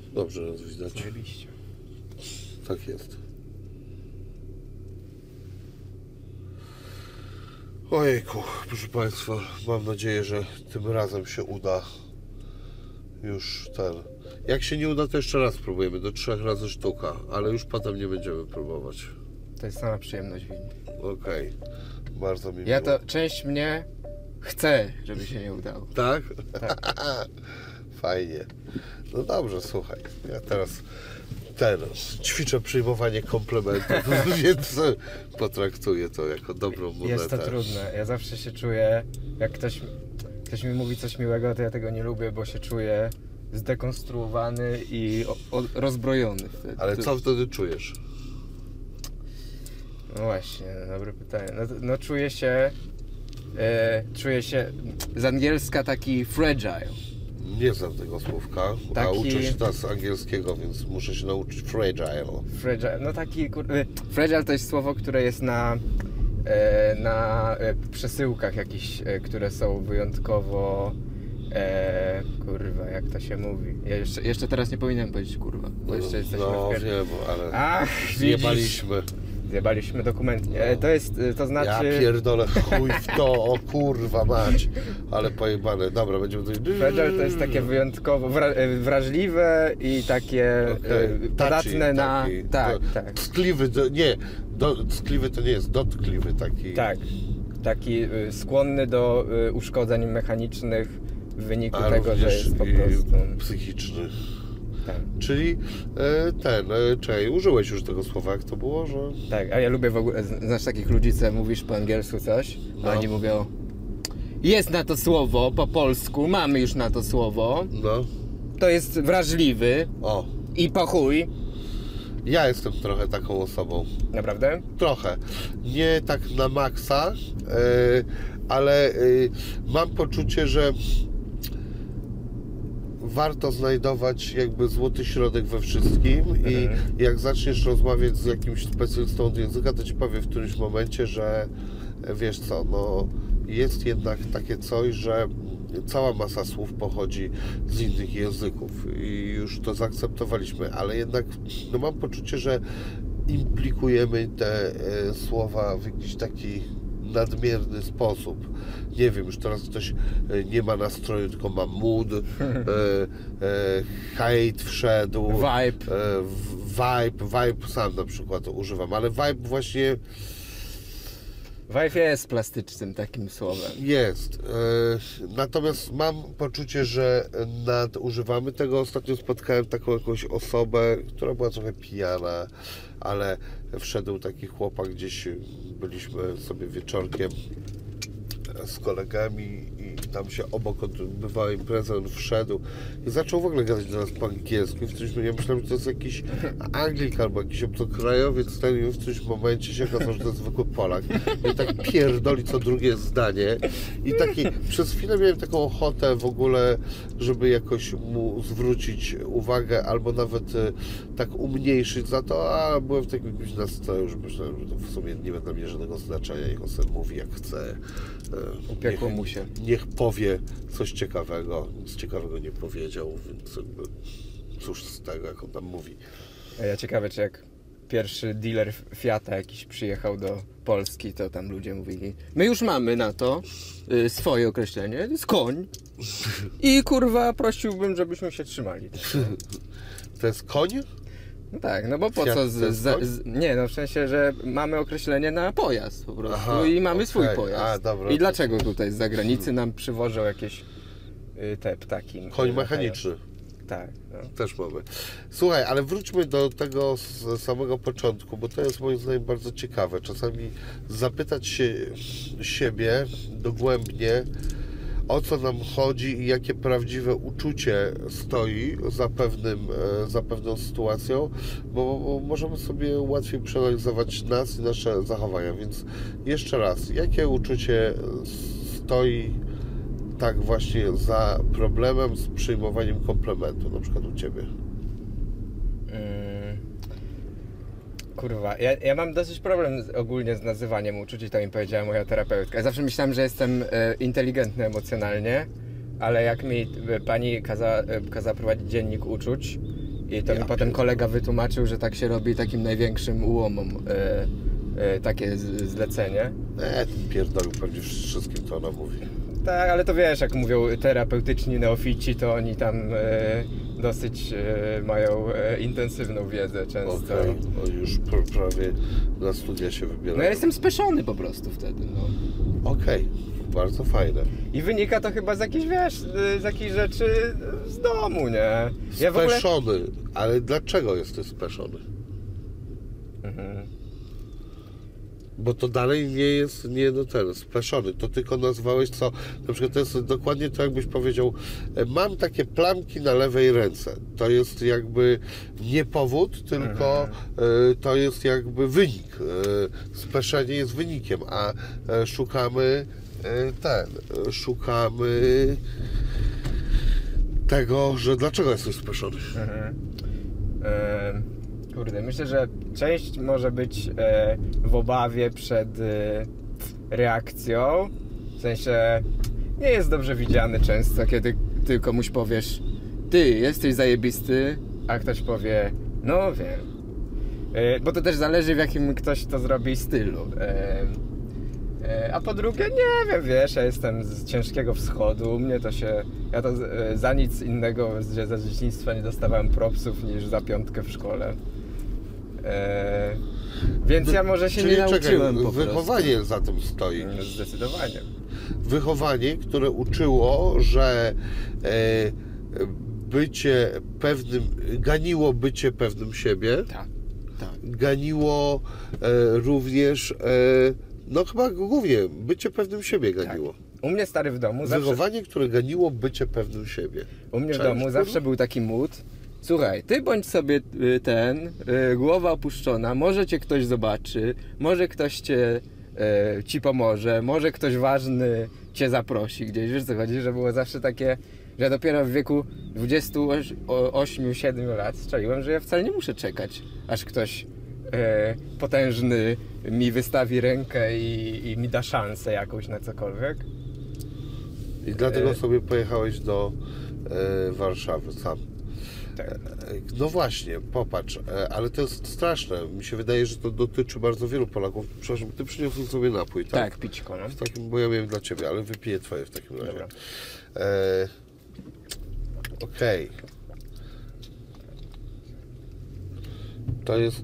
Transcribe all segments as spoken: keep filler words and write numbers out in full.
Dobrze nas widać. Oczywiście. Tak jest. Ojejku, proszę Państwa, mam nadzieję, że tym razem się uda już ten. Jak się nie uda, to jeszcze raz spróbujemy, do trzech razy sztuka, ale już potem nie będziemy próbować. To jest sama przyjemność wini. Okej, bardzo mi Ja miło. to, część mnie chce, żeby się nie udało. Tak? Tak. Fajnie. No dobrze, słuchaj, ja teraz ten, ćwiczę przyjmowanie komplementów, więc potraktuję to jako dobrą monetę. Jest to trudne. Ja zawsze się czuję, jak ktoś, ktoś mi mówi coś miłego, to ja tego nie lubię, bo się czuję zdekonstruowany i o, o, rozbrojony wtedy. Ale co wtedy czujesz? No właśnie, dobre pytanie. No, no czuję się, e, czuję się z angielska taki fragile. Nie znam tego słówka, a Taki- uczę się teraz angielskiego, więc muszę się nauczyć fragile. Fragile, no taki, kur... e, fragile to jest słowo, które jest na, e, na e, przesyłkach jakichś, e, które są wyjątkowo, e, kurwa, jak to się mówi. Ja jeszcze, jeszcze teraz nie powinienem powiedzieć kurwa, bo jeszcze jesteśmy No w pier... wiem, ale Ach, zjebaliśmy. Zjebaliśmy dokument. E, to jest, e, to znaczy... Ja pierdolę, chuj w to, o kurwa mać. Ale pojebane, dobra, będziemy... Fragile to jest takie wyjątkowo wra- e, wrażliwe i takie Okay. e, podatne na... Taki, Tak, do, tak. Tkliwy, do, nie, do, tkliwy to nie jest, dotkliwy taki. Tak, taki y, skłonny do y, uszkodzeń mechanicznych w wyniku A tego, że również jest po i prostu... psychiczny. Tak, Czyli e, ten, e, czej, użyłeś już tego słowa, jak to było, że... tak, a ja lubię w ogóle, znasz takich ludzi, co mówisz po angielsku coś, a No. oni mówią: jest na to słowo po polsku, mamy już na to słowo, No, to jest wrażliwy o, i po chuj. ja jestem trochę taką osobą. Naprawdę? Trochę. Nie tak na maksa, e, ale e, mam poczucie, że warto znajdować jakby złoty środek we wszystkim i Mhm. jak zaczniesz rozmawiać z jakimś specjalistą od języka, to ci powie w którymś momencie, że e, wiesz co, no jest jednak takie coś, że cała masa słów pochodzi z innych języków i już to zaakceptowaliśmy, ale jednak no mam poczucie, że implikujemy te e, słowa w jakiś taki nadmierny sposób. Nie wiem, już teraz ktoś e, nie ma nastroju, tylko ma mood, e, e, hate wszedł, Vibe. e, w- vibe, vibe sam na przykład używam, ale vibe właśnie Vibe jest plastycznym takim słowem. jest. E, natomiast mam poczucie, że nadużywamy tego. Ostatnio spotkałem taką jakąś osobę, która była trochę pijana, ale wszedł taki chłopak, gdzieś byliśmy sobie wieczorkiem z kolegami i tam się obok odbywała impreza, on wszedł i zaczął w ogóle gadać do nas po angielsku. I w którymś, ja myślałem, że to jest jakiś Anglik albo jakiś obcokrajowiec, ten, i w którymś momencie się okazało, że to jest zwykły Polak. I tak pierdoli co drugie zdanie i taki, przez chwilę miałem taką ochotę w ogóle, żeby jakoś mu zwrócić uwagę albo nawet e, tak umniejszyć za to, a byłem w takim jakimś nastroju, że myślałem, że to w sumie nie ma dla mnie żadnego znaczenia, niech on sobie mówi jak chce. E, Upiekło niech- mu się. Niech powie coś ciekawego, nic ciekawego nie powiedział, więc jakby cóż z tego, jak on tam mówi. A ja ciekawe, czy jak pierwszy dealer Fiata jakiś przyjechał do Polski, to tam ludzie mówili: my już mamy na to y, swoje określenie, to jest koń. I kurwa prosiłbym, żebyśmy się trzymali. To jest koń? No tak, no bo po Fiat co to z, jest z, koń? z, nie, no w sensie, że mamy określenie na pojazd po prostu. Aha, i mamy okej. swój pojazd. A, dobra. I dlaczego tutaj z zagranicy nam przywożą jakieś y, te ptaki? Koń mechaniczny. Tak, no. Też mamy. Słuchaj, ale wróćmy do tego z samego początku, bo to jest moim zdaniem bardzo ciekawe. Czasami zapytać się siebie dogłębnie, o co nam chodzi i jakie prawdziwe uczucie stoi za, pewnym, e, za pewną sytuacją, bo, bo możemy sobie łatwiej przeanalizować nas i nasze zachowania. Więc jeszcze raz, jakie uczucie stoi tak właśnie za problemem z przyjmowaniem komplementu, na przykład u Ciebie? Mm. Kurwa, ja, ja mam dosyć problem z, ogólnie z nazywaniem uczuć i to mi powiedziała moja terapeutka. Ja zawsze myślałem, że jestem e, inteligentny emocjonalnie, ale jak mi e, pani kaza, e, kazała prowadzić dziennik uczuć I to Ja mi potem pierdolę. kolega wytłumaczył, że tak się robi takim największym ułomom e, e, takie z, zlecenie. E, ten pierdolił pewnie wszystkim, co ona mówi. Tak, ale to wiesz, jak mówią terapeutyczni neofici, to oni tam e, dosyć e, mają e, intensywną wiedzę często. Okej, okay. Już pr- prawie na studia się wybierają. No ja jestem speszony po prostu wtedy, no. Okej, okay. Bardzo fajne. I wynika to chyba z jakichś, wiesz, z jakichś rzeczy z domu, nie? Ja w ogóle... Speszony, ale dlaczego jesteś speszony? Mhm. Bo to dalej nie jest, nie no ten, speszony, to tylko nazwałeś co, na przykład to jest dokładnie to, jakbyś powiedział, mam takie plamki na lewej ręce, to jest jakby nie powód, tylko y, to jest jakby wynik, y, speszenie jest wynikiem, a y, szukamy y, ten, y, szukamy tego, że dlaczego jesteś speszony. Mhm. E, kurde, myślę, że część może być e, w obawie przed e, reakcją. W sensie nie jest dobrze widziany często, kiedy ty komuś powiesz: ty, jesteś zajebisty, a ktoś powie: no wiem. E, bo to też zależy, w jakim ktoś to zrobi stylu. E, e, a po drugie, nie wiem, wiesz, ja jestem z ciężkiego wschodu, mnie to się... Ja to e, za nic innego, że za dzieciństwa nie dostawałem propsów niż za piątkę w szkole. E, więc Wy- ja może się Czyli nie nauczyłem czekaj, po wychowanie prostu. za tym stoi. Zdecydowanie. Wychowanie, które uczyło, że e, bycie pewnym, ganiło bycie pewnym siebie, Tak, tak. ganiło e, również, e, no chyba głównie, bycie pewnym siebie ganiło. U mnie stary w domu zawsze... Wychowanie, które ganiło bycie pewnym siebie. U mnie w Cześć, domu kurwa. zawsze był taki mód: słuchaj, ty bądź sobie y, ten, y, głowa opuszczona, może cię ktoś zobaczy, może ktoś cię, y, ci pomoże, może ktoś ważny cię zaprosi gdzieś, wiesz co chodzi, że było zawsze takie, że ja dopiero w wieku dwudziestu ośmiu siedmiu lat strzeliłem, że ja wcale nie muszę czekać, aż ktoś y, potężny mi wystawi rękę i, i mi da szansę jakąś na cokolwiek. I dlatego E, sobie pojechałeś do e, Warszawy sam. Tak. E, No właśnie, popatrz, e, ale to jest straszne. Mi się wydaje, że to dotyczy bardzo wielu Polaków. Przepraszam, ty przyniosłeś sobie napój, tak? Tak, pićko, no. W takim, bo ja miałem dla ciebie, ale wypiję twoje w takim razie. Dobra. E, Okej. To jest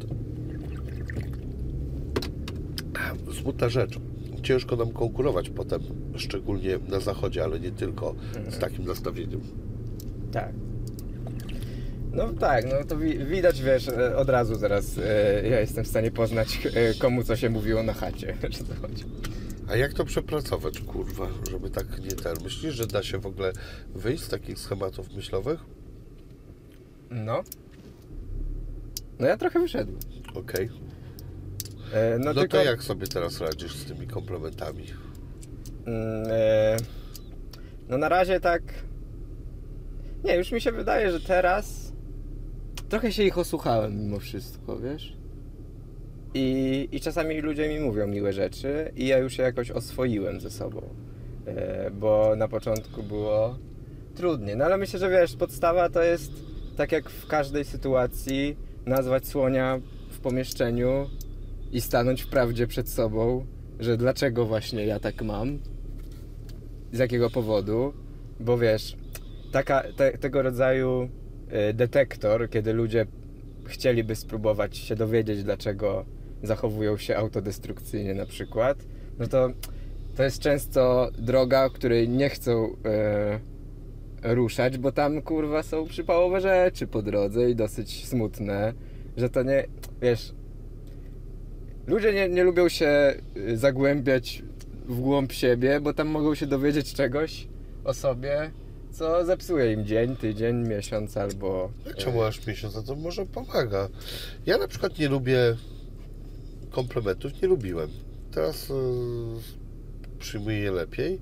smutna rzecz. Ciężko nam konkurować potem, szczególnie na zachodzie, ale nie tylko, z takim nastawieniem. Tak. No tak, no to wi- widać, wiesz, e, od razu zaraz e, ja jestem w stanie poznać, e, komu co się mówiło na chacie, że to chodzi. A jak to przepracować, kurwa, żeby tak nie ten... Myślisz, że da się w ogóle wyjść z takich schematów myślowych? No. No ja trochę wyszedłem. Okej. E, no No, tylko... to jak sobie teraz radzisz z tymi komplementami? Mm, e, no na razie tak... Nie, już mi się wydaje, że teraz trochę się ich osłuchałem mimo wszystko, wiesz? I, I czasami ludzie mi mówią miłe rzeczy i ja już się jakoś oswoiłem ze sobą. E, bo na początku było trudniej. No ale myślę, że wiesz, podstawa to jest tak jak w każdej sytuacji nazwać słonia w pomieszczeniu i stanąć w prawdzie przed sobą, że dlaczego właśnie ja tak mam, z jakiego powodu, bo wiesz, taka, te, tego rodzaju y, detektor, kiedy ludzie chcieliby spróbować się dowiedzieć, dlaczego zachowują się autodestrukcyjnie na przykład, no to to jest często droga, której nie chcą y, ruszać, bo tam kurwa są przypałowe rzeczy po drodze i dosyć smutne, że to nie, wiesz, ludzie nie, nie lubią się y, zagłębiać w głąb siebie, bo tam mogą się dowiedzieć czegoś o sobie, co zepsuje im dzień, tydzień, miesiąc albo... Czemu aż miesiąc? A to może pomaga. Ja na przykład nie lubię komplementów, nie lubiłem. Teraz yy, przyjmuję je lepiej,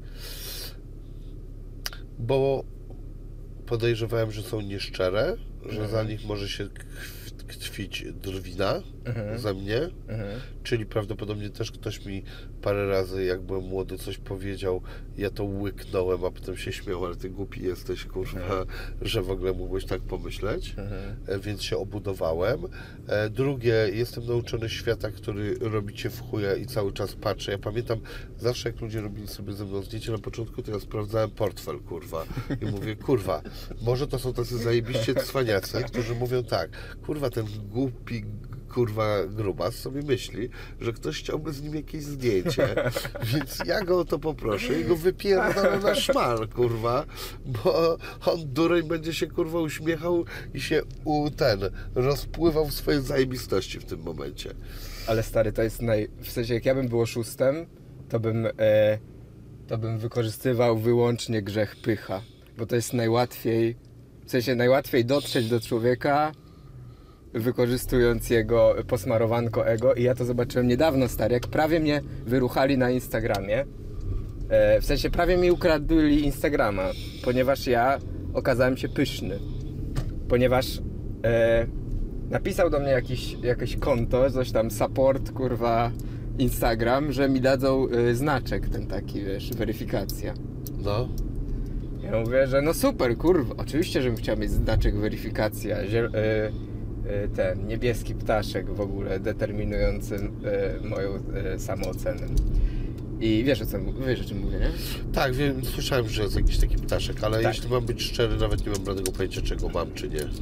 podejrzewałem, że są nieszczere, że za nich może się załatwić drwina Mhm. ze mnie, Mhm. czyli prawdopodobnie też ktoś mi parę razy, jak byłem młody, coś powiedział, ja to łyknąłem, a potem się śmiał, ale ty głupi jesteś, kurwa, Mhm. że w ogóle mógłbyś tak pomyśleć, Mhm. e, więc się obudowałem. E, drugie, jestem nauczony świata, który robi cię w chuja i cały czas patrzę. Ja pamiętam, zawsze jak ludzie robili sobie ze mną zdjęcie na początku, to ja sprawdzałem portfel, kurwa, i mówię, kurwa, może to są tacy zajebiście cwaniacy, którzy mówią tak, kurwa, ten głupi, kurwa, grubas sobie myśli, że ktoś chciałby z nim jakieś zdjęcie, więc ja go o to poproszę i go wypierdolę na szmal, kurwa, bo on dureń będzie się, kurwa, uśmiechał i się u ten, rozpływał w swojej zajebistości w tym momencie. Ale stary, to jest naj... W sensie, jak ja bym był oszustem, to bym, e, to bym wykorzystywał wyłącznie grzech pycha. Bo to jest najłatwiej, w sensie najłatwiej dotrzeć do człowieka, wykorzystując jego posmarowanko ego. I ja to zobaczyłem niedawno, stary, jak prawie mnie wyruchali na Instagramie. E, w sensie prawie mi ukradli Instagrama, ponieważ ja okazałem się pyszny. Ponieważ e, napisał do mnie jakiś, jakieś konto, coś tam support, kurwa, Instagram, że mi dadzą e, znaczek ten taki, wiesz, weryfikacja. No. Ja mówię, że no super, kurwa, oczywiście, żebym chciał mieć znaczek weryfikacja, ziel, e, e, ten niebieski ptaszek w ogóle determinujący e, moją e, samoocenę. I wiesz o, co, wiesz o czym mówię, nie? Tak, wiem, słyszałem, że jest jakiś taki ptaszek, ale Tak. jeśli mam być szczery, nawet nie mam żadnego pojęcia, czego mam, czy nie. Yy,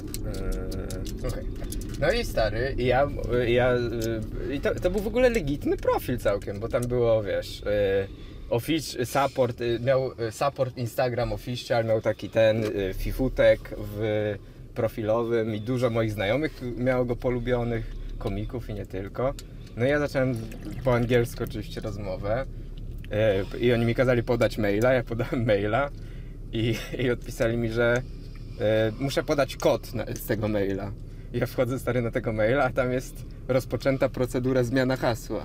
Okej. No i stary, i ja, ja yy, i to, to był w ogóle legitny profil całkiem, bo tam było, wiesz, yy, offic- support, yy, miał yy, support Instagram official, miał taki ten yy, fifutek w profilowym i dużo moich znajomych miało go polubionych, komików i nie tylko. No i ja zacząłem po angielsku oczywiście rozmowę yy, i oni mi kazali podać maila, ja podałem maila i, i odpisali mi, że E, muszę podać kod na, z tego maila. I ja wchodzę stary na tego maila, a tam jest rozpoczęta procedura zmiana hasła.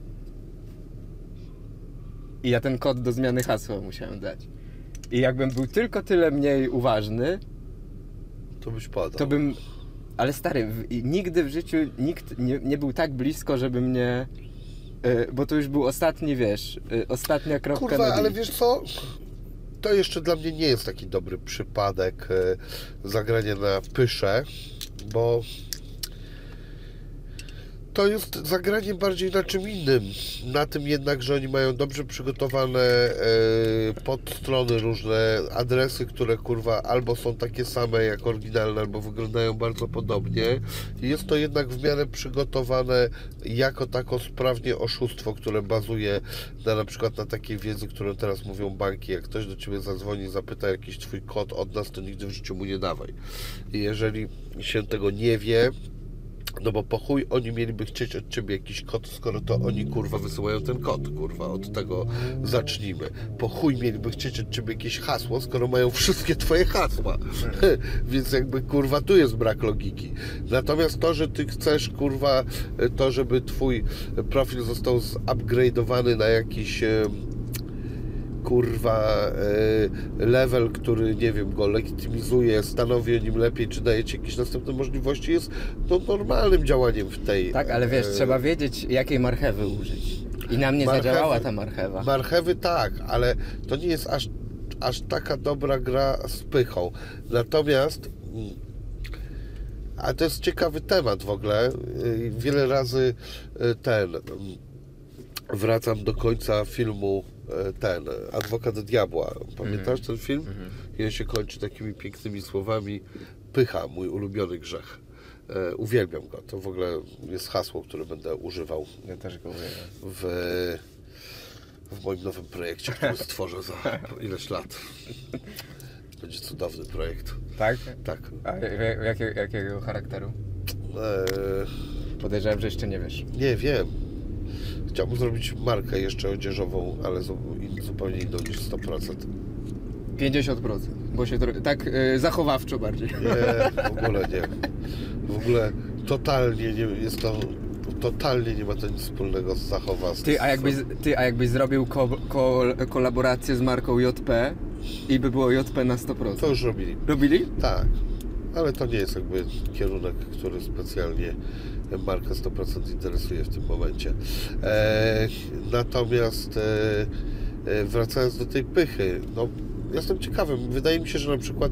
I ja ten kod do zmiany hasła musiałem dać. I jakbym był tylko tyle mniej uważny, To byś podał. to bym... Ale stary, w, i nigdy w życiu nikt nie, nie był tak blisko, żeby mnie... E, bo to już był ostatni, wiesz, e, ostatnia kropka Kurwa, na ale i. wiesz co? To jeszcze dla mnie nie jest taki dobry przypadek e, zagrania na pyszę, bo to jest zagranie bardziej na czym innym. Na tym jednak, że oni mają dobrze przygotowane e, podstrony, różne adresy, które kurwa albo są takie same jak oryginalne, albo wyglądają bardzo podobnie. I jest to jednak w miarę przygotowane jako tako sprawnie oszustwo, które bazuje na na przykład na takiej wiedzy, którą teraz mówią banki. Jak ktoś do Ciebie zadzwoni i zapyta jakiś Twój kod od nas, to nigdy w życiu mu nie dawaj. I jeżeli się tego nie wie, no bo po chuj oni mieliby chcieć od Ciebie jakiś kod, skoro to oni kurwa wysyłają ten kod, kurwa, od tego zacznijmy. Po chuj mieliby chcieć od Ciebie jakieś hasło, skoro mają wszystkie Twoje hasła. Więc jakby kurwa tu jest brak logiki. Natomiast to, że Ty chcesz kurwa to, żeby Twój profil został zupgrade'owany na jakiś kurwa level, który, nie wiem, go legitymizuje, stanowi o nim lepiej, czy daje Ci jakieś następne możliwości, jest to normalnym działaniem w tej... Tak, ale wiesz, e, trzeba wiedzieć, jakiej marchewy użyć. I na mnie Marchewy- zadziałała ta marchewa. Marchewy tak, ale to nie jest aż, aż taka dobra gra z pychą. Natomiast mm, a to jest ciekawy temat w ogóle. Y, Wiele razy y, ten mm, wracam do końca filmu y, ten Adwokat Diabła. Pamiętasz ten film? I on się kończy takimi pięknymi słowami: pycha, mój ulubiony grzech. E, uwielbiam go. To w ogóle jest hasło, które będę używał Ja też go uwielbiam. w, w moim nowym projekcie, który stworzę za ileś lat. Będzie cudowny projekt. Tak? Tak. A jak- jakiego, jakiego charakteru? Eee, Podejrzewam, że jeszcze nie wiesz. nie wiem. Chciałbym zrobić markę jeszcze odzieżową, ale zu- in- zupełnie inną niż sto procent. pięćdziesiąt procent, bo się tro- tak y, zachowawczo bardziej. Nie, w ogóle nie. W ogóle totalnie nie jest to. Totalnie nie ma to nic wspólnego z zachowawstwem. Ty, a jakbyś, ty, a jakbyś zrobił ko, ko, kolaborację z marką J P i by było J P na sto procent? To już robili. Robili? Tak. ale to nie jest jakby kierunek, który specjalnie markę sto procent interesuje w tym momencie. E, natomiast e, wracając do tej pychy, no jestem ciekawy, wydaje mi się, że na przykład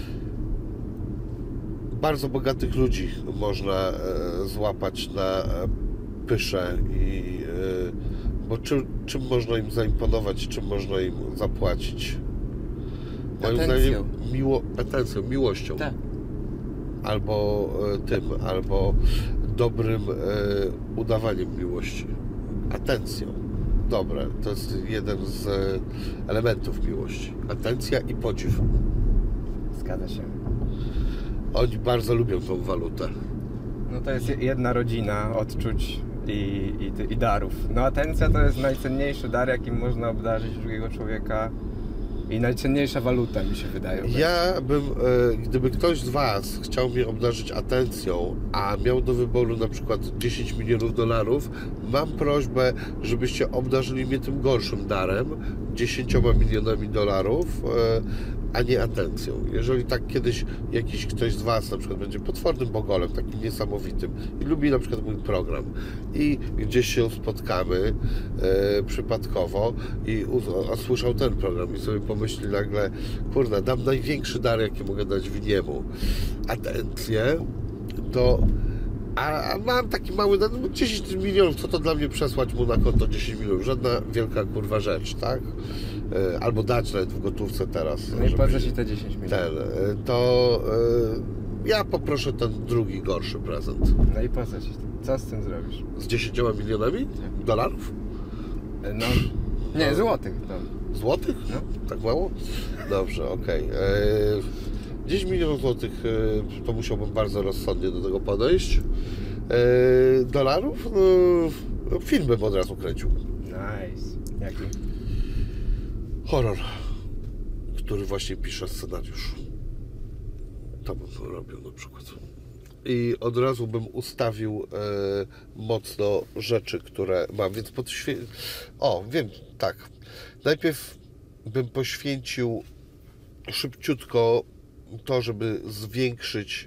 bardzo bogatych ludzi można e, złapać na pyszę i e, bo czym, czym można im zaimponować, czym można im zapłacić? Moim zdaniem miło, atencją, miłością. Tak. Albo e, tym, albo dobrym e, udawaniem miłości. Atencją. Dobre, to jest jeden z e, elementów miłości. Atencja i podziw. Zgadza się. Oni bardzo lubią tą walutę. No to jest jedna rodzina odczuć i, i, i darów. No atencja to jest najcenniejszy dar, jakim można obdarzyć drugiego człowieka i najcenniejsza waluta, mi się wydaje. Ja bym, e, gdyby ktoś z Was chciał mnie obdarzyć atencją, a miał do wyboru na przykład dziesięć milionów dolarów, mam prośbę, żebyście obdarzyli mnie tym gorszym darem, dziesięcioma milionami dolarów, e, a nie atencją. Jeżeli tak kiedyś jakiś ktoś z Was na przykład będzie potwornym bogolem, takim niesamowitym i lubi na przykład mój program i gdzieś się spotkamy e, przypadkowo i a słyszał ten program i sobie pomyśli nagle, kurde, dam największy dar, jaki mogę dać winiemu, atencję, to a, a mam taki mały, no dziesięć milionów, co to dla mnie przesłać mu na konto dziesięć milionów? Żadna wielka kurwa rzecz, tak? Albo dać nawet w gotówce teraz. No i po co ci te dziesięć milionów? Ten, to y, ja poproszę ten drugi, gorszy prezent. No i po co ci to? Co z tym zrobisz? Z dziesięcioma milionami dolarów? No, nie, no. Złotych. No. Złotych? No. Tak mało? Dobrze, okej. Okay. dziesięć milionów złotych y, to musiałbym bardzo rozsądnie do tego podejść. Y, dolarów? No, film bym od razu kręcił. Nice. Jaki? Horror, który właśnie pisze scenariusz. To bym robił na przykład. I od razu bym ustawił e, mocno rzeczy, które mam, więc podświe... O, wiem, tak. Najpierw bym poświęcił szybciutko to, żeby zwiększyć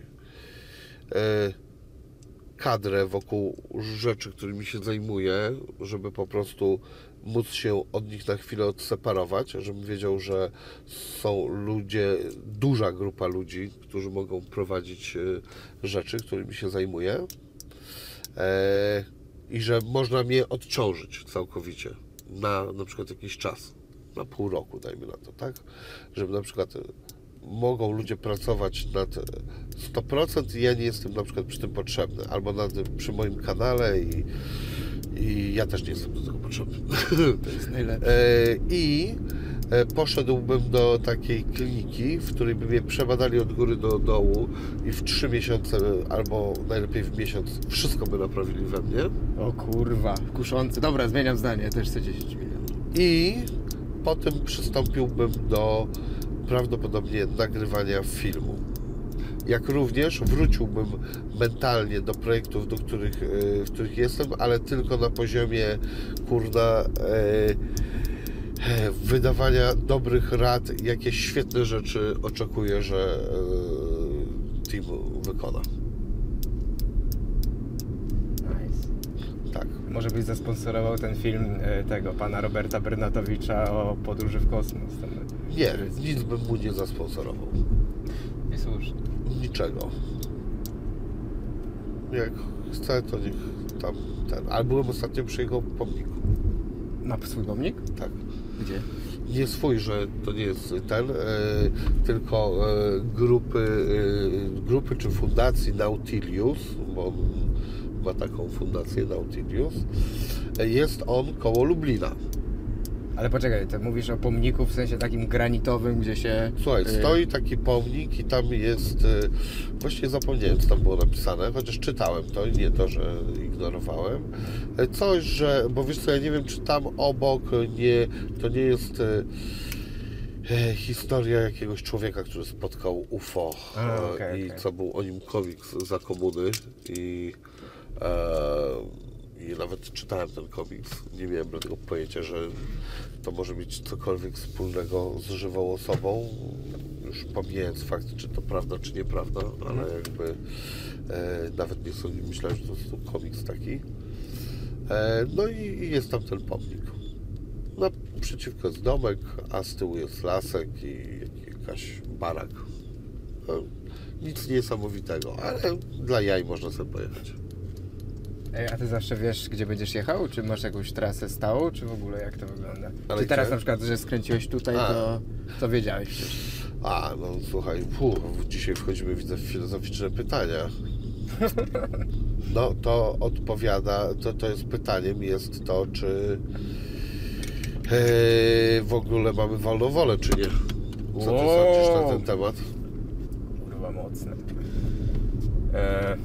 e, kadrę wokół rzeczy, którymi się zajmuję, żeby po prostu móc się od nich na chwilę odseparować, żebym wiedział, że są ludzie, duża grupa ludzi, którzy mogą prowadzić rzeczy, którymi się zajmuję i że można mnie odciążyć całkowicie na na przykład jakiś czas, na pół roku dajmy na to, tak? Żeby na przykład mogą ludzie pracować nad sto procent i ja nie jestem na przykład przy tym potrzebny, albo nad, przy moim kanale i, i ja też nie jestem do tego potrzebny. To jest najlepsze. I poszedłbym do takiej kliniki, w której by mnie przebadali od góry do dołu i w trzy miesiące, albo najlepiej w miesiąc, wszystko by naprawili we mnie. O kurwa, kuszący. Dobra, zmieniam zdanie, też chcę dziesięć milionów. I potem przystąpiłbym do prawdopodobnie nagrywania filmu. Jak również wróciłbym mentalnie do projektów, do których, w których jestem, ale tylko na poziomie kurna e, wydawania dobrych rad, jakie świetne rzeczy oczekuję, że e, team wykona. Nice. Tak. Może byś zasponsorował ten film e, tego pana Roberta Bernatowicza o podróży w kosmos. Ten, nie, nic bym mu nie zasponsorował. I słusznie. Niczego. Jak chce, to niech tam ten. Ale byłem ostatnio przy jego pomniku. Ma swój pomnik? Tak. Gdzie? Nie swój, że to nie jest ten, e, tylko e, grupy, e, grupy czy fundacji Nautilus, bo on ma taką fundację Nautilus. E, jest on koło Lublina. Ale poczekaj, to mówisz o pomniku w sensie takim granitowym, gdzie się... Słuchaj, stoi taki pomnik i tam jest... Właściwie zapomniałem, co tam było napisane, chociaż czytałem to i nie to, że ignorowałem. Coś, że... Bo wiesz co, ja nie wiem, czy tam obok nie... To nie jest e, historia jakiegoś człowieka, który spotkał U F O. A, okay, i okay. co był o nim komiks za komuny i... E, I nawet czytałem ten komiks, nie miałem tego pojęcia, że to może mieć cokolwiek wspólnego z żywą osobą. już pomijając fakt, czy to prawda, czy nieprawda, ale jakby e, nawet nie sądzę, myślałem, że to jest komiks taki. E, no i, i jest tam ten pomnik. Naprzeciwko jest domek, a z tyłu jest lasek i jakaś barak. No, nic niesamowitego, ale dla jaj można sobie pojechać. Ej, a ty zawsze wiesz, gdzie będziesz jechał? Czy masz jakąś trasę stałą, czy w ogóle jak to wygląda? Ale czy teraz gdzie? na przykład, że skręciłeś tutaj, A. to, to wiedziałeś wcześniej? A, no słuchaj, fu, dzisiaj wchodzimy, widzę, w filozoficzne pytania. No to odpowiada, to, to jest pytaniem, jest to, czy e, w ogóle mamy wolną wolę, czy nie? Co ty Wow. sądzisz na ten temat? Kurwa mocne. E...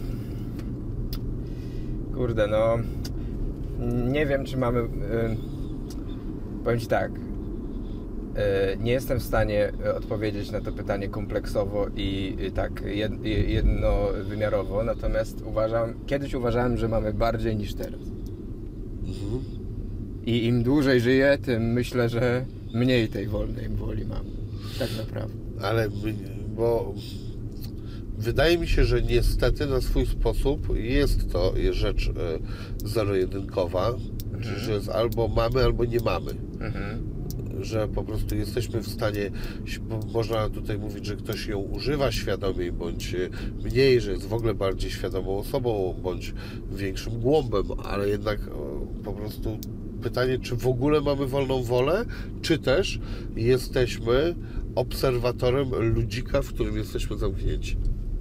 Kurde, no... Nie wiem, czy mamy... E... Powiem ci tak. E... Nie jestem w stanie odpowiedzieć na to pytanie kompleksowo i, i tak jed... jednowymiarowo, natomiast uważam... Kiedyś uważałem, że mamy bardziej niż teraz. Mhm. I im dłużej żyję, tym myślę, że mniej tej wolnej woli mam. Tak naprawdę. Ale, my- bo wydaje mi się, że niestety na swój sposób jest to rzecz e, zero-jedynkowa, czyli że jest albo mamy, albo nie mamy. Mhm. Że po prostu jesteśmy w stanie, bo można tutaj mówić, że ktoś ją używa świadomie, bądź mniej, że jest w ogóle bardziej świadomą osobą, bądź większym głąbem, ale jednak o, po prostu pytanie, czy w ogóle mamy wolną wolę, czy też jesteśmy obserwatorem ludzika, w którym jesteśmy zamknięci.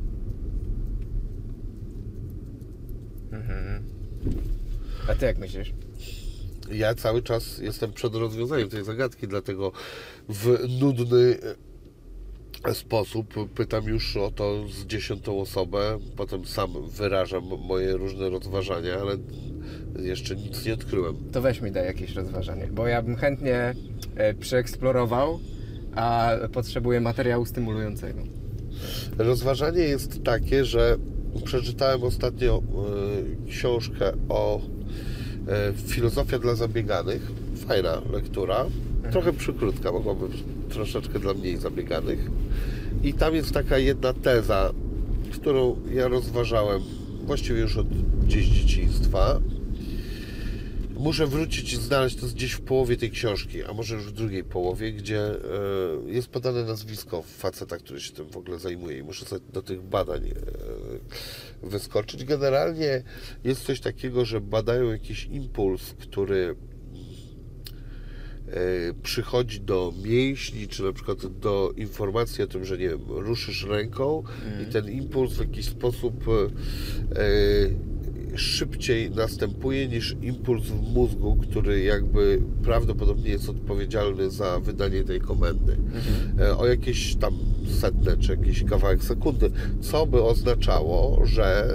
Mhm. A ty jak myślisz? Ja cały czas jestem przed rozwiązaniem tej zagadki, dlatego w nudny sposób pytam już o to z dziesiątą osobę, potem sam wyrażam moje różne rozważania, ale jeszcze nic nie odkryłem. To weź mi daj jakieś rozważanie, bo ja bym chętnie e, przeeksplorował, a potrzebuję materiału stymulującego. Rozważanie jest takie, że przeczytałem ostatnio e, książkę o e, filozofia dla zabieganych. Fajna lektura, trochę przykrótka, mogłaby być troszeczkę dla mniej zabieganych. I tam jest taka jedna teza, którą ja rozważałem właściwie już od gdzieś dzieciństwa. Muszę wrócić i znaleźć to gdzieś w połowie tej książki, a może już w drugiej połowie, gdzie e, jest podane nazwisko faceta, który się tym w ogóle zajmuje i muszę sobie do tych badań e, wyskoczyć. Generalnie jest coś takiego, że badają jakiś impuls, który e, przychodzi do mięśni, czy na przykład do informacji o tym, że nie wiem, ruszysz ręką mm. i ten impuls w jakiś sposób e, szybciej następuje niż impuls w mózgu, który jakby prawdopodobnie jest odpowiedzialny za wydanie tej komendy. Mhm. O jakieś tam setne, czy jakiś kawałek sekundy, co by oznaczało, że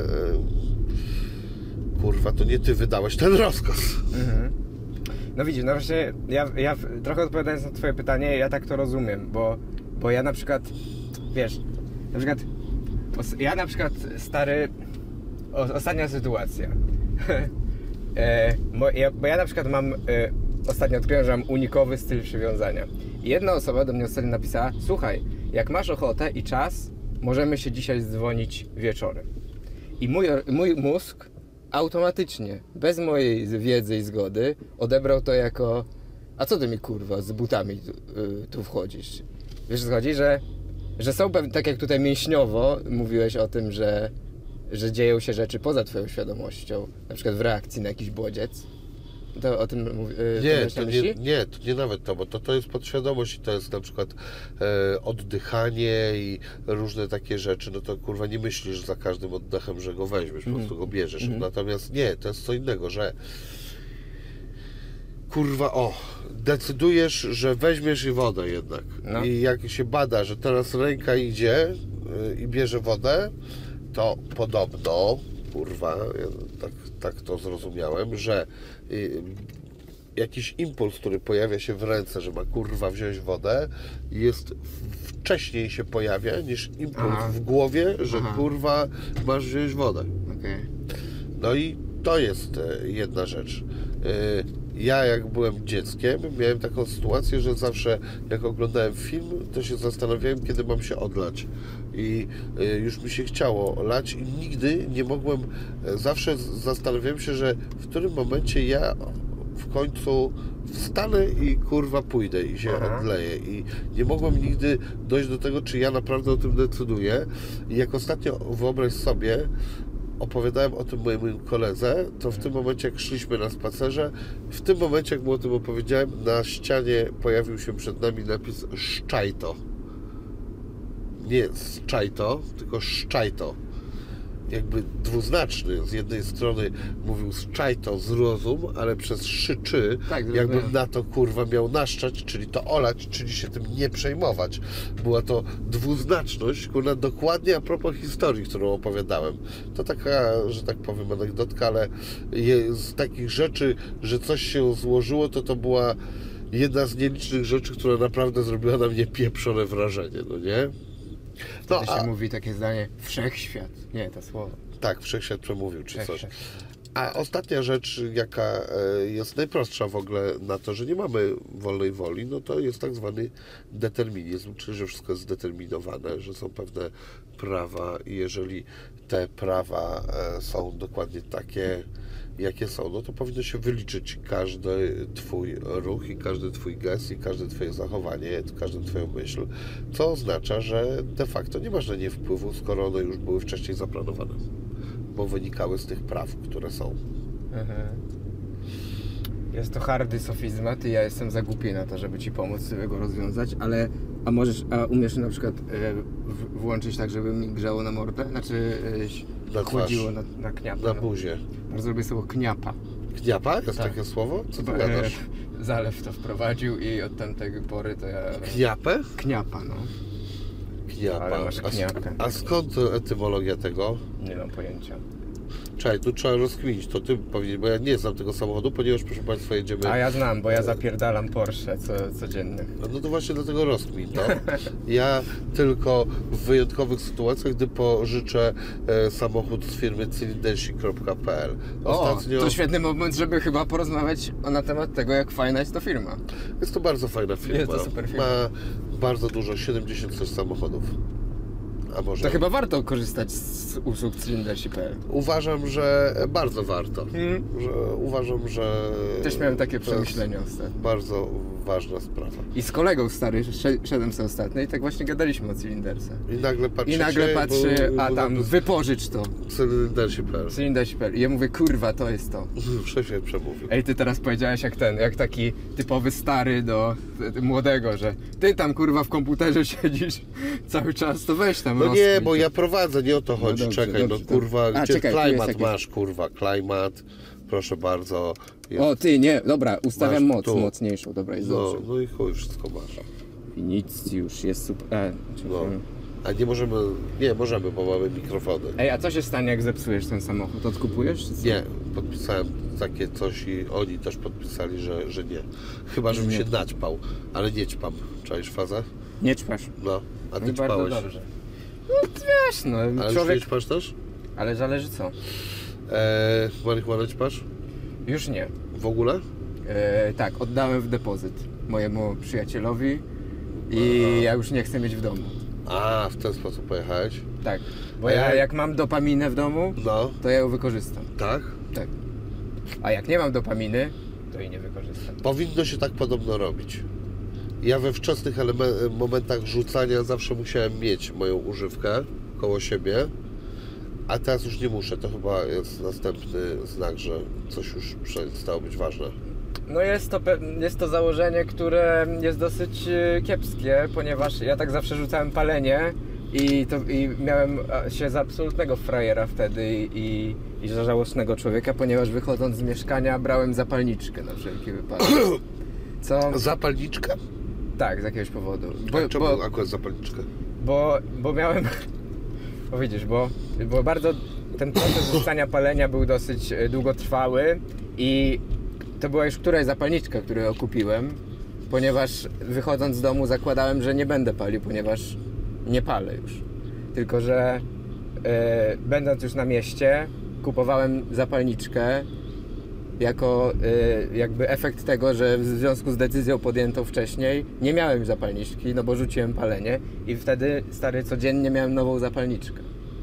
kurwa, to nie ty wydałeś ten rozkaz. Mhm. No widzisz, no właśnie ja, ja trochę odpowiadając na twoje pytanie, ja tak to rozumiem, bo, bo ja na przykład, wiesz, na przykład ja na przykład stary O, ostatnia sytuacja. e, bo, ja, bo ja na przykład mam, e, ostatnio odkryłem, że mam unikowy styl przywiązania. I jedna osoba do mnie ostatnio napisała: słuchaj, jak masz ochotę i czas, możemy się dzisiaj dzwonić wieczorem. I mój, mój mózg automatycznie, bez mojej wiedzy i zgody, odebrał to jako: a co ty mi kurwa z butami tu, y, tu wchodzisz? Wiesz co chodzi, że, że są pewne, tak jak tutaj mięśniowo mówiłeś o tym, że że dzieją się rzeczy poza twoją świadomością, na przykład w reakcji na jakiś bodziec. To o tym mówisz? Nie, to nie, nie, to nie nawet to, bo to, to jest podświadomość i to jest na przykład e, oddychanie i różne takie rzeczy, no to kurwa nie myślisz za każdym oddechem, że go weźmiesz, mm. po prostu go bierzesz. Mm. Natomiast nie, to jest co innego, że kurwa o, decydujesz, że weźmiesz i wodę jednak. No. I jak się bada, że teraz ręka idzie y, i bierze wodę, to podobno, kurwa, ja tak, tak to zrozumiałem, że y, jakiś impuls, który pojawia się w ręce, że ma kurwa wziąć wodę, jest wcześniej się pojawia niż impuls Aha. w głowie, że Aha. kurwa masz wziąć wodę. Okay. No i to jest jedna rzecz. ja jak byłem dzieckiem, miałem taką sytuację, że zawsze jak oglądałem film, to się zastanawiałem, kiedy mam się odlać. I już mi się chciało lać i nigdy nie mogłem, zawsze zastanawiałem się, że w którym momencie ja w końcu wstanę i kurwa pójdę i się Aha. odleję. I nie mogłem nigdy dojść do tego, czy ja naprawdę o tym decyduję. I jak ostatnio, wyobraź sobie, opowiadałem o tym mojemu koledze, to w tym momencie, jak szliśmy na spacerze, w tym momencie, jak mu o tym opowiedziałem, na ścianie pojawił się przed nami napis Szczajto. Nie Szczajto, tylko Szczajto. Jakby dwuznaczny. Z jednej strony mówił Szczajto, zrozum, ale przez szyczy, Tak, jakby zrozumiałem. na to kurwa miał naszczać, czyli to olać, czyli się tym nie przejmować. Była to dwuznaczność, kurwa, dokładnie a propos historii, którą opowiadałem. To taka, że tak powiem, anegdotka, ale je, z takich rzeczy, że coś się złożyło, to to była jedna z nielicznych rzeczy, która naprawdę zrobiła na mnie pieprzone wrażenie, no nie? No, No, się a, mówi takie zdanie, wszechświat. Nie, to słowo. tak, wszechświat przemówił, czy coś. Wszechświat. A ostatnia rzecz, jaka e, jest najprostsza w ogóle na to, że nie mamy wolnej woli, no to jest tak zwany determinizm, czyli że wszystko jest zdeterminowane, że są pewne prawa i jeżeli te prawa e, są dokładnie takie, jakie są, no to powinno się wyliczyć każdy Twój ruch i każdy Twój gest i każde Twoje zachowanie, każdą Twoją myśl, co oznacza, że de facto nie masz na nie wpływu, skoro one już były wcześniej zaplanowane, bo wynikały z tych praw, które są. Mhm. Jest to hardy sofizmat i ja jestem za głupi na to, żeby Ci pomóc sobie go rozwiązać, ale a możesz, a umiesz na przykład e, w, włączyć tak, żeby mi grzało na mordę? Znaczy Na e, twarz. chłodziło na, na kniapę. Na no. buzię. Może zrobię słowo kniapa. Kniapa? Jest Tak. takie słowo? Co ty E, gadasz? Zalew to wprowadził i od tamtej pory to ja... Kniapę? Kniapa, no. Kniapa. Ale masz A, kniapkę. a skąd etymologia tego? Nie mam pojęcia. Czekaj, tu trzeba rozkminić, to ty powinien, bo ja nie znam tego samochodu, ponieważ proszę Państwa jedziemy... A ja znam, bo ja zapierdalam Porsche co, codziennie. No to właśnie dlatego rozkmin, no. Ja tylko w wyjątkowych sytuacjach, gdy pożyczę e, samochód z firmy cylindersi kropka p l. O, to świetny moment, żeby chyba porozmawiać o, na temat tego, jak fajna jest to firma. Jest to bardzo fajna firma. Jest to super firma. Ma bardzo dużo, siedemdziesiąt coś samochodów. A może... To chyba warto korzystać z usług cylindersi kropka p l. Uważam, że bardzo warto. Hmm. Że uważam, że... Też miałem takie to jest przemyślenia ostatnio. bardzo ważna sprawa. I z kolegą stary, sze- szedłem sobie ostatnio i tak właśnie gadaliśmy o cylinderce. I nagle patrzycie, I nagle patrzy, bo- a bo tam to wypożycz to. cylindersi kropka p l. Cylindersi kropka p l. I ja mówię, kurwa, to jest to. Szefie przemówił. Ej, ty teraz powiedziałeś jak ten, jak taki typowy stary do y, młodego, że ty tam kurwa w komputerze siedzisz cały czas, to weź tam No rozkmin nie, bo to. ja prowadzę, nie o to chodzi. dobrze, Czekaj, dobrze, no kurwa, dobrze. A, gdzie czekaj, tu jest klimat jakiś- masz, kurwa, klimat. Proszę bardzo. Jest, O ty, nie, dobra, ustawiam Masz moc tu. mocniejszą, dobra, jest no, dobrze. no i chuj, wszystko masz. I nic już, jest super. E, czekaj. No. A nie możemy, nie możemy, bo mamy mikrofony. Ej, a co się stanie jak zepsujesz ten samochód? Odkupujesz czy co? Nie, podpisałem takie coś i oni też podpisali, że, że nie. Chyba, żebym Nie. się naćpał, ale nie ćpam. Czaisz fazę? Nie ćpasz. No, a No ty i bardzo ćpałeś. dobrze. No wiesz, no Ale człowiek... nie człowiek... ćpasz też? Ale zależy co? Eee, marihuanę ćpasz? Już nie. W ogóle? E, tak, oddałem w depozyt mojemu przyjacielowi i Aha. ja już nie chcę mieć w domu. A, w ten sposób pojechałeś? Tak, bo A ja ja- jak mam dopaminę w domu, No, to ja ją wykorzystam. tak? Tak. A jak nie mam dopaminy, to jej nie wykorzystam. Powinno się tak podobno robić. Ja we wczesnych eleme- momentach rzucania zawsze musiałem mieć moją używkę koło siebie, a teraz już nie muszę. To chyba jest następny znak, że coś już przestało być ważne. No jest to, pe- jest to założenie, które jest dosyć e, kiepskie, ponieważ ja tak zawsze rzucałem palenie i, to, i miałem e, się za absolutnego frajera wtedy i, i za żałosnego człowieka, ponieważ wychodząc z mieszkania brałem zapalniczkę na wszelki wypadek. Co? Zapalniczkę? Tak, z jakiegoś powodu. Bo, Bo, czemu bo, akurat zapalniczkę? bo, bo miałem... Bo widzisz, bo, bo bardzo ten proces rzucania palenia był dosyć e, długotrwały i to była już któraś zapalniczka, którą kupiłem, ponieważ wychodząc z domu zakładałem, że nie będę palił, ponieważ nie palę już. Tylko że e, będąc już na mieście, kupowałem zapalniczkę jako y, jakby efekt tego, że w związku z decyzją podjętą wcześniej nie miałem zapalniczki, no bo rzuciłem palenie i wtedy, stary, codziennie miałem nową zapalniczkę.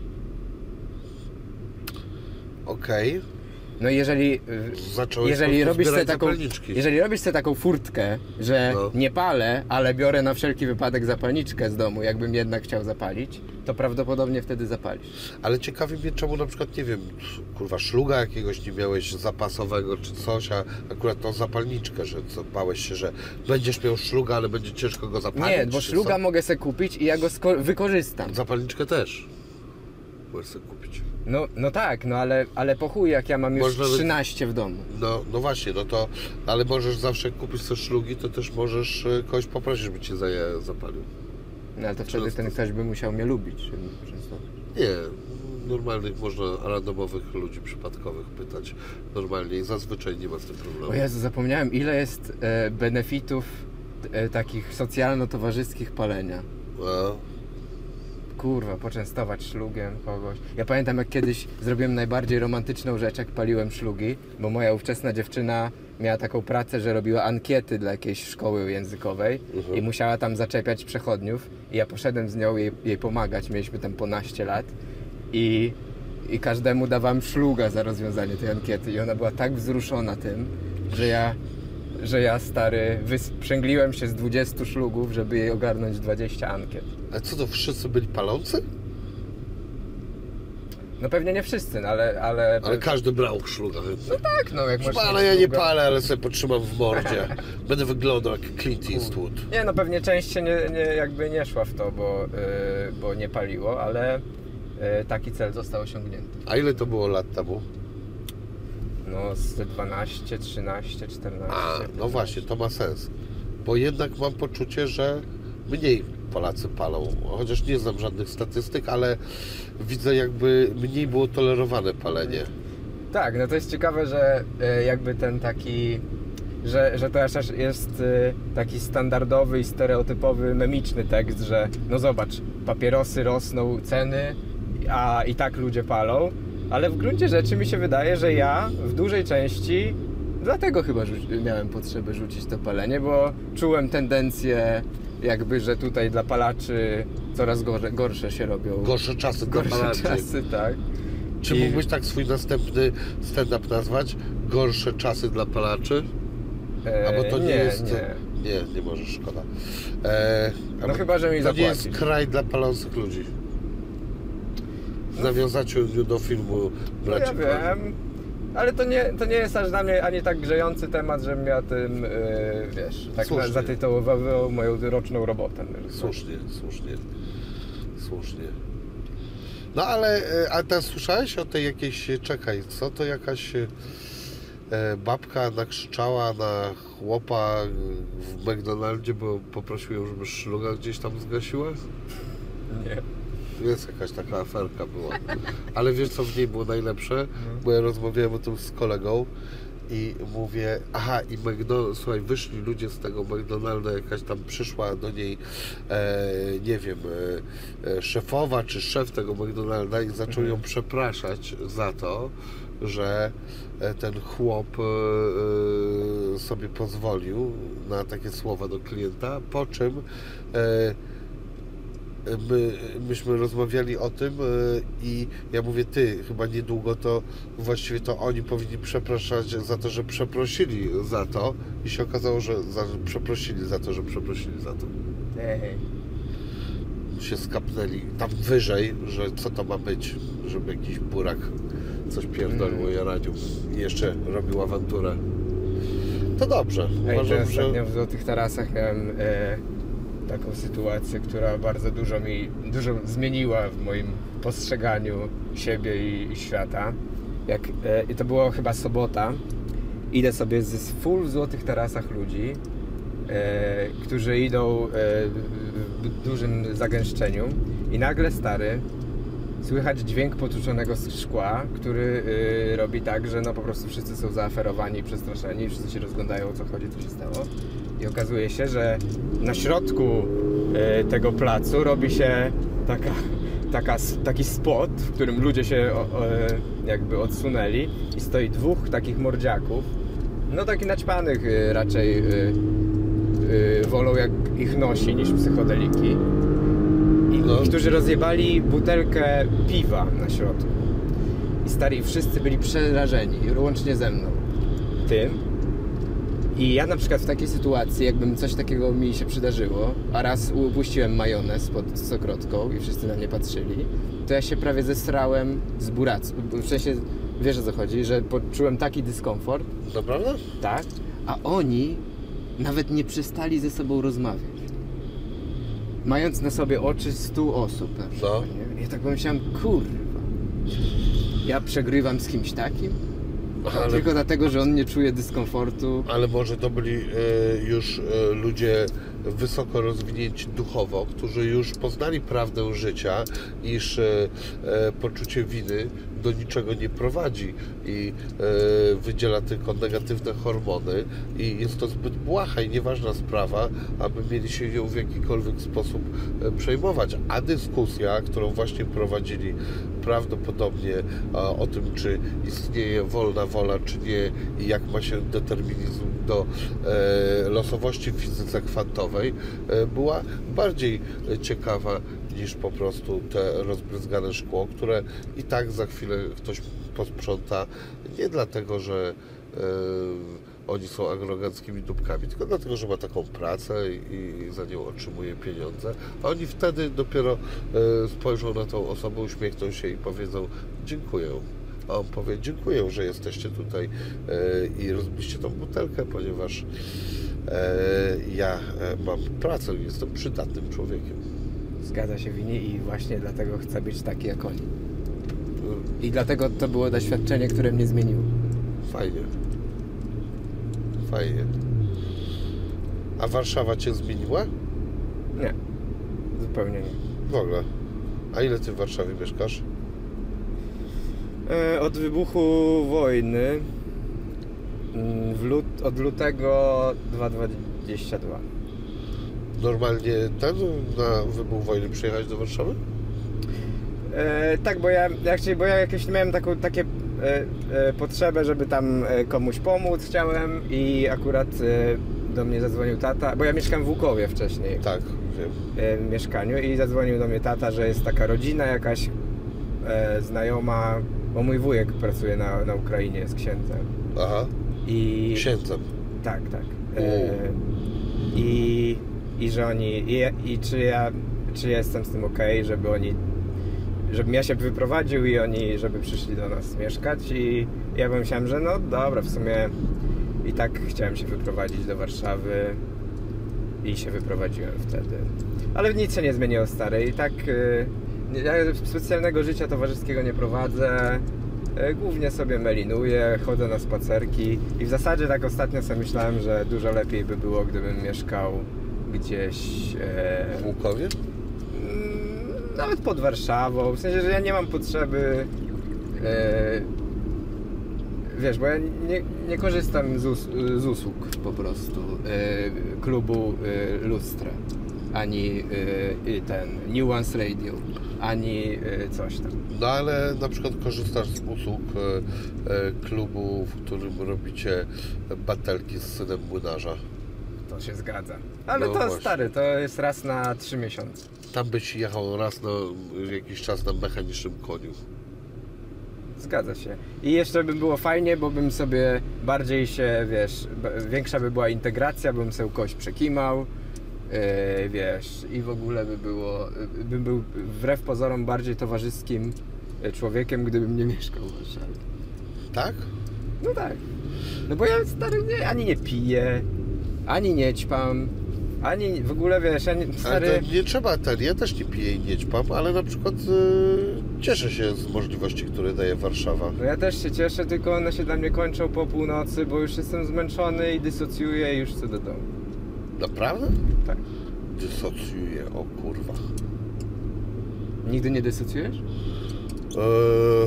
Okej. Okay. No i jeżeli, Zacząłeś jeżeli, robisz sobie taką, zapalniczki. jeżeli robisz sobie taką furtkę, że no. nie palę, ale biorę na wszelki wypadek zapalniczkę z domu, jakbym jednak chciał zapalić, to prawdopodobnie wtedy zapalisz. Ale ciekawi mnie, czemu na przykład, nie wiem, kurwa, szluga jakiegoś nie miałeś zapasowego czy coś, a akurat tą zapalniczkę, że co, bałeś się, że będziesz miał szluga, ale będzie ciężko go zapalić? Nie, bo szluga co? mogę sobie kupić i ja go wykorzystam. Zapalniczkę też możesz sobie kupić. No, no tak, no ale, ale po chuj, jak ja mam już Można trzynaście w domu. No, no właśnie, no to, ale możesz zawsze kupić sobie szlugi, to też możesz kogoś poprosić, żeby ci za je zapalił. No ale to wtedy Często. ten ktoś by musiał mnie lubić. Często. Nie, normalnych można randomowych ludzi przypadkowych pytać normalnie i zazwyczaj nie ma z tym problemu. O Jezu, zapomniałem, ile jest e, benefitów e, takich socjalno-towarzyskich palenia. No. Kurwa, poczęstować szlugiem kogoś. Ja pamiętam, jak kiedyś zrobiłem najbardziej romantyczną rzecz, jak paliłem szlugi, bo moja ówczesna dziewczyna miała taką pracę, że robiła ankiety dla jakiejś szkoły językowej uh-huh. i musiała tam zaczepiać przechodniów i ja poszedłem z nią jej, jej pomagać, mieliśmy tam po naście lat i, i każdemu dawałem szluga za rozwiązanie tej ankiety i ona była tak wzruszona tym, że ja że ja, stary, wysprzęgliłem się z dwudziestu szlugów, żeby jej ogarnąć dwadzieścia ankiet. A co to, wszyscy byli palący? No pewnie nie wszyscy, no ale... Ale, ale każdy brał szluga. No tak, no jak masz... Ale ja nie palę, ale sobie potrzymam w mordzie. Będę wyglądał jak Clint Eastwood. Nie, no pewnie część się nie, nie, jakby nie szła w to, bo, yy, bo nie paliło, ale yy, taki cel został osiągnięty. A ile to było lat temu? No z dwanaście, trzynaście, czternaście. A, no właśnie, to ma sens. Bo jednak mam poczucie, że mniej Polacy palą. Chociaż nie znam żadnych statystyk, ale widzę, jakby mniej było tolerowane palenie. Tak, no to jest ciekawe, że jakby ten taki... Że, że to jest taki standardowy i stereotypowy, memiczny tekst, że no zobacz, papierosy rosną ceny, a i tak ludzie palą. Ale w gruncie rzeczy mi się wydaje, że ja w dużej części dlatego chyba rzu- miałem potrzebę rzucić to palenie, bo czułem tendencję jakby, że tutaj dla palaczy coraz gorsze, gorsze się robią. Gorsze czasy gorsze dla palaczy. czasy, tak. Czy I... mógłbyś tak swój następny stand-up nazwać? Gorsze czasy dla palaczy? Eee, Albo to nie, nie jest... Nie, nie, nie możesz, szkoda. Eee, no chyba, że mi to zapłacisz. To nie jest kraj dla palących ludzi. W nawiązaniu do filmu Braci No ja wiem, ale to nie, to nie jest aż dla mnie ani tak grzejący temat, żebym ja tym, yy, wiesz, tak słusznie. zatytułował moją roczną robotę. Słusznie, słusznie, słusznie. No ale, a teraz słyszałeś o tej jakiejś, czekaj, co to jakaś e, babka nakrzyczała na chłopa w McDonaldzie, bo poprosił ją, żeby szluga gdzieś tam zgasiła? Nie. Jest jakaś taka aferka była. Ale wiesz, co w niej było najlepsze? No. Bo ja rozmawiałem o tym z kolegą i mówię, aha, i McDonald's, słuchaj, wyszli ludzie z tego McDonalda, jakaś tam przyszła do niej, e, nie wiem, e, e, szefowa czy szef tego McDonalda i zaczął mhm. ją przepraszać za to, że ten chłop e, sobie pozwolił na takie słowa do klienta, po czym e, My, myśmy rozmawiali o tym i ja mówię, ty, chyba niedługo to właściwie to oni powinni przepraszać za to, że przeprosili za to i się okazało, że za, przeprosili za to, że przeprosili za to. Ej. Się skapnęli tam wyżej, że co to ma być, żeby jakiś burak coś pierdolił o jaraniu i jeszcze robił awanturę. To dobrze. Ej, Uważam, to że... ostatnio w Złotych Tarasach miałem e, taką sytuację, która bardzo dużo mi dużo zmieniła w moim postrzeganiu siebie i, i świata. Jak, e, I to było chyba sobota. Idę sobie z full w Złotych Tarasach ludzi, e, którzy idą e, w dużym zagęszczeniu i nagle, stary, słychać dźwięk potłuczonego szkła, który y, robi tak, że no po prostu wszyscy są zaaferowani i przestraszeni, wszyscy się rozglądają, o co chodzi, co się stało. I okazuje się, że na środku y, tego placu robi się taka taka, taki spot, w którym ludzie się o, o, jakby odsunęli i stoi dwóch takich mordziaków, no takich naćpanych y, raczej y, y, wolą jak ich nosi niż psychodeliki, I, no. którzy rozjebali butelkę piwa na środku. I stary, wszyscy byli przerażeni, łącznie ze mną tym. I ja na przykład w takiej sytuacji, jakbym coś takiego mi się przydarzyło, a raz upuściłem majonez pod sokrotką i wszyscy na mnie patrzyli, to ja się prawie zesrałem z buracu. W sensie, wiesz o co chodzi, że poczułem taki dyskomfort. Naprawdę? Tak. A oni nawet nie przestali ze sobą rozmawiać. Mając na sobie oczy stu osób na przykład, No. nie? Ja tak pomyślałem, kurwa, ja przegrywam z kimś takim? Ale, Tylko dlatego, że on nie czuje dyskomfortu. ale może to byli e, już e, ludzie wysoko rozwinięci duchowo, którzy już poznali prawdę życia, iż e, e, poczucie winy do niczego nie prowadzi i e, wydziela tylko negatywne hormony i jest to zbyt błaha i nieważna sprawa, aby mieli się nią w jakikolwiek sposób e, przejmować. A dyskusja, którą właśnie prowadzili prawdopodobnie a, o tym, czy istnieje wolna wola, czy nie i jak ma się determinizm do e, losowości w fizyce kwantowej, e, była bardziej ciekawa niż po prostu te rozbryzgane szkło, które i tak za chwilę ktoś posprząta, nie dlatego, że e, oni są aroganckimi dupkami, tylko dlatego, że ma taką pracę i, i za nią otrzymuje pieniądze, a oni wtedy dopiero e, spojrzą na tą osobę, uśmiechną się i powiedzą dziękuję. A on powie dziękuję, że jesteście tutaj e, i rozbiliście tą butelkę, ponieważ e, ja e, mam pracę i jestem przydatnym człowiekiem. Zgadza się, Wini, i właśnie dlatego chcę być taki jak oni. I dlatego to było doświadczenie, które mnie zmieniło. Fajnie. Fajnie. A Warszawa Cię zmieniła? Nie, zupełnie nie. W ogóle. A ile Ty w Warszawie mieszkasz? E, od wybuchu wojny mm, w lut, od lutego dwa tysiące dwudziestego drugiego. Normalnie ten na wybuch wojny przyjechać do Warszawy? E, tak, bo ja, ja, chciałem, bo ja jakieś miałem taką, takie e, e, potrzebę, żeby tam e, komuś pomóc chciałem i akurat e, do mnie zadzwonił tata, bo ja mieszkam w Łukowie wcześniej. Tak, wiem. E, w mieszkaniu i zadzwonił do mnie tata, że jest taka rodzina jakaś e, znajoma, bo mój wujek pracuje na, na Ukrainie, jest księdzem. Aha. I Księdzem. tak, tak. E, i, I że oni, i, i czy ja czy ja jestem z tym okej, żeby oni, żebym ja się wyprowadził i oni, żeby przyszli do nas mieszkać i ja pomyślałem, że no dobra, w sumie i tak chciałem się wyprowadzić do Warszawy i się wyprowadziłem wtedy. Ale nic się nie zmieniło, stary, i tak yy, ja specjalnego życia towarzyskiego nie prowadzę, yy, głównie sobie melinuję, chodzę na spacerki i w zasadzie tak ostatnio sobie myślałem, że dużo lepiej by było, gdybym mieszkał gdzieś... Yy, W Łukowie? Nawet pod Warszawą, w sensie, że ja nie mam potrzeby, e, wiesz, bo ja nie, nie korzystam z, us, z usług po prostu e, klubu e, Lustra, ani e, ten Nuance Radio, ani e, coś tam. No ale na przykład korzystasz z usług e, e, klubu, w którym robicie batelki z synem młynarza. To się zgadza. Ale No to właśnie. stary, to jest raz na trzy miesiące. Tam byś jechał raz na jakiś czas na mechanicznym koniu. Zgadza się. I jeszcze by było fajnie, bo bym sobie bardziej się, wiesz, b- większa by była integracja, bym sobie kogoś przekimał, yy, wiesz, i w ogóle by było, yy, bym był wbrew pozorom bardziej towarzyskim yy, człowiekiem, gdybym nie mieszkał w Warszawie. Tak? No tak. No bo ja, stary, nie, ani nie piję, ani nie ćpam, ani w ogóle, wiesz, ja nie, stary... Ale to nie trzeba ten, ja też nie piję i nie ćpam, ale na przykład y, cieszę się z możliwości, które daje Warszawa. No ja też się cieszę, tylko one się dla mnie kończą po północy, bo już jestem zmęczony i dysocjuję i już chcę do domu. Naprawdę? Tak. Dysocjuję, o kurwa. Nigdy nie dysocjujesz? Eee,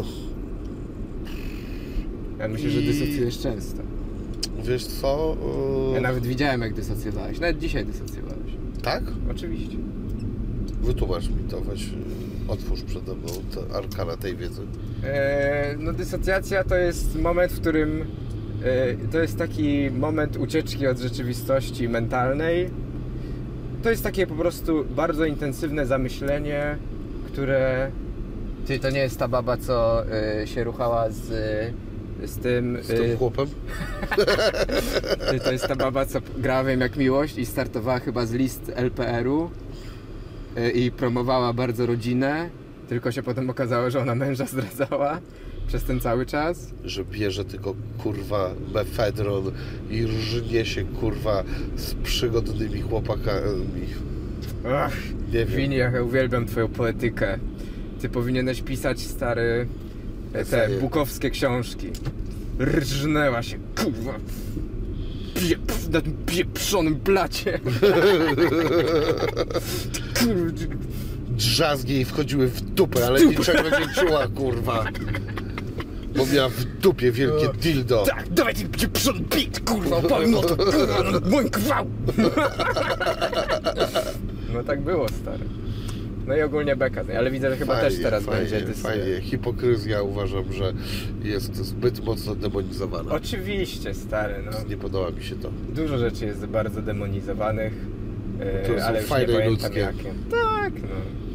Ja myślę, że I- dysocjujesz często. wiesz co? Eee, Ja nawet widziałem, jak dysocjowałeś. Nawet dzisiaj dysocjowałeś. Tak? Oczywiście. Wytłumacz mi to, weź. Otwórz przede mną te arkana tej wiedzy. E, no dysocjacja to jest moment, w którym e, to jest taki moment ucieczki od rzeczywistości mentalnej. To jest takie po prostu bardzo intensywne zamyślenie, które... Ty, to nie jest ta baba, co y, się ruchała z, z tym... Z tym y, chłopem? Ty, to jest ta baba, co grała Wiem jak miłość i startowała chyba z list L P R-u y, i promowała bardzo rodzinę, tylko się potem okazało, że ona męża zdradzała przez ten cały czas. Że bierze tylko kurwa mefedron i rżnie się kurwa z przygodnymi chłopakami. Ach, Nie wiem. Wini, ja uwielbiam twoją poetykę. Ty powinieneś pisać, stary, te Eseje. bukowskie książki. Rżnęła się, kurwa, pie, na tym pieprzonym blacie. Kurwa. Drzazgi jej wchodziły w dupę, ale niczego nie czuła, kurwa. Bo miała w dupie wielkie dildo. Tak, dawaj ty pieprzony bit, kurwa, opowiem o to, kurwa, no, mój kwał. No tak było, stary. No i ogólnie beka, ale widzę, że chyba Fajnie, też teraz fajnie, będzie. Dys- fajnie. Hipokryzja uważam, że jest zbyt mocno demonizowana. Oczywiście, stary, no. Nie podoba mi się to. Dużo rzeczy jest bardzo demonizowanych, e, Które są ale już fajne nie i pamiętam ludzkie. jakie. Tak, no.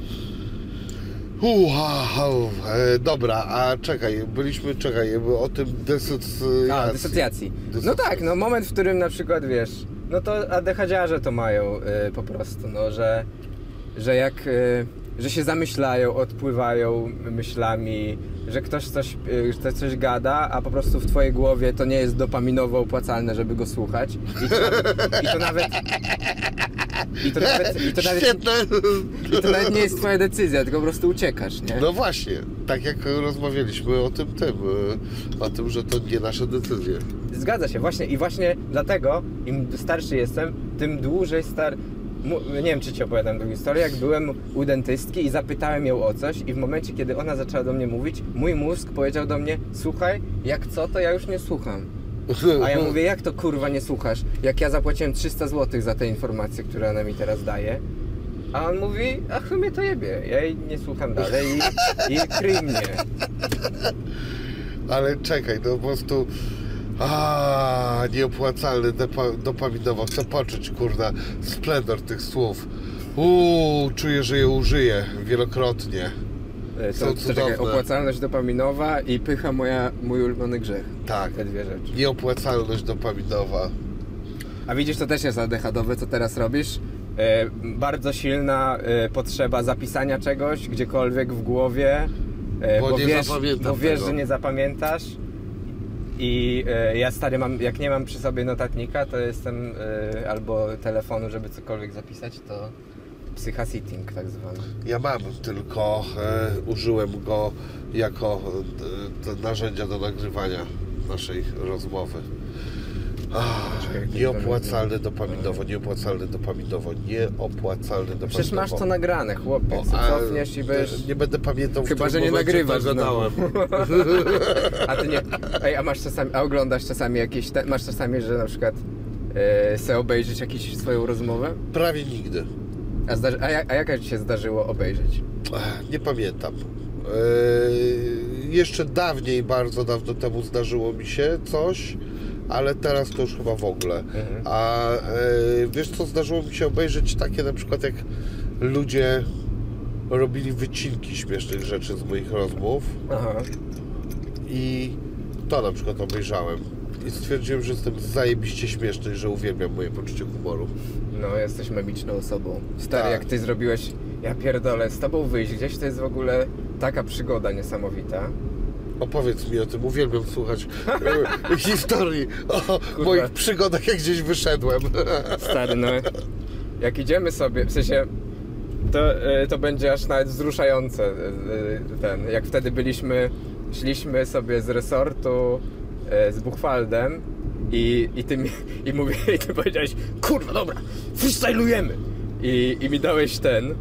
Uha, e, dobra, a czekaj, byliśmy, czekaj, o tym dysocjacji. A, dysocjacji. No tak, no moment, w którym na przykład, wiesz, no to ADHDiarze to mają y, po prostu, no, że, że jak, y, że się zamyślają, odpływają myślami, że ktoś coś, y, ktoś coś gada, a po prostu w twojej głowie to nie jest dopaminowo opłacalne, żeby go słuchać. I to nawet... I to nawet I to nawet, i to nawet, Świetne! i to nawet nie jest twoja decyzja, tylko po prostu uciekasz, nie? No właśnie, tak jak rozmawialiśmy o tym, tym, y, o tym, że to nie nasze decyzje. Zgadza się, właśnie i właśnie dlatego im starszy jestem, tym dłużej star... Mu- nie wiem, czy ci opowiadam tę historię, jak byłem u dentystki i zapytałem ją o coś i w momencie, kiedy ona zaczęła do mnie mówić, mój mózg powiedział do mnie: słuchaj, jak co, to ja już nie słucham. A ja mówię: jak to kurwa nie słuchasz? Jak ja zapłaciłem trzysta złotych za te informacje, które ona mi teraz daje. A on mówi: ach, mnie to jebie, ja jej nie słucham dalej i, i kryj mnie. Ale czekaj, no po prostu... A, nieopłacalny depa- dopaminowo. Chcę poczuć, kurna, splendor tych słów. Uuu, czuję, że je użyję wielokrotnie. Są To, to czekaj, cudowne. opłacalność dopaminowa i pycha moja, mój ulubiony grzech. Tak. Te dwie rzeczy. Nieopłacalność dopaminowa. A widzisz, to też jest A D H D-owe, co teraz robisz. E, bardzo silna e, potrzeba zapisania czegoś gdziekolwiek w głowie, e, Bo nie wiesz, zapamiętam bo wiesz, tego. że nie zapamiętasz. I e, ja stary mam, jak nie mam przy sobie notatnika, to jestem e, albo telefonu, żeby cokolwiek zapisać, to psychasitting tak zwany. Ja mam, tylko e, użyłem go jako e, te narzędzia do nagrywania naszej rozmowy. Ach, nieopłacalne dopaminowo, nieopłacalne dopaminowo, nieopłacalne dopaminowo. Przecież masz to nagrane, chłopie, O, co a cofniesz i będziesz... Nie będę pamiętał, w Chyba, którym że nie momencie nagrywasz to gadałem. A ty nie... Ej, a masz czasami... A oglądasz czasami jakieś... Te... Masz czasami, że na przykład e, se obejrzeć jakąś swoją rozmowę? Prawie nigdy. A, zdarzy... a, jak, a jaka ci się zdarzyło obejrzeć? Ech, Nie pamiętam. Eee, jeszcze dawniej, bardzo dawno temu zdarzyło mi się coś, ale teraz to już chyba w ogóle. Mhm. A e, wiesz co, zdarzyło mi się obejrzeć takie na przykład, jak ludzie robili wycinki śmiesznych rzeczy z moich rozmów Aha. i to na przykład obejrzałem. I stwierdziłem, że jestem zajebiście śmieszny i że uwielbiam moje poczucie humoru. No, jesteś memiczną osobą. Stary, Tak. jak ty zrobiłeś... Ja pierdolę, z tobą wyjść gdzieś, to jest w ogóle taka przygoda niesamowita. Opowiedz mi o tym, uwielbiam słuchać e, historii o moich przygodach, jak gdzieś wyszedłem. Stary, no... Jak idziemy sobie, w sensie... To, y, to będzie aż nawet wzruszające, y, y, ten, jak wtedy byliśmy, szliśmy sobie z resortu y, z Buchwaldem i, i ty mi, i mówię, i ty powiedziałeś: kurwa, dobra, freestylujemy! I, i mi dałeś ten, y,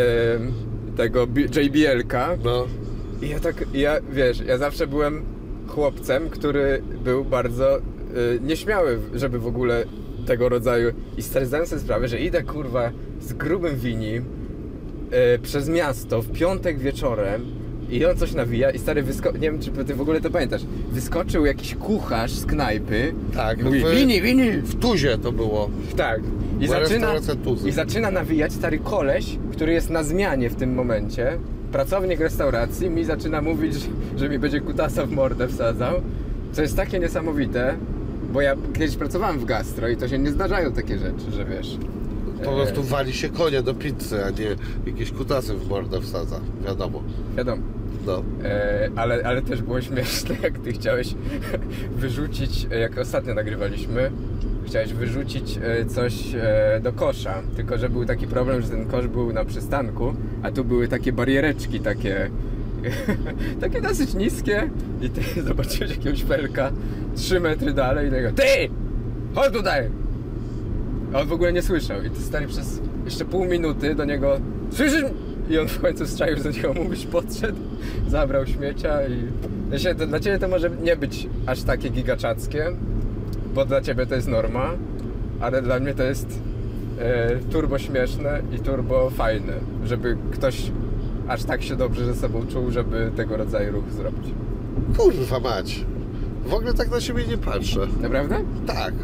tego J B L-ka. No. I ja tak, ja, wiesz, ja zawsze byłem chłopcem, który był bardzo y, nieśmiały, żeby w ogóle tego rodzaju... I stary, zdałem sobie sprawę, że idę, kurwa, z grubym winim e, przez miasto w piątek wieczorem i on coś nawija i stary wysko... nie wiem czy ty w ogóle to pamiętasz, wyskoczył jakiś kucharz z knajpy. Tak, mówi, w- wini, wini! W Tuzie to było. Tak. I Była zaczyna, restauracja Tuzy. I zaczyna nawijać stary koleś, który jest na zmianie w tym momencie. Pracownik restauracji mi zaczyna mówić, że, że mi będzie kutasa w mordę wsadzał. Co jest takie niesamowite, bo ja kiedyś pracowałem w gastro i to się nie zdarzają takie rzeczy, że wiesz. Po prostu wali się konia do pizzy, a nie jakieś kutasy w mordę wsadza. Wiadomo. Wiadomo. No. E, ale, ale też było śmieszne, jak ty chciałeś wyrzucić, jak ostatnio nagrywaliśmy, chciałeś wyrzucić e, coś e, do kosza, tylko że był taki problem, że ten kosz był na przystanku, a tu były takie bariereczki, takie takie dosyć niskie i ty zobaczyłeś jakiegoś felka trzy metry dalej i tego, ty! Chodź tutaj! A on w ogóle nie słyszał i ty stary przez jeszcze pół minuty do niego, słyszysz? I on w końcu strzaił, że do niego mówisz, podszedł, zabrał śmiecia i... Znaczy, to, dla ciebie to może nie być aż takie gigaczackie, bo dla ciebie to jest norma, ale dla mnie to jest e, turbo śmieszne i turbo fajne, żeby ktoś aż tak się dobrze ze sobą czuł, żeby tego rodzaju ruch zrobić. Kurwa mać. W ogóle tak na siebie nie patrzę. Naprawdę? Tak.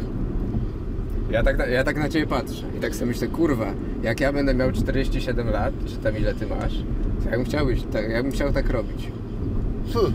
Ja tak, na, ja tak na ciebie patrzę i tak sobie myślę, kurwa, jak ja będę miał czterdzieści siedem lat, czy tam ile ty masz, to ja bym chciał, być, tak, ja bym chciał tak robić. Hm.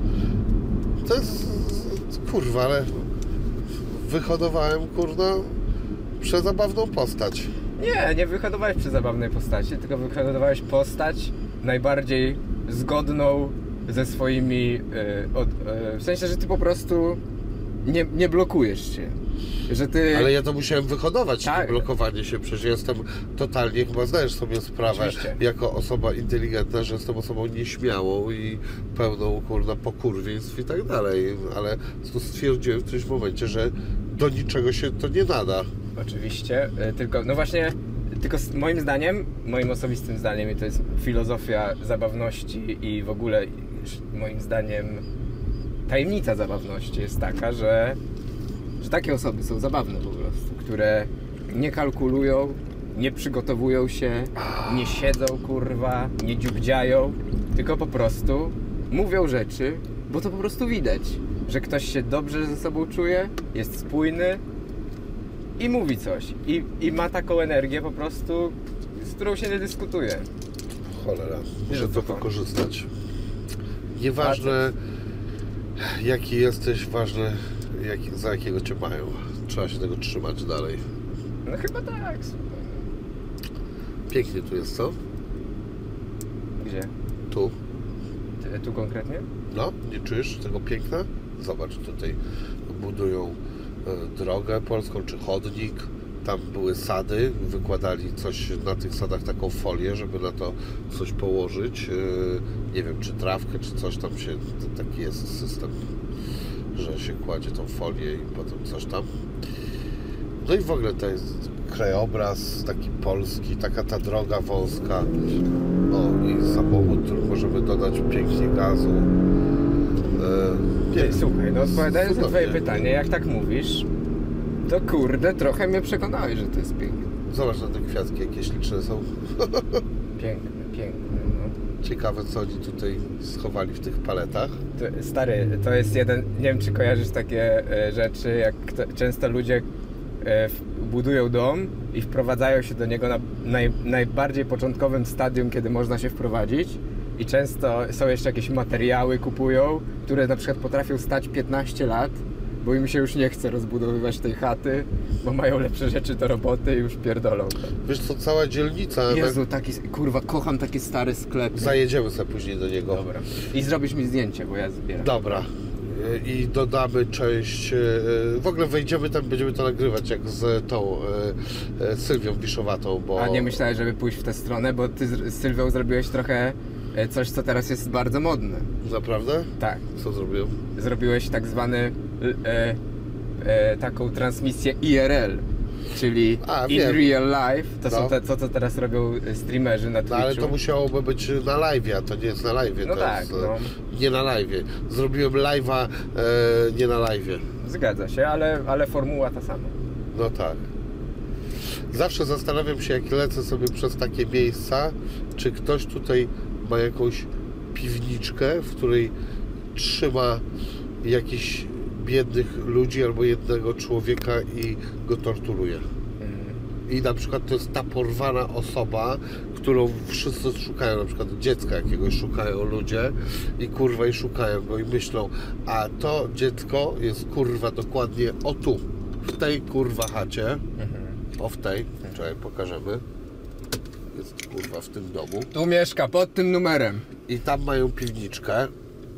To jest... Kurwa, ale... Wyhodowałem, kurna, przezabawną postać. Nie, nie wyhodowałeś przy zabawnej postaci, tylko wyhodowałeś postać najbardziej zgodną ze swoimi... Yy, od, yy, w sensie, że ty po prostu nie, nie blokujesz się. Że ty... Ale ja to musiałem wyhodować, Tak. to blokowanie się, przecież jestem totalnie, chyba zdajesz sobie sprawę, Oczywiście. jako osoba inteligentna, że jestem osobą nieśmiałą i pełną, kurna, pokurwieństw i tak dalej, ale tu stwierdziłem w którymś momencie, że do niczego się to nie nada. Oczywiście, y, tylko, no właśnie, tylko z moim zdaniem, moim osobistym zdaniem, i to jest filozofia zabawności i w ogóle y, moim zdaniem tajemnica zabawności jest taka, że, że takie osoby są zabawne po prostu, które nie kalkulują, nie przygotowują się, nie siedzą, kurwa, nie dziubdziają, tylko po prostu mówią rzeczy, bo to po prostu widać, że ktoś się dobrze ze sobą czuje, jest spójny i mówi coś. I, i ma taką energię po prostu, z którą się nie dyskutuje. Cholera, Wiesz, muszę o co to chodzi. wykorzystać. Nieważne jaki jesteś, ważne jak, za jakiego cię mają. Trzeba się tego trzymać dalej. No chyba tak. Pięknie tu jest, co? Gdzie? Tu. Ty, tu konkretnie? No, nie czujesz tego piękna? Zobacz, tutaj budują e, drogę polską, czy chodnik. Tam były sady, wykładali coś na tych sadach, taką folię, żeby na to coś położyć. E, nie wiem, czy trawkę, czy coś tam się, to taki jest system, że się kładzie tą folię i potem coś tam. No i w ogóle to jest krajobraz taki polski, taka ta droga wąska. O, i samochód, który możemy dodać pięknie gazu. E, Ty, słuchaj, no odpowiadając na cudownie. twoje pytanie, jak tak mówisz, to kurde, trochę mnie przekonałeś, że to jest piękne. Zobacz na te kwiatki, jakie śliczne są. Piękne, piękne, no. Ciekawe, co oni tutaj schowali w tych paletach. To, stary, to jest jeden, nie wiem czy kojarzysz takie e, rzeczy, jak kto, często ludzie e, w, budują dom i wprowadzają się do niego na naj, najbardziej początkowym stadium, kiedy można się wprowadzić i często są jeszcze jakieś materiały kupują, które na przykład potrafią stać piętnaście lat, bo im się już nie chce rozbudowywać tej chaty, bo mają lepsze rzeczy do roboty i już pierdolą. Wiesz co, cała dzielnica... Jezu, taki, kurwa, kocham takie stare sklepy. Zajedziemy sobie później do niego. Dobra. I zrobisz mi zdjęcie, bo ja zbieram. Dobra. I dodamy część... W ogóle wejdziemy tam, będziemy to nagrywać jak z tą e, Sylwią Wiszowatą, bo... A nie myślałeś, żeby pójść w tę stronę, bo ty z Sylwią zrobiłeś trochę e, coś, co teraz jest bardzo modne. Naprawdę? Tak. Co zrobiłem? Zrobiłeś tak zwany e, e, taką transmisję I R L, czyli A, in wiem. real life. To No. są te, to, co teraz robią streamerzy na No Twitchu. ale to musiałoby być na live, a to nie jest na live. No to tak, jest, no. Nie na live. Zrobiłem live'a e, nie na live. Zgadza się, ale, ale formuła ta sama. No tak. Zawsze zastanawiam się, jak lecę sobie przez takie miejsca, czy ktoś tutaj ma jakąś piwniczkę, w której trzyma jakichś biednych ludzi albo jednego człowieka i go torturuje. I na przykład to jest ta porwana osoba, którą wszyscy szukają, na przykład dziecka jakiegoś szukają ludzie i kurwa i szukają go i myślą, a to dziecko jest kurwa dokładnie o tu, w tej kurwa chacie, mhm. o w tej, czekaj, pokażemy, jest kurwa w tym domu. Tu mieszka, pod tym numerem. I tam mają piwniczkę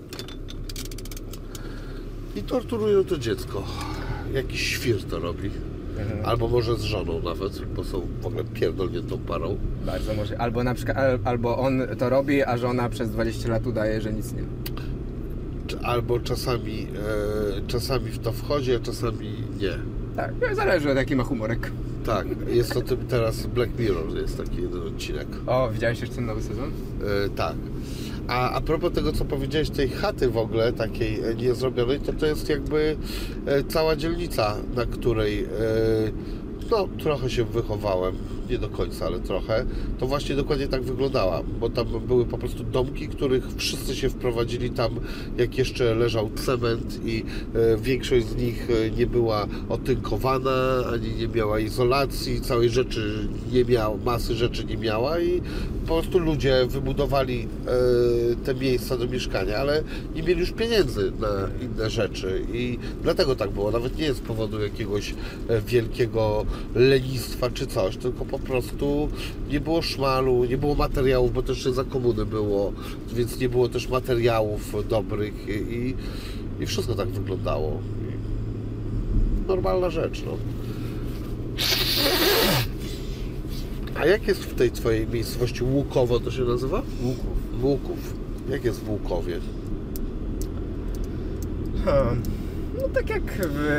i torturują to dziecko. Jakiś świr to robi. Mhm. Albo może z żoną nawet, bo są w ogóle pierdolniętą parą. Bardzo może. Albo na przykład, al, albo on to robi, a żona przez dwadzieścia lat udaje, że nic nie. Albo czasami, e, czasami w to wchodzi, a czasami nie. Tak, zależy od jaki ma humorek. Tak, jest o tym teraz Black Mirror, jest taki jeden odcinek. O, widziałeś jeszcze ten nowy sezon? E, tak. A, a propos tego, co powiedziałeś, tej chaty w ogóle, takiej niezrobionej, to to jest jakby e, cała dzielnica, na której e, no, trochę się wychowałem, nie do końca, ale trochę, to właśnie dokładnie tak wyglądała, bo tam były po prostu domki, których wszyscy się wprowadzili tam, jak jeszcze leżał cement i e, większość z nich nie była otynkowana, ani nie miała izolacji, całej rzeczy nie miała, masy rzeczy nie miała i po prostu ludzie wybudowali e, te miejsca do mieszkania, ale nie mieli już pieniędzy na inne rzeczy i dlatego tak było, nawet nie z powodu jakiegoś e, wielkiego lenistwa czy coś, tylko po prostu nie było szmalu, nie było materiałów, bo też jeszcze za komuny było, więc nie było też materiałów dobrych i, i wszystko tak wyglądało. I normalna rzecz, no. A jak jest w tej twojej miejscowości? Łukowo to się nazywa? Łuków. Łuków. Jak jest w Łukowie? Hmm. No tak jak w,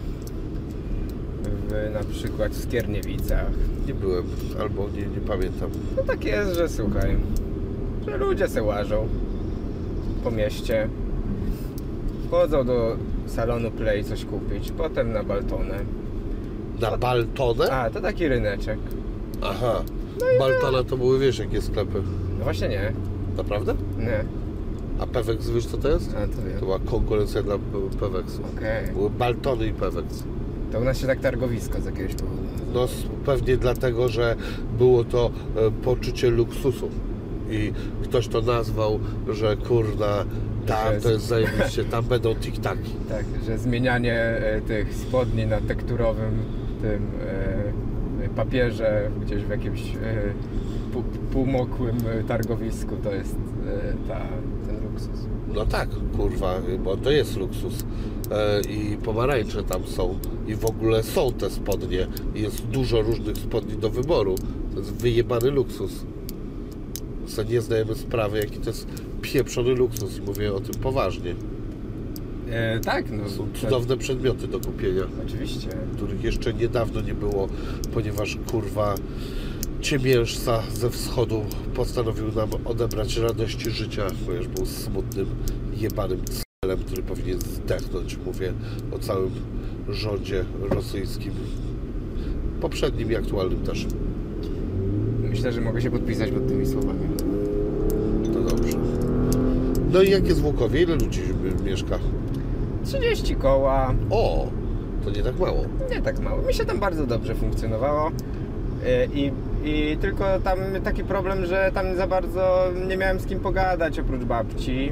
w na przykład w Skierniewicach. Nie byłem, albo nie, nie pamiętam. No tak jest, że słuchaj, że ludzie se łażą po mieście, chodzą do salonu Play coś kupić, potem na Baltonę. Na Baltonę? A, to taki ryneczek. Aha. No Baltona to były, wiesz, jakie sklepy. No właśnie nie. Naprawdę? Nie. A Pewex, wiesz co to jest? A, to wiem. To była konkurencja dla Pewexu. Okej. Okay. Były Baltony i Pewex. To u nas się tak targowisko z jakiegoś powodu. No pewnie dlatego, że było to e, poczucie luksusu. I ktoś to nazwał, że kurna, tam jest... to jest zajebiście, tam będą tiktaki. Tak, że zmienianie e, tych spodni na tekturowym tym e, papierze gdzieś w jakimś e, pół, półmokłym targowisku to jest e, ta, ten luksus. No tak, kurwa, bo to jest luksus. E, I pomarańcze tam są. I w ogóle są te spodnie. I jest dużo różnych spodni do wyboru. To jest wyjebany luksus. Co nie zdajemy sprawy, jaki to jest pieprzony luksus. I mówię o tym poważnie. E, tak, no. Są cudowne to... przedmioty do kupienia. Oczywiście. Których jeszcze niedawno nie było, ponieważ kurwa ciemiężca ze wschodu postanowił nam odebrać radości życia, ponieważ był smutnym, jebanym celem, który powinien zdechnąć. Mówię o całym rządzie rosyjskim. Poprzednim i aktualnym też. Myślę, że mogę się podpisać pod tymi słowami. To dobrze. No i jak jest w Łukowie? Ile ludzi mieszka? trzydzieści koła. O! To nie tak mało. Nie tak mało. Mi się tam bardzo dobrze funkcjonowało. I, i tylko tam taki problem, że tam za bardzo nie miałem z kim pogadać oprócz babci.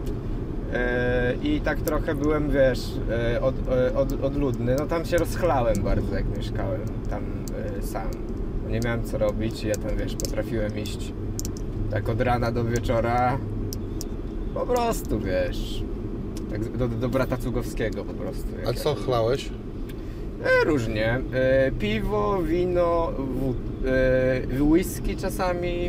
I tak trochę byłem, wiesz, od, od, odludny. No tam się rozchlałem bardzo, jak mieszkałem tam sam. Nie miałem co robić i ja tam, wiesz, potrafiłem iść tak od rana do wieczora. Po prostu, wiesz, tak do, do brata Cugowskiego po prostu. A co ja... chlałeś? E, różnie. E, piwo, wino, w, e, whisky czasami.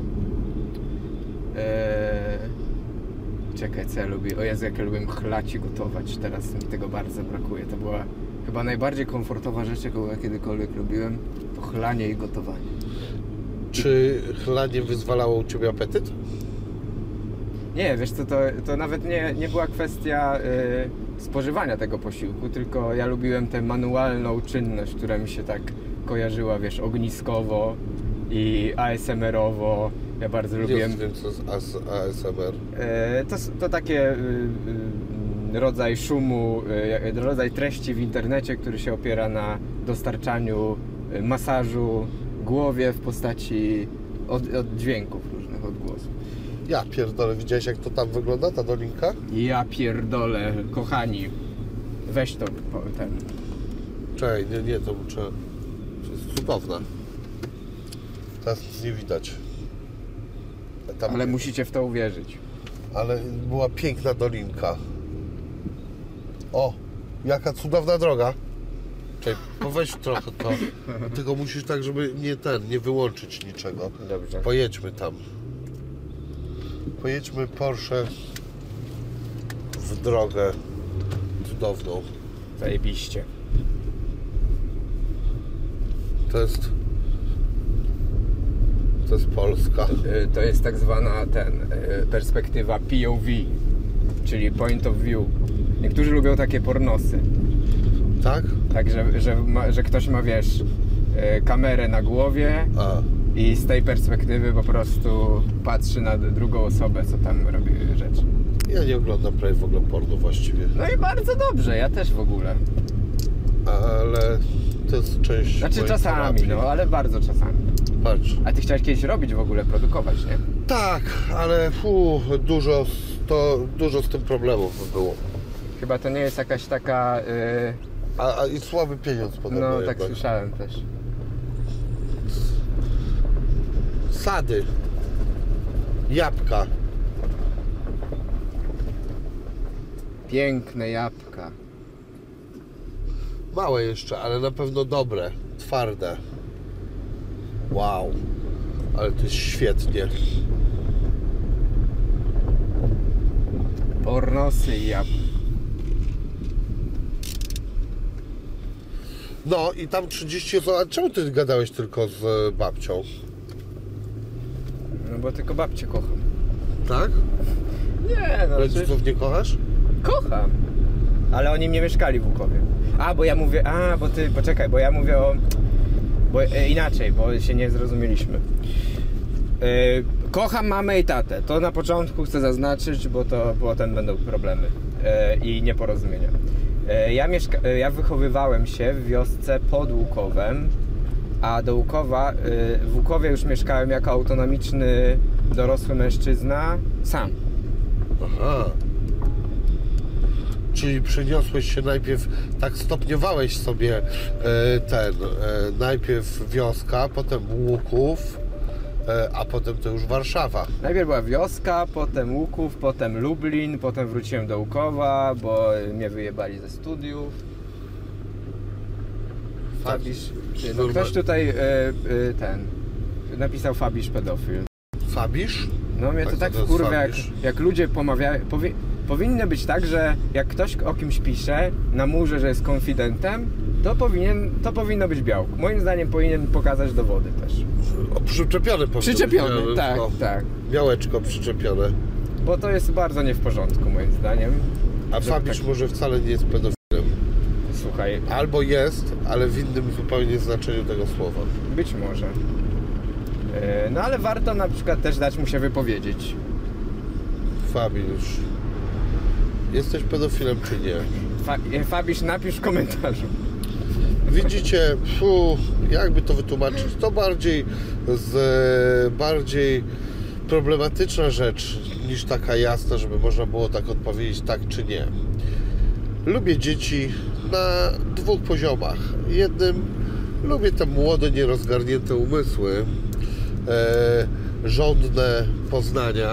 E, czekaj, co ja lubię. O Jezu, jak ja lubię chlać i gotować. Teraz mi tego bardzo brakuje. To była chyba najbardziej komfortowa rzecz, jaką ja kiedykolwiek lubiłem. To chlanie i gotowanie. Czy chlanie wyzwalało u Ciebie apetyt? Nie, wiesz co, to, to nawet nie, nie była kwestia y, spożywania tego posiłku, tylko ja lubiłem tę manualną czynność, która mi się tak kojarzyła, wiesz, ogniskowo i A S M R-owo. Ja bardzo lubiłem. Nie wiem, co jest A S M R. E, to, to takie y, y, rodzaj szumu, y, rodzaj treści w internecie, który się opiera na dostarczaniu y, masażu głowie w postaci od, od dźwięków różnych odgłosów. Ja pierdolę, widziałeś jak to tam wygląda, ta dolinka? Ja pierdolę, kochani, weź to ten. Czekaj, nie, nie, to muszę... To jest cudowna. Teraz nic nie widać. Tam... Ale musicie w to uwierzyć. Ale była piękna dolinka. O, jaka cudowna droga. Czekaj, poweź trochę to. Tylko musisz tak, żeby nie ten, nie wyłączyć niczego. Dobrze. Pojedźmy tam. Pojedźmy Porsche w drogę cudowną. Zajebiście. To jest... To jest Polska. To jest tak zwana ten, perspektywa P O V, czyli Point of View. Niektórzy lubią takie pornosy. Tak? Tak, że, że, ma, że ktoś ma, wiesz, kamerę na głowie A. i z tej perspektywy po prostu patrzy na drugą osobę, co tam robi rzeczy. Ja nie oglądam prawie w ogóle porno właściwie. No i bardzo dobrze, ja też w ogóle. Ale to jest część Znaczy mojej czasami, terapii. no, ale bardzo czasami. Patrz. A ty chciałeś kiedyś robić w ogóle, produkować, nie? Tak, ale fu, dużo, z- to, dużo z tym problemów było. Chyba to nie jest jakaś taka... Yy... A, a i słaby pieniądz podobno No, tak jednak. słyszałem też. Sady. Jabłka. Piękne jabłka. Małe jeszcze, ale na pewno dobre. Twarde. Wow. Ale to jest świetnie. Pornosy i jabłka. No i tam trzydzieści osób. A czemu ty gadałeś tylko z e, babcią? No bo tylko babcię kocham. Tak? Nie, no Rodziców nie kochasz? kocham. Ale oni nie mieszkali w Łukowie. A, bo ja mówię, a, bo ty, poczekaj, bo ja mówię o... Bo e, inaczej, bo się nie zrozumieliśmy. E, kocham mamę i tatę. To na początku chcę zaznaczyć, bo to potem będą problemy e, i nieporozumienia. E, ja, mieszka, e, ja wychowywałem się w wiosce pod Łukowem, a do Łukowa, e, w Łukowie już mieszkałem jako autonomiczny, dorosły mężczyzna sam. Aha. Czyli przeniosłeś się najpierw, tak stopniowałeś sobie e, ten, e, najpierw wioska, potem Łuków, e, a potem to już Warszawa. Najpierw była wioska, potem Łuków, potem Lublin, potem wróciłem do Łukowa, bo mnie wyjebali ze studiów. Fabisz, no ktoś tutaj e, e, ten, napisał Fabisz pedofil. Fabisz? No mnie to Tak, tak to jest wkurwia, jak, Fabisz. jak ludzie pomawiają, powi, powinno być tak, że jak ktoś o kimś pisze na murze, że jest konfidentem, to powinien, to powinno być białko. Moim zdaniem powinien pokazać dowody też. O, przyczepione powinno Przyczepiony, być, tak, białeczko. tak. Białeczko przyczepione. Bo to jest bardzo nie w porządku moim zdaniem. A Że Fabisz tak- może wcale nie jest pedofilem. Słuchaj, Albo jest, ale w innym zupełnie znaczeniu tego słowa. być może. E, No ale warto na przykład też dać mu się wypowiedzieć. Fabisz, jesteś pedofilem czy nie? Fa e, Fabisz, napisz w komentarzu. Widzicie, fu, jakby to wytłumaczyć, to bardziej z, bardziej problematyczna rzecz niż taka jasna, żeby można było tak odpowiedzieć tak czy nie. Lubię dzieci na dwóch poziomach. Jednym lubię te młode, nierozgarnięte umysły, e, żądne poznania,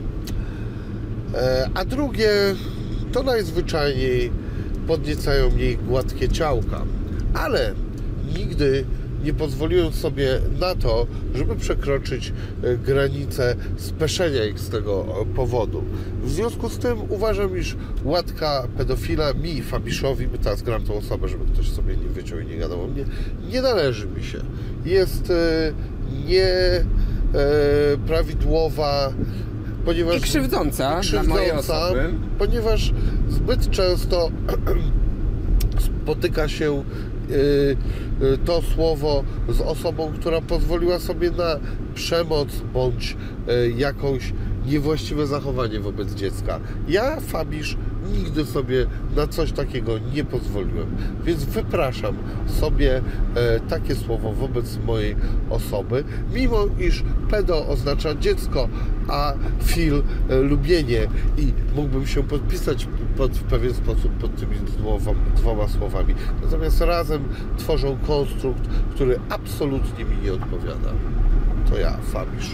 e, a drugie to najzwyczajniej podniecają mnie gładkie ciałka. Ale nigdy nie pozwoliłem sobie na to, żeby przekroczyć e, granicę speszenia ich z tego e, powodu. W związku z tym uważam, iż łatka pedofila mi, Fabiszowi, by teraz gram tą osobę, żeby ktoś sobie nie wiedział i nie gadał o mnie, nie należy mi się. Jest e, nie e, prawidłowa, ponieważ... I krzywdząca, i dla mojej krzywdząca, osoby. ponieważ zbyt często spotyka się yy, to słowo z osobą, która pozwoliła sobie na przemoc bądź yy, jakąś niewłaściwe zachowanie wobec dziecka. Ja, Fabisz, nigdy sobie na coś takiego nie pozwoliłem, więc wypraszam sobie e, takie słowo wobec mojej osoby, mimo iż pedo oznacza dziecko, a fil e, lubienie i mógłbym się podpisać pod, w pewien sposób pod tymi dwoma, dwoma słowami. Natomiast razem tworzą konstrukt, który absolutnie mi nie odpowiada. To ja, Fabisz.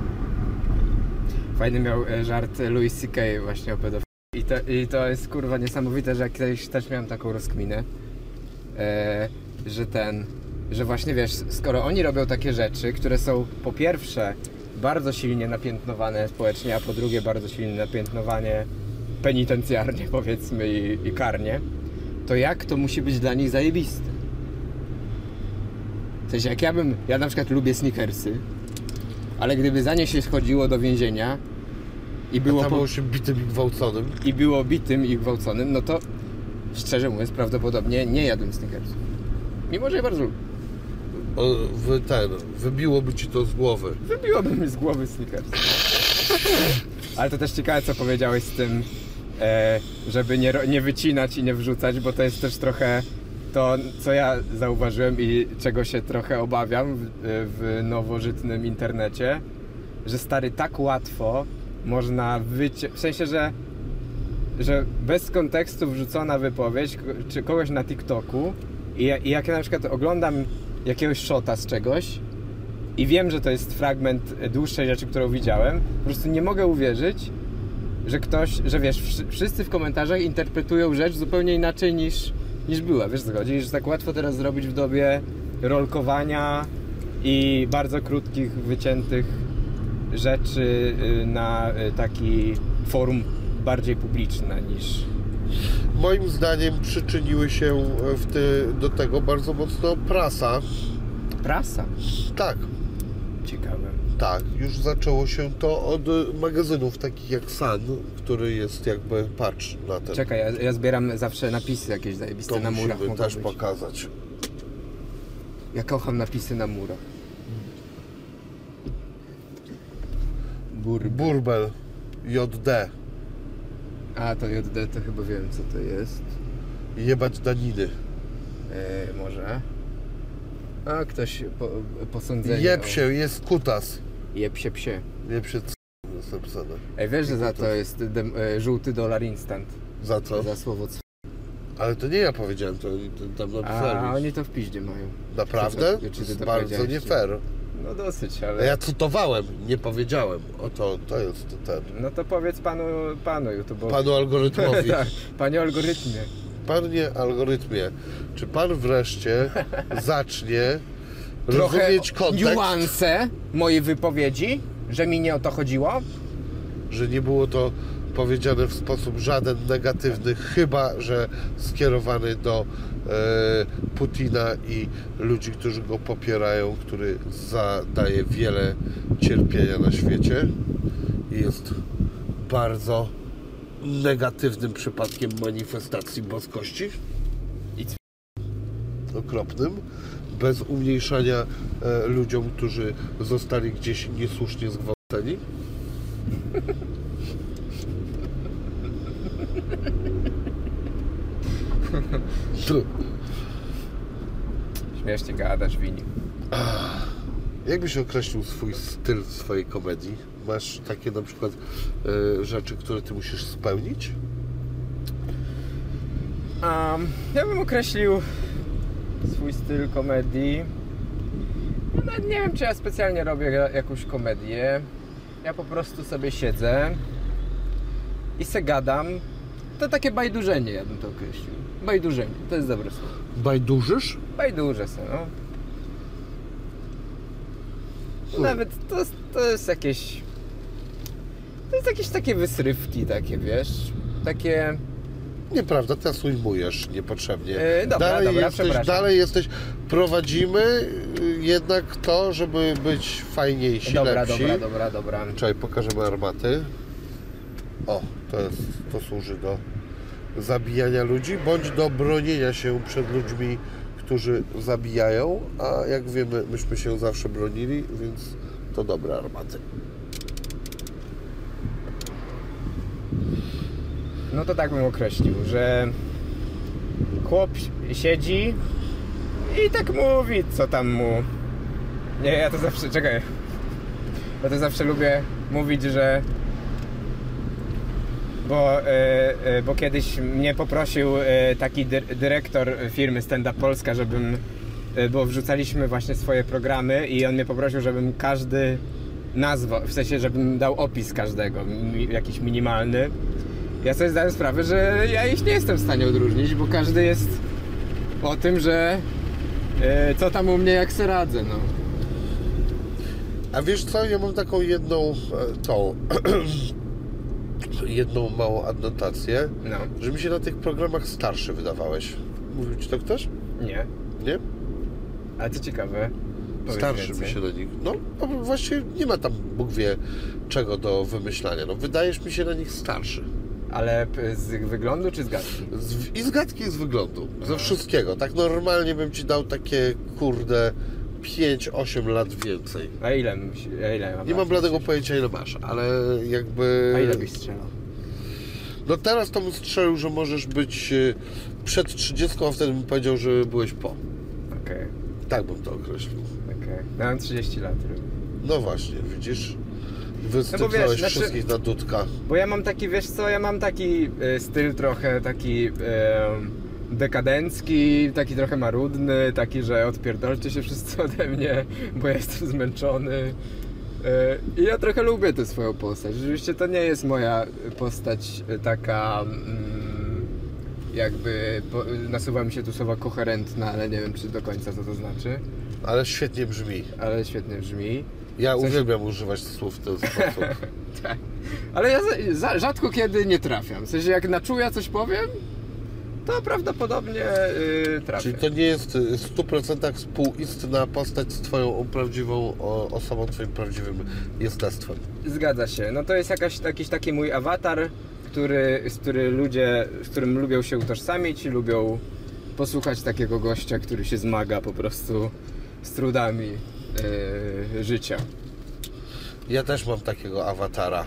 Fajny miał żart Louis C K właśnie o pedofilii. I to, I to jest kurwa niesamowite, że kiedyś też miałem taką rozkminę, e, że ten, że właśnie wiesz, skoro oni robią takie rzeczy, które są po pierwsze bardzo silnie napiętnowane społecznie, a po drugie bardzo silnie napiętnowane penitencjarnie powiedzmy i, i karnie, to jak to musi być dla nich zajebiste? W sensie jak ja bym, ja na przykład lubię sneakersy, ale gdyby za nie się schodziło do więzienia i było, po... się bitym i gwałconym. I było bitym i gwałconym, no to szczerze mówiąc prawdopodobnie nie jadłem sneakersów. Mimo że je bardzo lubię. O, w ten, wybiłoby ci to z głowy. Wybiłoby mi z głowy sneakers. Ale to też ciekawe co powiedziałeś z tym, e, żeby nie, nie wycinać i nie wrzucać, bo to jest też trochę to, co ja zauważyłem i czego się trochę obawiam w, w nowożytnym internecie, że stary tak łatwo można wyciąć, w sensie, że, że bez kontekstu wrzucona wypowiedź czy kogoś na TikToku i, ja, i jak ja na przykład oglądam jakiegoś shota z czegoś i wiem, że to jest fragment dłuższej rzeczy, którą widziałem, po prostu nie mogę uwierzyć, że ktoś, że wiesz, wszyscy w komentarzach interpretują rzecz zupełnie inaczej niż, niż była, wiesz co chodzi, że tak łatwo teraz zrobić w dobie rolkowania i bardzo krótkich, wyciętych rzeczy na taki forum bardziej publiczne niż... Moim zdaniem przyczyniły się w ty, do tego bardzo mocno prasa. Prasa? Tak. Ciekawe. Tak, już zaczęło się to od magazynów takich jak Sun, który jest jakby patrz na ten. Czekaj, ja, ja zbieram zawsze napisy jakieś zajebiste to na murach. To musimy też być. pokazać. Ja kocham napisy na murach. Burbel. Burbel. J D. A, to J D to chyba wiem co to jest. Jebać daniny. Eee, może. A, ktoś po, posądzenie. Jeb się, o... jest kutas. Jeb się psie. Jeb się c... jest napisane. Ej, wiesz, że za to jest dem, e, żółty dolar instant. Za co? Za słowo c... Ale to nie ja powiedziałem, to oni tam napisali. A, oni to w piździe mają. Naprawdę? Czy, czy to jest bardzo nie fair. No dosyć, ale... Ja cytowałem, nie powiedziałem. Oto, to jest ten... No to powiedz panu, panu YouTube'owi. Panu algorytmowi. Tak, panie algorytmie. Panie algorytmie, czy pan wreszcie zacznie trochę rozumieć kontekst? niuanse mojej wypowiedzi, że mi nie o to chodziło? Że nie było to powiedziane w sposób żaden negatywny, chyba że skierowany do e, Putina i ludzi, którzy go popierają, który zadaje wiele cierpienia na świecie i jest bardzo negatywnym przypadkiem manifestacji boskości i okropnym, bez umniejszania e, ludziom, którzy zostali gdzieś niesłusznie zgwałceni. Śmiesznie gadasz, Wini. Jak byś określił swój styl swojej komedii? Masz takie na przykład e, rzeczy, które ty musisz spełnić? Um, ja bym określił swój styl komedii. No, nawet nie wiem, czy ja specjalnie robię jakąś komedię. Ja po prostu sobie siedzę i se gadam. To takie bajdurzenie, ja bym to określił. Bajdurzenie, to jest dobre słowo. Bajdurzysz? Bajdurze se, no. no nawet to, to jest jakieś... To jest jakieś takie wysrywki takie, wiesz? Takie... Nieprawda, teraz ujmujesz niepotrzebnie. Yy, dobra, dalej dobra, jesteś, przepraszam. dalej jesteś, prowadzimy jednak to, żeby być fajniejsi, dobra, lepsi. Dobra, dobra, dobra. Czekaj, pokażemy armaty. O, to, jest, to służy do zabijania ludzi, bądź do bronienia się przed ludźmi, niektórzy zabijają, a jak wiemy, myśmy się zawsze bronili, więc to dobre armaty. No to tak bym określił, że chłop siedzi i tak mówi, co tam mu... Nie, ja to zawsze... Czekaj. Ja to zawsze lubię mówić, że... Bo, e, e, bo kiedyś mnie poprosił e, taki dy, dyrektor firmy Stand Up Polska, żebym... E, bo wrzucaliśmy właśnie swoje programy i on mnie poprosił, żebym każdy nazwał, w sensie, żebym dał opis każdego, mi, jakiś minimalny. Ja sobie zdaję sprawę, że ja ich nie jestem w stanie odróżnić, bo każdy jest o tym, że e, co tam u mnie, jak se radzę, no. A wiesz co, ja mam taką jedną, e, tą, jedną małą adnotację, No. że mi się na tych programach starszy wydawałeś. Mówił ci to ktoś? Nie. Nie? Ale co ciekawe. powiedz Starszy więcej. mi się na nich. No, no właśnie nie ma tam Bóg wie czego do wymyślania. No, wydajesz mi się na nich starszy. Ale p- z wyglądu czy z gadki? Z, I z gadki, i z wyglądu. Ze wszystkiego. Tak normalnie bym ci dał takie, kurde, pięć osiem lat więcej. A ile, musi- a ile mam Nie lat, mam bladego myślisz? pojęcia ile masz, ale jakby... A ile byś strzelał? No teraz to bym strzelił, że możesz być e, przed trzydziestką, a wtedy bym powiedział, że byłeś po. Okej, Tak bym to określił. okej. Ja mam trzydzieści lat. No właśnie, widzisz? Wystypnąłeś No bo wiesz, znaczy- wszystkich na dudka. Bo ja mam taki, wiesz co, ja mam taki e, styl trochę taki e, dekadencki, taki trochę marudny, taki, że odpierdolcie się wszyscy ode mnie, bo ja jestem zmęczony. E, I ja trochę lubię tę swoją postać. Rzeczywiście to nie jest moja postać e, taka... Mm, jakby po, nasuwa mi się tu słowa koherentna, ale nie wiem, czy do końca co to znaczy. Ale świetnie brzmi. Ale świetnie brzmi. Ja Coś- uwielbiam używać słów w ten sposób. Tak. Ale ja za, za, rzadko kiedy nie trafiam. W sensie jak na czuja coś powiem, to prawdopodobnie yy, trafię. Czyli to nie jest w stu procentach współistna postać z twoją prawdziwą o, osobą, twoim prawdziwym jestestwem. Zgadza się. No to jest jakaś, jakiś taki mój awatar, który, z który ludzie, z którym lubią się utożsamić i lubią posłuchać takiego gościa, który się zmaga po prostu z trudami yy, życia. Ja też mam takiego awatara.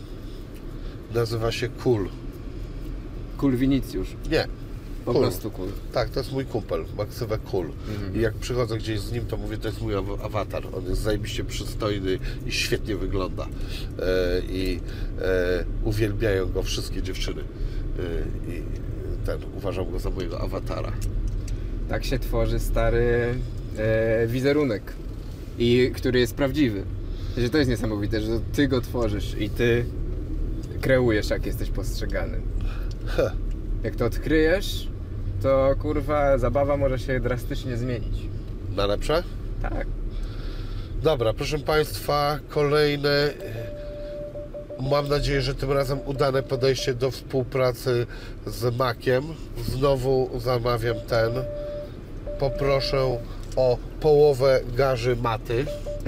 Nazywa się Kul. Kul Winicjusz. Nie. Po Kul. prostu kul. Tak, to jest mój kumpel, ma ksywę Kul. Mhm. I jak przychodzę gdzieś z nim, to mówię, to jest mój aw- awatar. On jest zajebiście przystojny i świetnie wygląda. E, I e, uwielbiają go wszystkie dziewczyny. E, I ten, uważam go za mojego awatara. Tak się tworzy stary e, wizerunek, i który jest prawdziwy. Że to jest niesamowite, że ty go tworzysz i ty kreujesz, jak jesteś postrzegany. Heh. Jak to odkryjesz, to kurwa zabawa może się drastycznie zmienić. Na lepsze? Tak. Dobra, proszę Państwa, kolejne, mam nadzieję, że tym razem udane podejście do współpracy z Makiem. Znowu zamawiam ten. Poproszę o połowę garzy maty.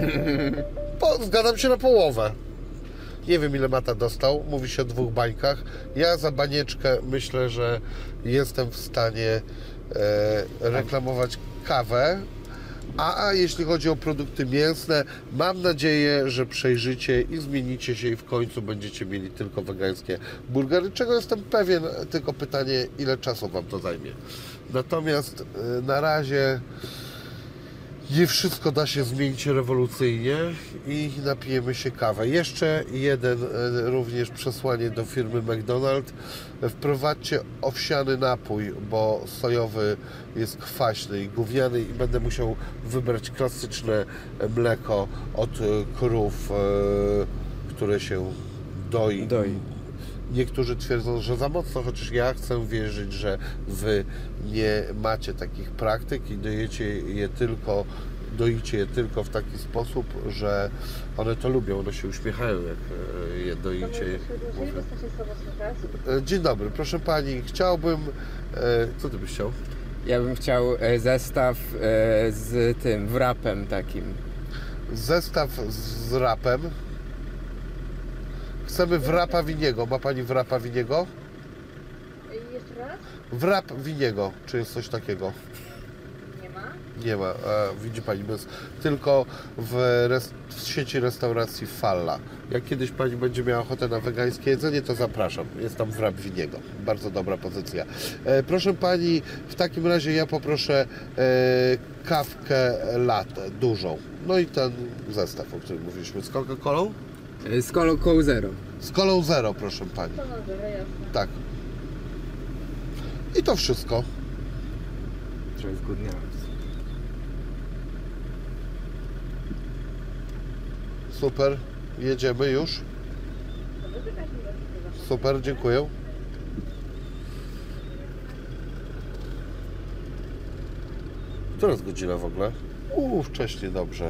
Po, zgadzam się na połowę. Nie wiem, ile Mata dostał, mówi się o dwóch bańkach. Ja za banieczkę myślę, że jestem w stanie e, reklamować kawę. A, a jeśli chodzi o produkty mięsne, mam nadzieję, że przejrzycie i zmienicie się i w końcu będziecie mieli tylko wegańskie burgery, czego jestem pewien, tylko pytanie, ile czasu Wam to zajmie. Natomiast e, na razie nie wszystko da się zmienić rewolucyjnie i napijemy się kawę. Jeszcze jeden e, również przesłanie do firmy McDonald's. Wprowadźcie owsiany napój, bo sojowy jest kwaśny i gówniany i będę musiał wybrać klasyczne mleko od e, krów, e, które się doi. Doi. Niektórzy twierdzą, że za mocno, chociaż ja chcę wierzyć, że Wy nie macie takich praktyk i dojecie je tylko, doicie je tylko w taki sposób, że one to lubią, one się uśmiechają, jak e, je doicie. E, Dzień dobry, proszę Pani, chciałbym... e, Co Ty byś chciał? Ja bym chciał e, zestaw e, z tym wrapem takim. Zestaw z rapem. Chcemy wrapa winiego. Ma Pani wrapa winiego? Jeszcze raz? Wrap winiego. Czy jest coś takiego? Nie Nie ma, a widzi Pani, bez, tylko w, res, w sieci restauracji Falla. Jak kiedyś Pani będzie miała ochotę na wegańskie jedzenie, to zapraszam. Jest tam w Rabwiniego. Bardzo dobra pozycja. E, proszę Pani, w takim razie ja poproszę e, kawkę latte, dużą. No i ten zestaw, o którym mówiliśmy. Z Coca-Colą? Z kolą koło zero. Z kolą zero, proszę Pani. Tak. I to wszystko. Trochę zgłodniałem. Super. Jedziemy już. Super, dziękuję. Która jest godzina w ogóle? Uuu, wcześniej, dobrze.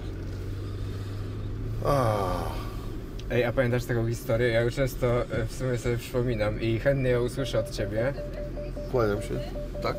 Ah. Ej, a pamiętasz taką historię? Ja już często e, w sumie sobie przypominam i chętnie ją usłyszę od ciebie. Kłaniam się. Tak?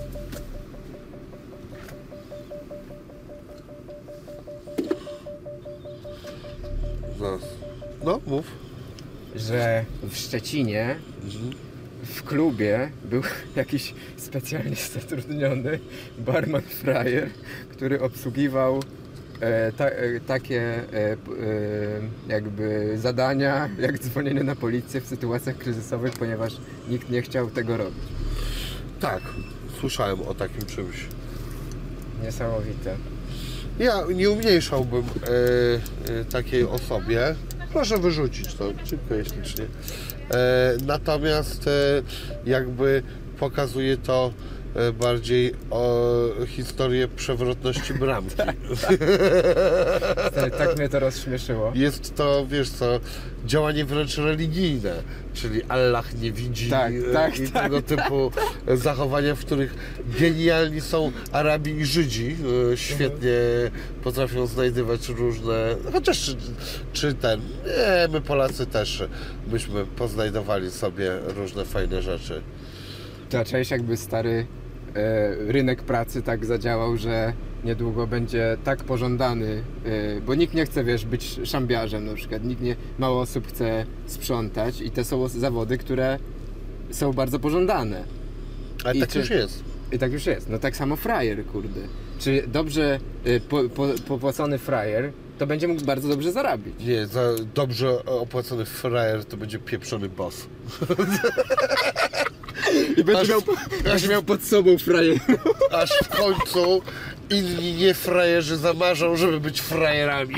Zaraz. No, mów. Że w Szczecinie w klubie był jakiś specjalnie zatrudniony barman frajer, który obsługiwał e, ta, e, takie e, p- e, jakby zadania jak dzwonienie na policję w sytuacjach kryzysowych, ponieważ nikt nie chciał tego robić. Tak, słyszałem o takim czymś. Niesamowite. Ja nie umniejszałbym e, e, takiej osobie. Proszę wyrzucić to, dziękuję ślicznie. E, natomiast e, jakby pokazuje to e, bardziej o historię przewrotności bramki. Tak, tak mnie to rozśmieszyło. Jest to, wiesz co, działanie wręcz religijne, czyli Allah nie widzi Tak, e, tak, i tak, tego typu zachowania, w których genialni są Arabi i Żydzi, e, świetnie potrafią znajdywać różne, chociaż czy, czy ten, nie, my Polacy też byśmy poznajdowali sobie różne fajne rzeczy. Zacząłeś jakby stary e, rynek pracy tak zadziałał, że niedługo będzie tak pożądany, e, bo nikt nie chce, wiesz, być szambiarzem na przykład, nikt nie, mało osób chce sprzątać i te są zawody, które są bardzo pożądane. Ale I tak czy- już jest. I tak już jest, no tak samo frajer, kurde. Czy dobrze e, po, po, popłacony frajer, to będzie mógł bardzo dobrze zarabiać. Nie, za dobrze opłacony frajer to będzie pieprzony boss. I będzie Aż- miał, będzie miał pod sobą frajer. Aż w końcu inni nie frajerzy zamarzą, żeby być frajerami.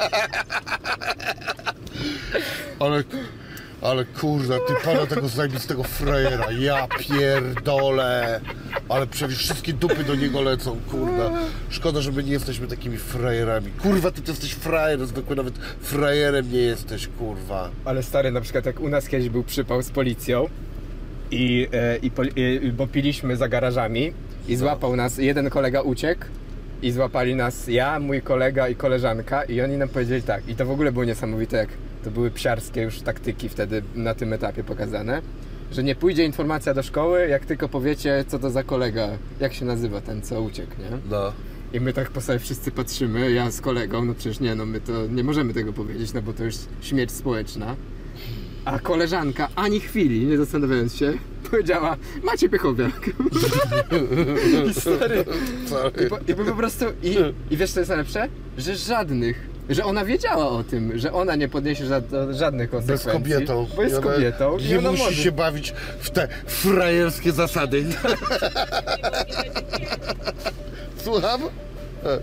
Ale, ale kurna, ty pana tego zajebistego frajera, ja pierdolę. Ale przecież wszystkie dupy do niego lecą, kurna. Szkoda, że my nie jesteśmy takimi frajerami. Kurwa, ty to jesteś frajer, zwykły nawet frajerem nie jesteś, kurwa. Ale stary, na przykład jak u nas kiedyś był przypał z policją i, e, i, poli- i bo piliśmy za garażami i złapał nas, jeden kolega uciekł i złapali nas ja, mój kolega i koleżanka i oni nam powiedzieli tak, i to w ogóle było niesamowite, jak to były psiarskie już taktyki wtedy na tym etapie pokazane, że nie pójdzie informacja do szkoły, jak tylko powiecie, co to za kolega, jak się nazywa ten, co uciekł, nie? No. I my tak po sobie wszyscy patrzymy, ja z kolegą, no przecież nie, no my to nie możemy tego powiedzieć, no bo to już śmierć społeczna. A koleżanka ani chwili, nie zastanawiając się, powiedziała, macie Piechowiak. I stary, Sorry. i po, i po prostu, i, i wiesz co jest najlepsze? Że żadnych, że ona wiedziała o tym, że ona nie podniesie żad, żadnych Bez konsekwencji. kobietą. Bo jest I ona kobietą i nie ona musi może. się bawić w te frajerskie zasady. Słucham? E,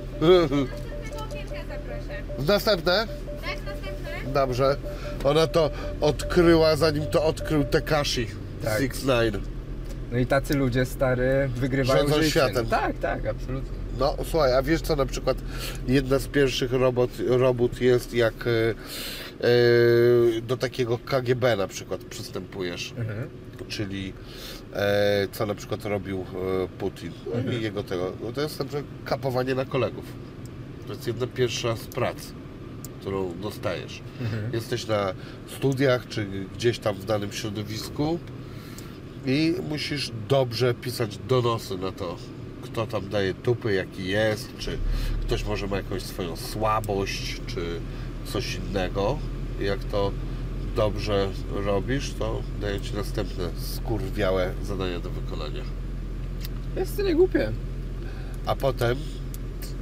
W następne? Tak, następne. Dobrze. Ona to odkryła, zanim to odkrył Tekashi. Tak. six nine. No i tacy ludzie, stary, wygrywają Rządzą życie. światem. No, tak, tak, absolutnie. No słuchaj, a wiesz co na przykład jedna z pierwszych robot, robót jest jak e, e, do takiego K G B na przykład przystępujesz. Mhm. Czyli e, co na przykład robił e, Putin no Mhm. i jego tego. No to jest na przykład kapowanie na kolegów. To jest jedna pierwsza z prac, którą dostajesz. Mhm. Jesteś na studiach, czy gdzieś tam w danym środowisku i musisz dobrze pisać donosy na to, kto tam daje tupy, jaki jest, czy ktoś może ma jakąś swoją słabość, czy coś innego. I jak to dobrze robisz, to daje Ci następne skurwiałe zadania do wykonania. Jest to nie głupie. A potem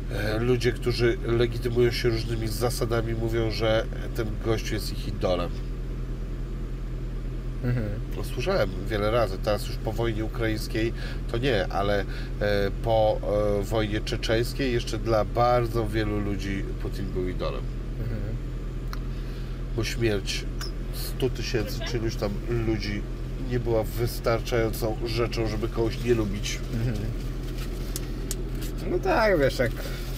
ludzie, którzy legitymują się różnymi zasadami, mówią, że ten gościu jest ich idolem. Mhm. No, słyszałem wiele razy, teraz już po wojnie ukraińskiej to nie, ale e, po e, wojnie czeczeńskiej jeszcze dla bardzo wielu ludzi Putin był idolem. Mhm. Bo śmierć stu tysięcy czy iluś tam ludzi nie była wystarczającą rzeczą, żeby kogoś nie lubić. Mhm. No tak, wiesz, jak...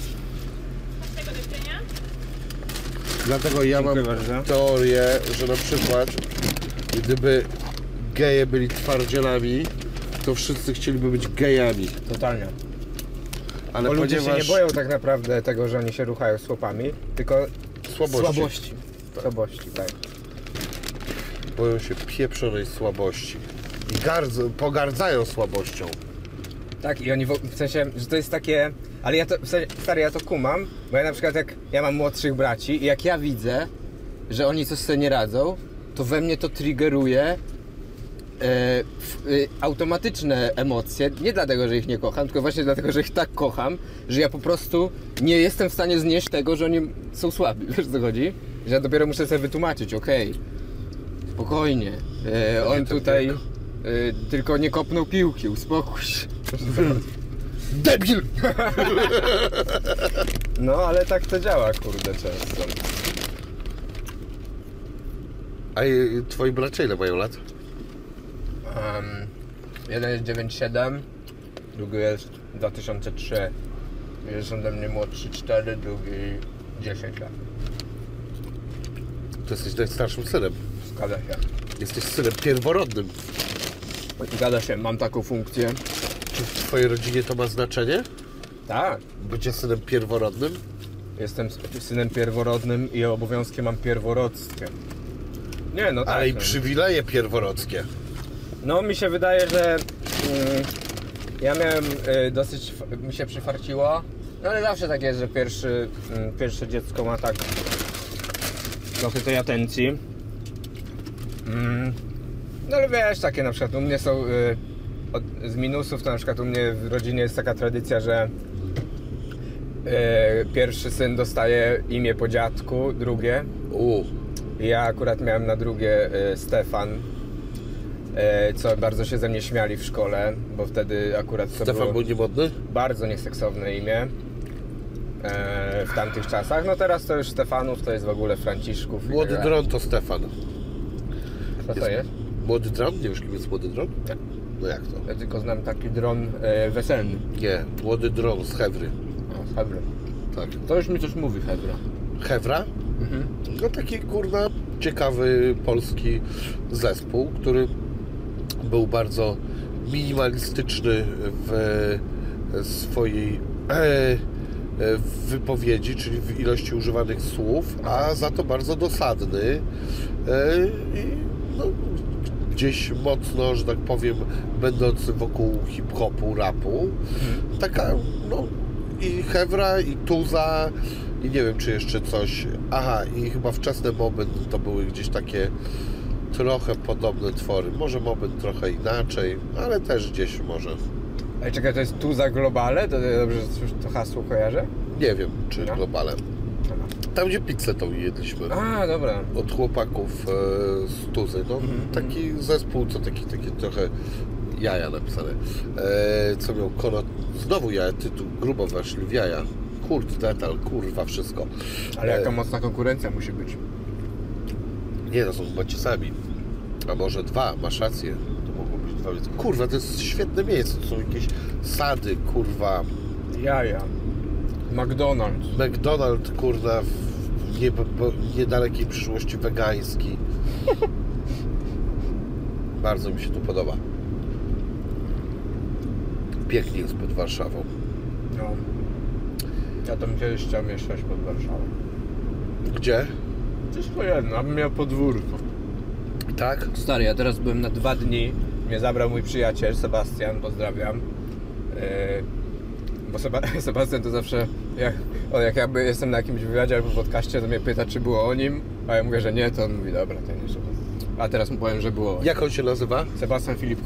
Dlatego ja mam Dziękuję bardzo. teorię, że na przykład gdyby geje byli twardzielami, to wszyscy chcieliby być gejami. Totalnie. Ale Bo ludzie ponieważ się nie boją tak naprawdę tego, że oni się ruchają słupami, tylko słabości, słabości. Słabości, tak. boją się pieprzonej słabości i gardzą, pogardzają słabością. Tak, i oni w, w sensie, że to jest takie... Ale ja to, w sensie, stary, ja to kumam, bo ja na przykład jak ja mam młodszych braci i jak ja widzę, że oni coś sobie nie radzą, to we mnie to triggeruje e, w, e, automatyczne emocje, nie dlatego, że ich nie kocham, tylko właśnie dlatego, że ich tak kocham, że ja po prostu nie jestem w stanie znieść tego, że oni są słabi, wiesz co chodzi? Że ja dopiero muszę sobie wytłumaczyć, okej, spokojnie, e, on tutaj e, tylko nie kopnął piłki, uspokój się. Debil! No, ale tak to działa, kurde, często. A i- twoi bracia ile mają lat? Um, jeden jest dziewięćdziesiąt siedem, drugi jest dwa tysiące trzy. Jest ode mnie młodszy cztery, drugi dziesięć lat. To jesteś najstarszym synem. Zgadza się. Jesteś synem pierworodnym. Zgadza się, mam taką funkcję. Czy w twojej rodzinie to ma znaczenie? Tak. Bycie synem pierworodnym? Jestem synem pierworodnym i obowiązki mam pierworodstwie. Nie, no tak. Ale i no. przywileje pierworodkie. No mi się wydaje, że mm, ja miałem y, dosyć, f- mi się przyfarciło, no ale zawsze tak jest, że pierwszy, mm, pierwsze dziecko ma tak trochę tej atencji. Mm, no ale wiesz, takie na przykład u mnie są, y, od, z minusów to na przykład u mnie w rodzinie jest taka tradycja, że y, pierwszy syn dostaje imię po dziadku, drugie. U, Ja akurat miałem na drugie y, Stefan, y, co bardzo się ze mnie śmiali w szkole, bo wtedy akurat to Stefan było był niemodny? bardzo nieseksowne imię y, w tamtych czasach. No teraz to już Stefanów, to jest w ogóle Franciszków. i Młody tak dalej. dron to Stefan. Co to jest? Młody dron? Nie wiesz, kim jest młody dron? Nie. No jak to? Ja tylko znam taki dron y, weselny. Nie, młody dron z Hewry. O, Hebra. Tak. To już mi coś mówi, Hebra. Hewra? Mhm. No taki kurna ciekawy polski zespół, który był bardzo minimalistyczny w swojej e, w wypowiedzi, czyli w ilości używanych słów, a za to bardzo dosadny e, i no, gdzieś mocno, że tak powiem, będący wokół hip-hopu, rapu. Taka, no i Hewra, i Tuza, i nie wiem, czy jeszcze coś. Aha, i chyba Wczesny Moment to były gdzieś takie trochę podobne twory. Może Moment trochę inaczej, ale też gdzieś może. Ej, czekaj, to jest Tuza Globale? To dobrze, że to hasło kojarzę? Nie wiem, czy No. globalem. Tam, gdzie pizzę tą jedliśmy. A, dobra. Od chłopaków e, z Tuzy. No, taki zespół, co taki, takie trochę jaja napisane. E, co miał Konrad, znowu jaja, tytuł, grubo weszli w jaja. Kurt, detal, kurwa, wszystko. Ale jaka E, mocna konkurencja musi być. Nie, to są chyba ci sami. A może dwa, masz rację. To mogło być dwa. Więc, kurwa, to jest świetne miejsce. To są jakieś sady, kurwa. Jaja. McDonald's. McDonald's, kurwa, w nie, bo- niedalekiej przyszłości wegański. Bardzo mi się tu podoba. Pięknie jest pod Warszawą. No. Ja tam kiedyś chciałem mieszkać pod Warszawą. Gdzie? Wszystko jedno, abym miał podwórko. Tak? Stary, ja teraz byłem na dwa dni. Mnie zabrał mój przyjaciel Sebastian, pozdrawiam. Yy, bo Seba- Sebastian to zawsze, jak, o, jak jakby jestem na jakimś wywiadzie albo podcaście, to mnie pyta, czy było o nim, a ja mówię, że nie, to on mówi, dobra, to nie, że... A teraz mu powiem, że było o nim. Jak on się nazywa? Sebastian Filipkowski.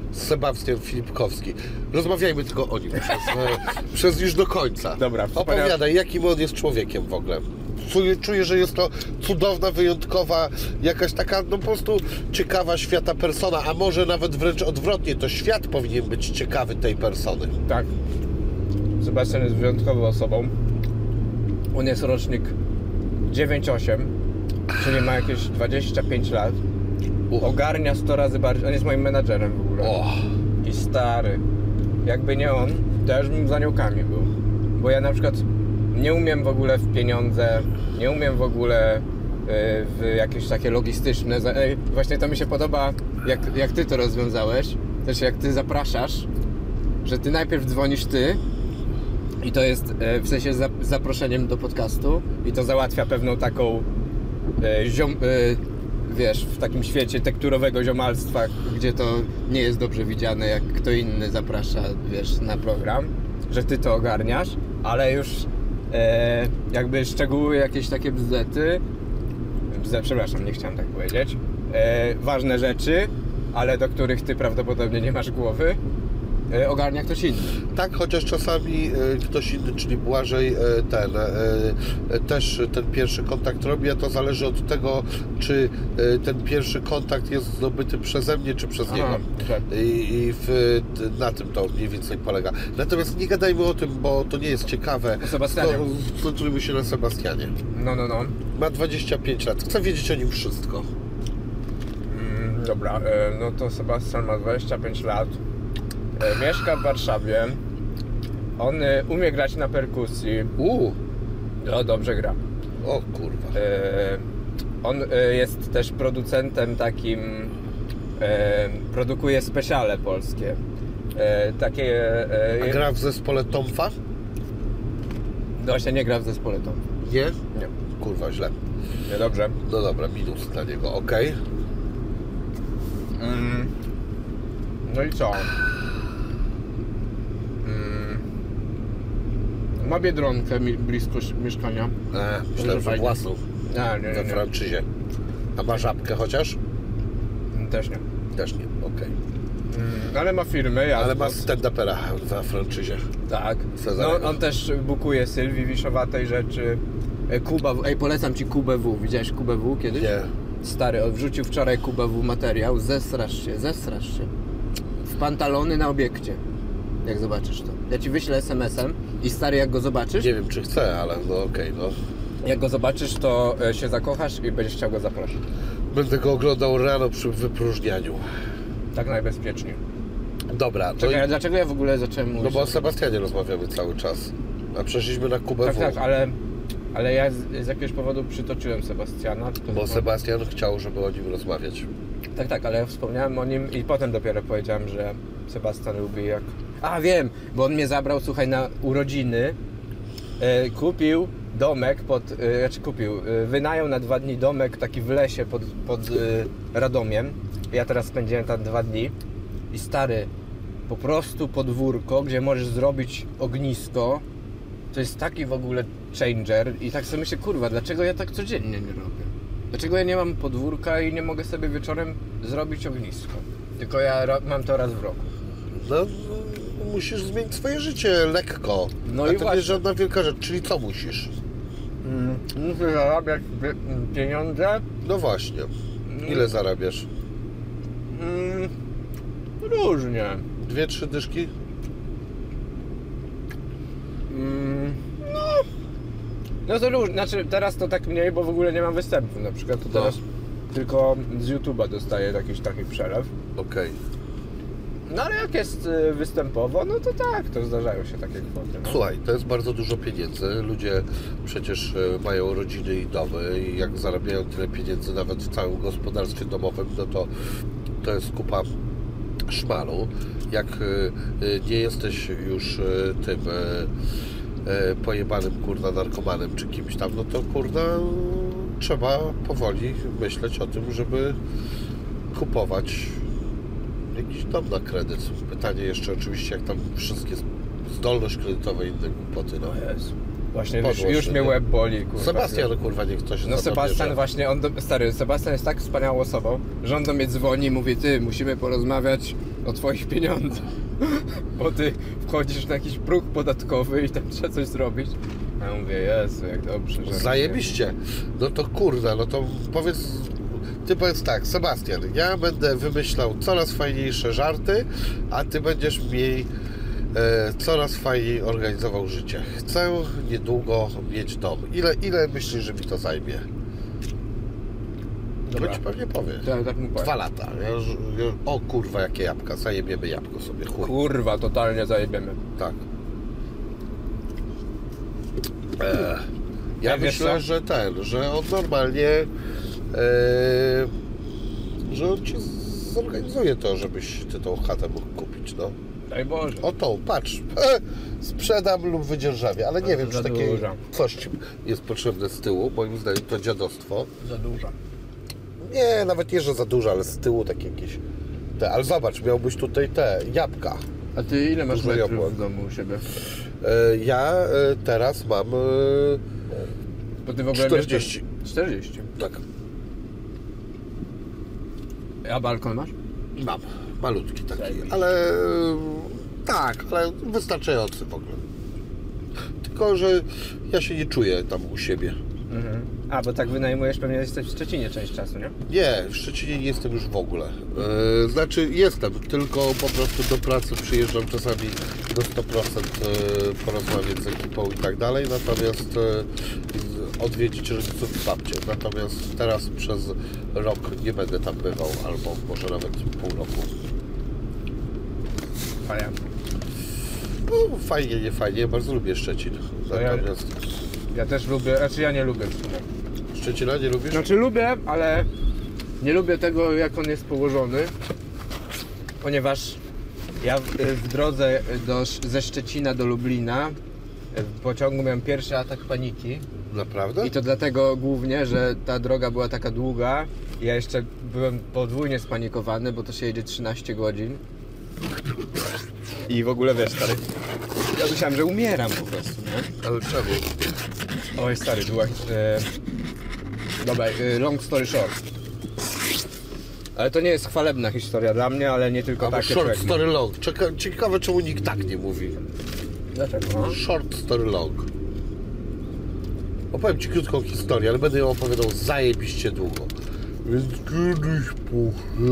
Sebastian Filipkowski. Rozmawiajmy tylko o nim przez, e, przez już do końca. Dobra, opowiadaj, jakim on jest człowiekiem w ogóle. Czuję, czuję, że jest to cudowna, wyjątkowa, jakaś taka no po prostu ciekawa świata persona, a może nawet wręcz odwrotnie, to świat powinien być ciekawy tej persony. Tak. Sebastian jest wyjątkową osobą. On jest rocznik dziewięć osiem, czyli ma jakieś dwadzieścia pięć lat. Uh. Ogarnia sto razy bardziej. On jest moim menadżerem w ogóle. Oh. I stary. Jakby nie on, to ja już bym z aniołkami był. Bo ja na przykład nie umiem w ogóle w pieniądze, nie umiem w ogóle w jakieś takie logistyczne. Właśnie to mi się podoba, jak, jak ty to rozwiązałeś. Też jak ty zapraszasz, że ty najpierw dzwonisz ty i to jest w sensie z zaproszeniem do podcastu i to załatwia pewną taką ziom, wiesz, w takim świecie tekturowego ziomalstwa, gdzie to nie jest dobrze widziane, jak kto inny zaprasza, wiesz, na program, że ty to ogarniasz, ale już e, jakby szczegóły, jakieś takie bzdety, bzde, przepraszam, nie chciałem tak powiedzieć, e, ważne rzeczy, ale do których ty prawdopodobnie nie masz głowy, e, ogarnia ktoś inny. Tak, chociaż czasami e, ktoś inny, czyli Błażej, e, ten e, e, też ten pierwszy kontakt robi, a to zależy od tego, czy e, ten pierwszy kontakt jest zdobyty przeze mnie, czy przez Aha, niego. okay. I, i w, na tym to mniej więcej polega. Natomiast nie gadajmy o tym, bo to nie jest ciekawe. O Sebastianie. Skoncentrujmy się na Sebastianie. No, no, no. Ma dwadzieścia pięć lat. Chcę wiedzieć o nim wszystko. Mm, dobra, e, no to Sebastian ma dwadzieścia pięć lat. E, mieszka w Warszawie. On e, umie grać na perkusji. Uuu. No, dobrze gra. O kurwa. E, on e, jest też producentem takim, e, produkuje specjale polskie. E, takie... E, A gra w zespole Tomfa? No właśnie nie gra w zespole Tom. Nie? Nie. Kurwa, źle. Nie, dobrze. No dobra, minus dla niego, okej. Mm. No i co? Mm. Ma Biedronkę mi- blisko mieszkania. E, myślałem, że fajnie. własną, A, nie, we nie, nie. franczyzie. A ma żabkę chociaż? Też nie. Też nie, okej. Mm. Ale ma firmy. Ja Ale ma stand-upera we franczyzie. Tak. Cezarego. No, on też bukuje Sylwii Wiszowatej rzeczy. E, Kuba W. Ej, polecam ci Kubę W. Widziałeś Kubę W kiedyś? Nie. Stary, on wrzucił wczoraj Kubę W materiał. Zesrasz się, zesrasz się. W pantalony na obiekcie. Jak zobaczysz to. Ja ci wyślę es em esem i stary, jak go zobaczysz, Nie wiem, czy chcę, ale no okej, no. jak go zobaczysz, to e, się zakochasz i będziesz chciał go zaprosić. Będę go oglądał rano przy wypróżnianiu. Tak najbezpieczniej. Dobra, no, Czekaj, a i, dlaczego ja w ogóle zacząłem mówić? no bo o Sebastianie rozmawiamy cały czas. A przeszliśmy na Kubę Tak, W. tak, ale, ale ja z, z jakiegoś powodu przytoczyłem Sebastiana. tylko Bo to- Sebastian chciał, żeby o nim rozmawiać. Tak, tak, ale ja wspomniałem o nim i potem dopiero powiedziałem, że Sebastian lubi jak... A, wiem, bo on mnie zabrał, słuchaj, na urodziny. E, kupił domek pod... E, znaczy kupił, e, wynajął na dwa dni domek taki w lesie pod, pod e, Radomiem. Ja teraz spędziłem tam dwa dni. I stary, po prostu podwórko, gdzie możesz zrobić ognisko. To jest taki w ogóle changer. I tak sobie myślę, kurwa, dlaczego ja tak codziennie nie robię? Dlaczego ja nie mam podwórka i nie mogę sobie wieczorem zrobić ognisko? Tylko ja ro- mam to raz w roku. No, no, musisz zmienić swoje życie lekko. No A i to nie właśnie. jest żadna wielka rzecz, czyli co musisz? Mm, muszę zarabiać pie- pieniądze. No właśnie. Ile zarabiasz? Mm, różnie. Dwie, trzy dyszki? Mm, no, no to różnie. Znaczy teraz to tak mniej, bo w ogóle nie mam występu. Na przykład to No. teraz tylko z YouTube'a dostaję jakiś taki przelew. Okej. No ale jak jest y, występowo, no to tak, to zdarzają się takie kwoty. No. Słuchaj, to jest bardzo dużo pieniędzy. Ludzie przecież e, mają rodziny i domy i jak zarabiają tyle pieniędzy nawet w całym gospodarstwie domowym, no to to jest kupa szmalu. Jak e, e, nie jesteś już e, tym e, e, pojebanym kurna narkomanem czy kimś tam, no to kurna trzeba powoli myśleć o tym, żeby kupować jakiś dom na kredyt. Pytanie jeszcze oczywiście, jak tam wszystkie zdolność kredytowa i inne głupoty, no jest. Właśnie już, Podłoż, już mnie nie? łeb boli, kurwa. Sebastian, kurwa, niech ktoś No Sebastian właśnie, on do, stary, Sebastian jest tak wspaniałą osobą, że on do mnie dzwoni i mówi, ty, musimy porozmawiać o twoich pieniądzach. Bo ty wchodzisz na jakiś próg podatkowy i tam trzeba coś zrobić. A ja mówię, Jezu, jak dobrze, że... Zajebiście. No to kurwa, no to powiedz... Ty powiedz tak, Sebastian, ja będę wymyślał coraz fajniejsze żarty, a ty będziesz mi e, coraz fajniej organizował życie. Chcę niedługo mieć dom. Ile, ile myślisz, że mi to zajmie? Dobra. To ci pewnie powie. Tak, tak mu powiem. Dwa lata. Ja, już- ja, o kurwa, jakie jabłka. Zajebiemy jabłko sobie. Chuj. Kurwa, totalnie zajebiemy. Tak. E, ja A wiesz myślę, co? że ten, że on normalnie e, że on ci zorganizuje to, żebyś ty tą chatę mógł kupić, no. Daj Boże. O tą, patrz. E, sprzedam lub wydzierżawię, ale nie Ale wiem, za czy takie dużo. coś ci jest potrzebne z tyłu. Moim zdaniem to dziadostwo. Za dużo. Nie, nawet nie, że za dużo, ale z tyłu takie jakieś te, ale zobacz, miałbyś tutaj te jabłka. A ty ile masz Dużo metrów jabłek. w domu u siebie? E, ja e, teraz mam e, Bo ty w ogóle czterdzieści. mieszkasz- czterdzieści. Tak, A balkon masz? mam. Malutki taki, Zajebiście. ale e, tak, ale wystarczający w ogóle. Tylko, że ja się nie czuję tam u siebie. Mhm. A, bo tak wynajmujesz, pewnie jesteś w Szczecinie część czasu, nie? Nie, w Szczecinie nie jestem już w ogóle. E, znaczy jestem, tylko po prostu do pracy przyjeżdżam czasami do sto procent e, porozmawiać z ekipą i tak dalej, natomiast e, odwiedzić rodziców i babcię. Natomiast teraz przez rok nie będę tam bywał, albo może nawet pół roku. Fajnie. No, fajnie, nie fajnie, bardzo lubię Szczecin. ja- Natomiast Ja też lubię, znaczy ja nie lubię w sumie. Szczecina nie lubisz? Znaczy lubię, ale nie lubię tego, jak on jest położony, ponieważ ja w, w drodze do, ze Szczecina do Lublina w pociągu miałem pierwszy atak paniki Naprawdę? i to dlatego głównie, że ta droga była taka długa. Ja jeszcze byłem podwójnie spanikowany, bo to się jedzie trzynaście godzin i w ogóle wiesz, stary, ja myślałem, że umieram po prostu, nie? Ale czemu? Oj stary, była... E... Dobra, e, long story short. Ale to nie jest chwalebna historia dla mnie, ale nie tylko Albo takie short człowiek ma. story long. Czeka, ciekawe, czemu nikt tak nie mówi. Dlaczego? No? Short story long. Opowiem ci krótką historię, ale będę ją opowiadał zajebiście długo. Więc kiedyś po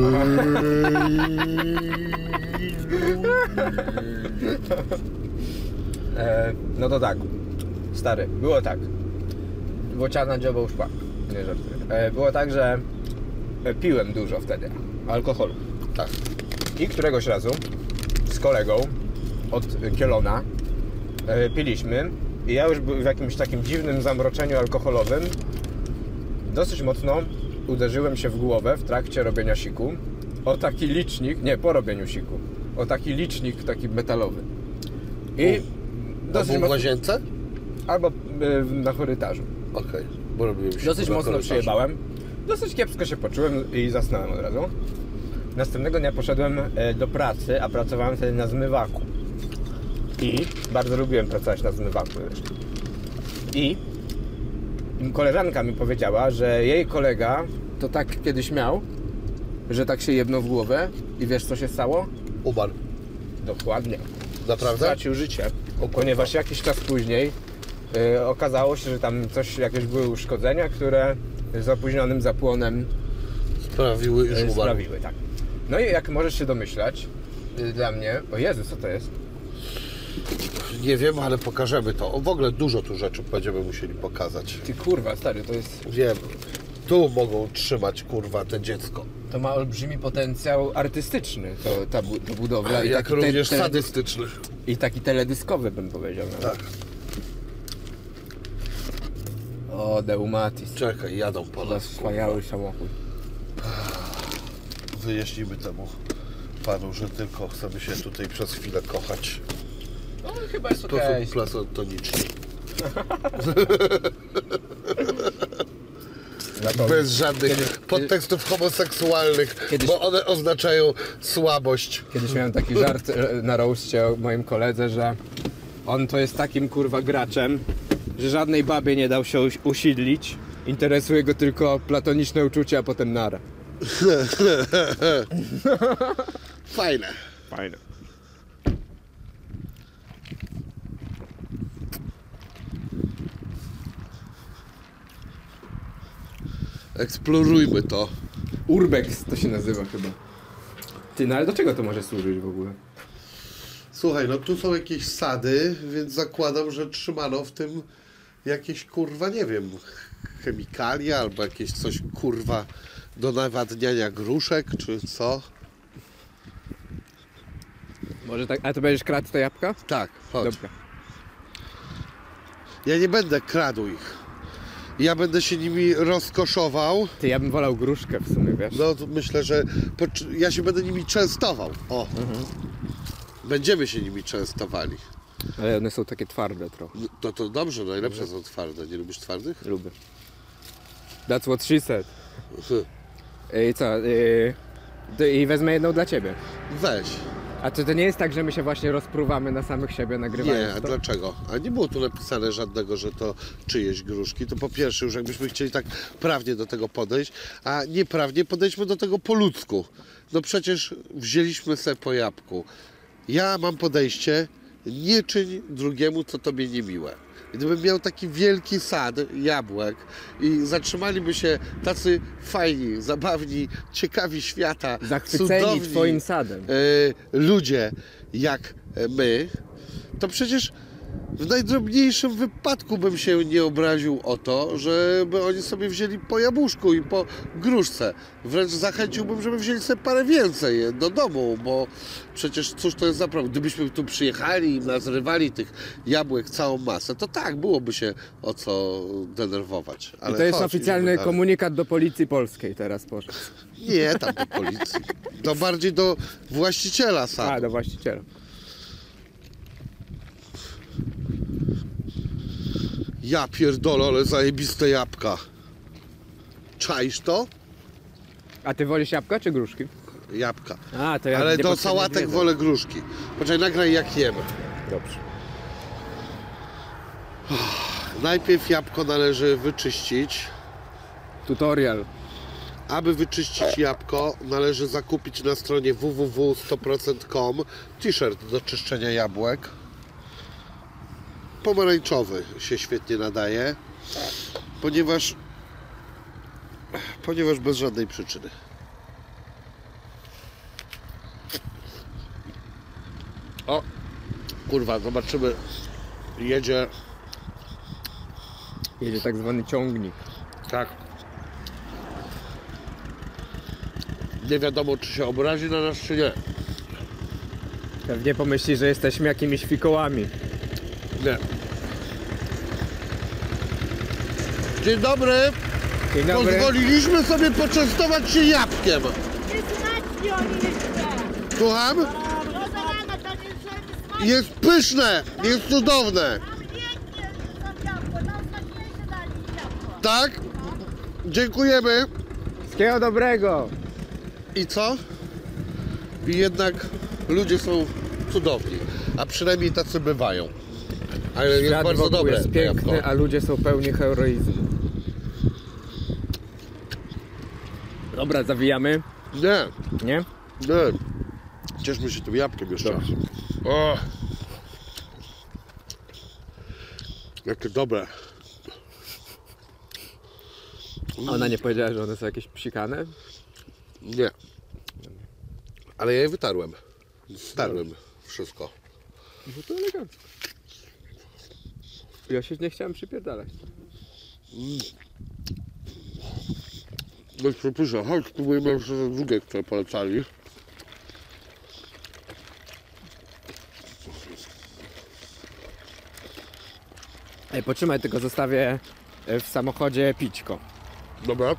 E, no to tak, stary, było tak. Bociana dziobał szpak. Nie żartuję. E, było tak, że e, piłem dużo wtedy alkoholu. Tak. I któregoś razu z kolegą od Kielona e, piliśmy i ja już był w jakimś takim dziwnym zamroczeniu alkoholowym. Dosyć mocno uderzyłem się w głowę w trakcie robienia siku o taki licznik, nie, po robieniu siku, o taki licznik taki metalowy. I To dosyć był w mocno, łazience? albo e, na korytarzu. Okej, bo robiłem się Dosyć na mocno korytarzu. przyjebałem. Dosyć kiepsko się poczułem i zasnąłem od razu. Następnego dnia poszedłem e, do pracy, a pracowałem wtedy na zmywaku. I bardzo lubiłem pracować na zmywaku. Wiesz. I koleżanka mi powiedziała, że jej kolega to tak kiedyś miał, że tak się jebnął w głowę i wiesz co się stało? Umarł. Dokładnie. Naprawdę? Stracił życie, ponieważ jakiś czas później y, okazało się, że tam coś, jakieś były uszkodzenia, które z opóźnionym zapłonem Sprawiły, iż y, umarł. sprawiły, tak. No i jak możesz się domyślać, y, dla mnie, o Jezu, co to jest? Nie wiem, ale pokażemy to. O, w ogóle dużo tu rzeczy będziemy musieli pokazać. Ty kurwa, stary, to jest, Wiem. Tu mogą trzymać, kurwa, te dziecko. to ma olbrzymi potencjał artystyczny, to, ta, bu- ta budowla. I Jak taki te- również te- sadystyczny. I taki teledyskowy, bym powiedział. nawet. Tak. O, Deumatis. Czekaj, jadą po To nas. wspaniały samochód. Wyjaśnimy temu panu, że tylko chcemy się tutaj przez chwilę kochać. No chyba jest W okej. sposób platoniczny. Na to- Bez żadnych Kiedy- podtekstów homoseksualnych, Kiedyś- bo one oznaczają słabość. Kiedyś miałem taki żart e, na roastie o moim koledze, że on to jest takim kurwa graczem, że żadnej babie nie dał się uś- usidlić. Interesuje go tylko platoniczne uczucie, a potem nara. Fajne. Fajne. Eksplorujmy to. Urbex to się nazywa chyba. Ty, no ale do czego to może służyć w ogóle? Słuchaj, no tu są jakieś sady, więc zakładam, że trzymano w tym jakieś kurwa, nie wiem, chemikalia albo jakieś coś kurwa do nawadniania gruszek, czy co? Może tak, a to będziesz kradł te jabłka? Tak, chodź. Dobra. Ja nie będę kradł ich. Ja będę się nimi rozkoszował. Ty, ja bym wolał gruszkę w sumie, wiesz? No to myślę, że pocz- ja się będę nimi częstował. O. Mhm. Będziemy się nimi częstowali. Ale one są takie twarde trochę. No to, to dobrze, najlepsze są twarde. Nie lubisz twardych? Lubię. That's what she said. Hm. I co? Yy, to- I wezmę jedną dla ciebie. Weź. A czy to nie jest tak, że my się właśnie rozpruwamy na samych siebie nagrywając Nie, a to? dlaczego? A nie było tu napisane żadnego, że to czyjeś gruszki. To po pierwsze, już jakbyśmy chcieli tak prawnie do tego podejść, a nieprawnie podejdźmy do tego po ludzku. No przecież wzięliśmy se po jabłku. Ja mam podejście, nie czyń drugiemu, co tobie niemiłe. Gdybym miał taki wielki sad jabłek i zatrzymaliby się tacy fajni, zabawni, ciekawi świata, Zachwyceni cudowni, twoim sadem. e, ludzie jak my, to przecież w najdrobniejszym wypadku bym się nie obraził o to, żeby oni sobie wzięli po jabłuszku i po gruszce. Wręcz zachęciłbym, żeby wzięli sobie parę więcej do domu, bo przecież cóż to jest za problem. Gdybyśmy tu przyjechali i nazrywali tych jabłek całą masę, to tak, byłoby się o co denerwować. I Ale to jest chodź, oficjalny idziemy dalej. komunikat do policji polskiej teraz poszedł. Nie, tam do policji. To bardziej do właściciela sadu. A, do właściciela. Ja pierdolę, ale zajebiste jabłka. Czaisz to? A ty wolisz jabłka czy gruszki? Jabłka. A, to ja Ale do niepotrzebnie sałatek wiedzę. wolę gruszki. Poczekaj, nagraj jak jemy. Dobrze. Najpierw jabłko należy wyczyścić. Tutorial. Aby wyczyścić jabłko, należy zakupić na stronie w w w kropka sto procent kropka com t-shirt do czyszczenia jabłek. Pomarańczowy się świetnie nadaje, ponieważ ponieważ bez żadnej przyczyny. O, kurwa, zobaczymy. Jedzie, Jedzie tak zwany ciągnik. tak. Nie wiadomo, czy się obrazi na nas, czy nie. Pewnie pomyśli, że jesteśmy jakimiś fikołami. Nie. Dzień dobry. Dzień dobry. Pozwoliliśmy sobie poczęstować się jabłkiem. Jest smacznie oni jeszcze! Słucham? Rozalane to nie jest smacznie! Jest pyszne, jest cudowne. Nam pięknie są jabłko, nam smaczniejsze dali jabłko. Tak? Dziękujemy. Wszystkiego dobrego. I co? I jednak ludzie są cudowni. A przynajmniej tacy bywają. Ale jest Świat bardzo wokół dobre jest to piękny, jabłko. a ludzie są pełni heroizmu. Dobra, zawijamy. Nie, Nie? nie. Cieszmy się tym jabłkiem jeszcze. Dobrze. O. Jakie dobre. Ona nie powiedziała, że one są jakieś psikane? Nie. Ale ja je wytarłem. Starłem wszystko. No to elegancko. Ja się nie chciałem przypierdalać. No i pysze, chodź, spróbujemy jeszcze te drugie, które polecali. Ej, potrzymaj, tylko zostawię e, w samochodzie pićko. Dobra.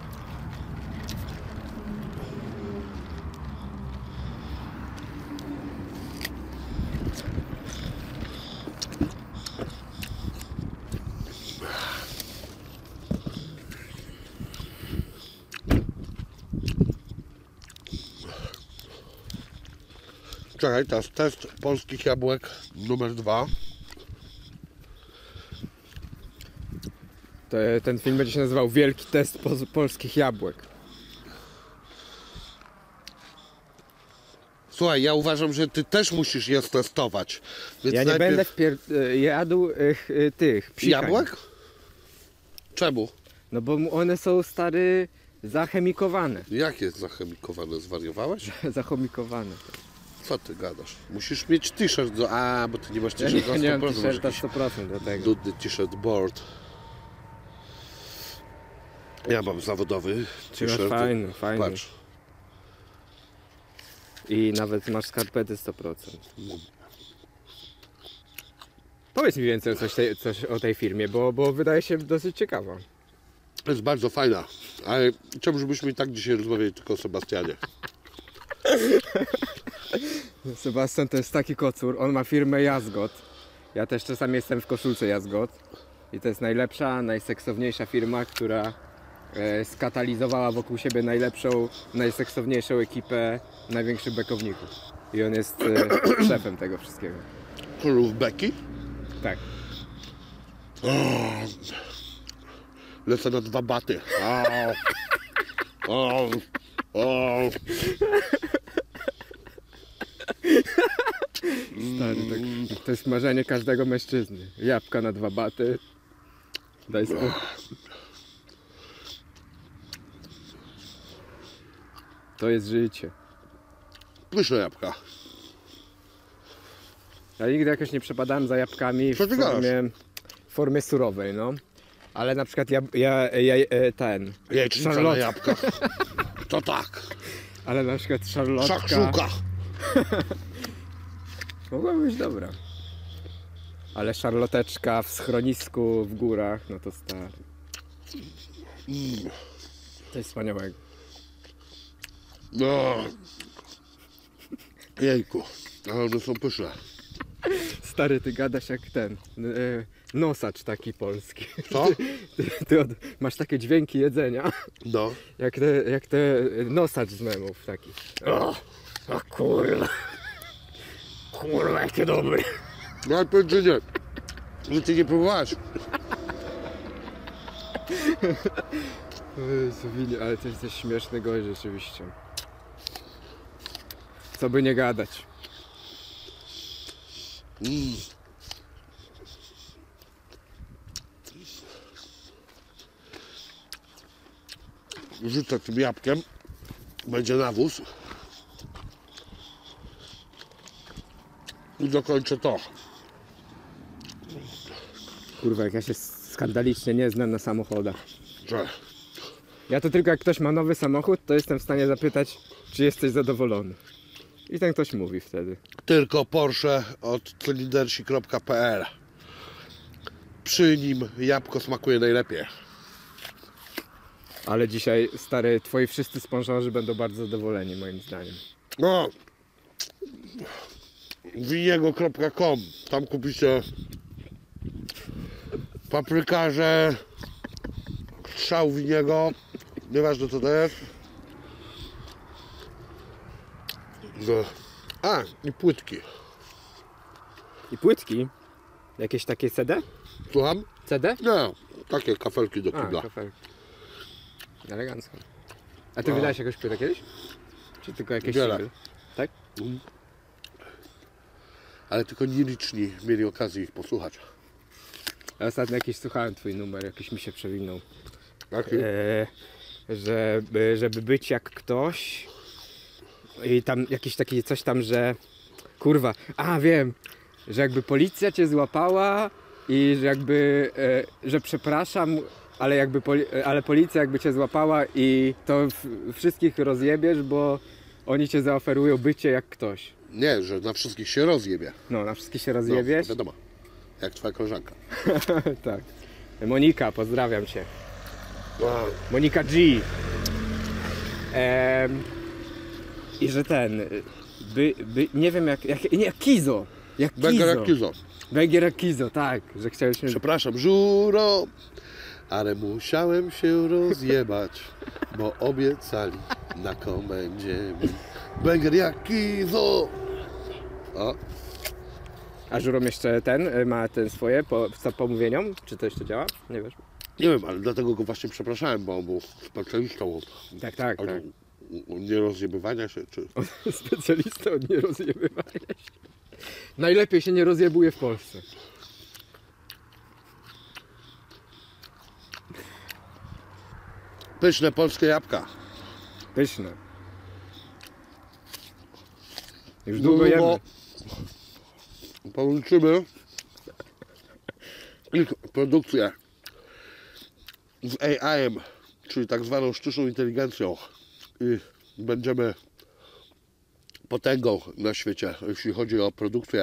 Czekaj, teraz test polskich jabłek numer dwa. To, e, ten film będzie się nazywał Wielki test po, polskich jabłek. Słuchaj, ja uważam, że ty też musisz je testować. Więc Ja nie najpierw... będę wpier- y, jadł y, y, tych psikań. Jabłek? Czemu? No bo mu- one są stary zachemikowane. Jak jest zachemikowane? Zwariowałeś? Zachomikowane. Co ty gadasz? Musisz mieć t-shirt do... A, bo ty nie masz Ja t-shirt za nie, nie mam sto procent. masz t-shirta jakiś sto procent do tego. Nudny t-shirt board. Ja mam zawodowy Ty masz t-shirt. fajny, fajny. Patrz. I nawet masz skarpety sto procent. Powiedz mi więcej coś, tej, coś o tej firmie, bo, bo wydaje się dosyć ciekawa. Jest bardzo fajna. Ale chciałbym, żebyśmy i tak dzisiaj rozmawiali tylko o Sebastianie. Sebastian to jest taki kocur, on ma firmę Jazgot. Ja też czasami jestem w koszulce Jazgot. I to jest najlepsza, najseksowniejsza firma, która e, skatalizowała wokół siebie najlepszą, najseksowniejszą ekipę największych bekowników. I on jest e, szefem tego wszystkiego. Królów Beki. Tak. Lecę na dwa baty. O, o, o. Stary, tak, to jest marzenie każdego mężczyzny. Jabłka na dwa baty. Daj spokój. To jest życie. Pyszne jabłka. Ja nigdy jakoś nie przepadałem za jabłkami w Co ty formie, w formie surowej, no. Ale na przykład ja, ja, ja e, ten... Jajecznica na Charlotte. jabłkach. To tak. Ale na przykład szarlotka... Szakszuka. Mogła być dobra. Ale szarloteczka w schronisku w górach, no to stary. To jest wspaniałego. No. Jejku. Ale one są pyszne. Stary, ty gadasz jak ten, e, nosacz taki polski. Co? Ty, ty od, masz takie dźwięki jedzenia, No. jak te, jak te nosacz z memów taki. O, o kurwa. Kurwa, jakie dobre. No ale powiedz, że nie. Że ty nie próbowałeś. Jezu, Wini, ale to jesteś śmieszny gość rzeczywiście. Co by nie gadać. Mm. Rzucę tym jabłkiem. Będzie nawóz. I dokończę to. Kurwa, jak ja się skandalicznie nie znam na samochodach. Że Ja to tylko jak ktoś ma nowy samochód, to jestem w stanie zapytać, czy jesteś zadowolony. I ten ktoś mówi wtedy. tylko Porsche od cylindersi kropka p l. Przy nim jabłko smakuje najlepiej. Ale dzisiaj, stary, twoi wszyscy sponsorzy będą bardzo zadowoleni, moim zdaniem. No. winiego kropka com. Tam kupicie paprykarze, strzał winiego. Nieważne co to jest. No. A, i płytki. I płytki? Jakieś takie C D? Słucham? C D? Nie, takie kafelki do A, kibla. kafelki. Elegancko. A ty A. wydałeś jakąś płytę kiedyś? Czy tylko jakieś Wiele. single? Tak? Ale tylko nieliczni mieli okazję ich posłuchać. Ja ostatnio jakiś słuchałem twój numer, jakiś mi się przewinął. Jaki? E, żeby, żeby być jak ktoś i tam jakiś taki coś tam, że kurwa, a wiem, że jakby policja cię złapała i że jakby, e, że przepraszam, ale jakby poli, ale policja jakby cię złapała i to w, wszystkich rozjebiesz, bo oni cię zaoferują bycie jak ktoś. Nie, że na wszystkich się rozjebie. No, na wszystkich się No, rozjebiesz. wiadomo. Jak twoja koleżanka. Tak. Monika, pozdrawiam cię. No. Monika G. Em, I że ten, by, by, nie wiem jak, jak, nie, jak Kizo. Jak Kizo. Węgier jak Kizo. Węgier jak Kizo, tak, że chciałeś mnie... Przepraszam, żuro, ale musiałem się rozjebać, bo obiecali na komendzie mi. Węgier jak Kizo. O, A Żurom jeszcze ten, y, ma ten swoje po, co pomówieniom? Czy to jeszcze działa? Nie wiesz? nie wiem, ale dlatego go właśnie przepraszałem, bo on był specjalistą od, Tak, tak, od tak. nierozjebywania się, czy... Specjalista od nierozjebywania się. Najlepiej się nie rozjebuje w Polsce. Pyszne polskie jabłka. Pyszne. Już długo jemy. Połączymy ich produkcję z A I em, czyli tak zwaną sztuczną inteligencją, i będziemy potęgą na świecie, jeśli chodzi o produkcję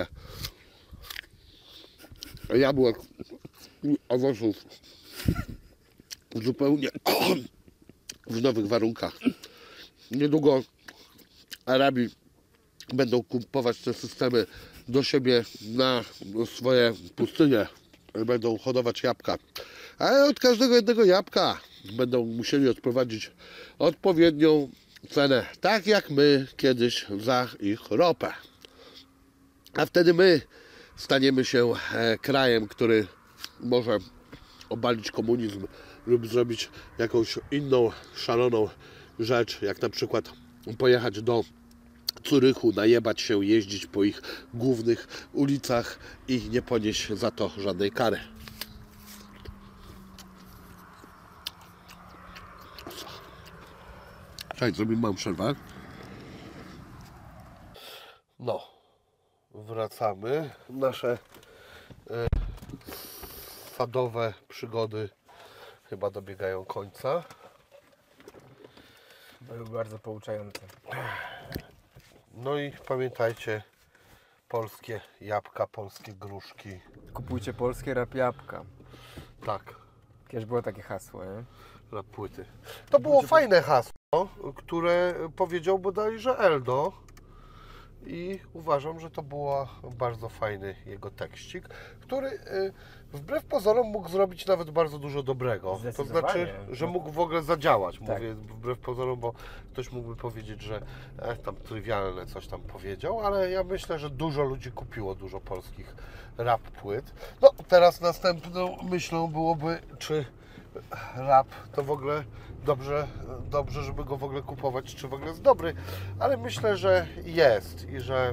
jabłek i owoców zupełnie w nowych warunkach. Niedługo Arabi będą kupować te systemy do siebie na swoje pustynie, będą hodować jabłka, ale od każdego jednego jabłka będą musieli odprowadzić odpowiednią cenę, tak jak my kiedyś za ich ropę. A wtedy my staniemy się krajem, który może obalić komunizm lub zrobić jakąś inną szaloną rzecz, jak na przykład pojechać do Zurychu, najebać się, jeździć po ich głównych ulicach i nie ponieść za to żadnej kary. Cześć, zrobimy małą przerwę. No, wracamy. Nasze e, sadowe przygody chyba dobiegają końca. Były bardzo pouczające. No i pamiętajcie, polskie jabłka, polskie gruszki. Kupujcie polskie rap jabłka. Tak, Kiedyś było takie hasło, nie? na płyty. To było fajne hasło, które powiedział bodajże Eldo. I uważam, że to był bardzo fajny jego tekścik, który y, wbrew pozorom mógł zrobić nawet bardzo dużo dobrego. To znaczy, że mógł w ogóle zadziałać. Tak. Mówię wbrew pozorom, bo ktoś mógłby powiedzieć, że eh, tam trywialne coś tam powiedział, ale ja myślę, że dużo ludzi kupiło dużo polskich rap płyt. No teraz następną myślą byłoby, czy rap to w ogóle dobrze, dobrze, żeby go w ogóle kupować, czy w ogóle jest dobry, ale myślę, że jest i że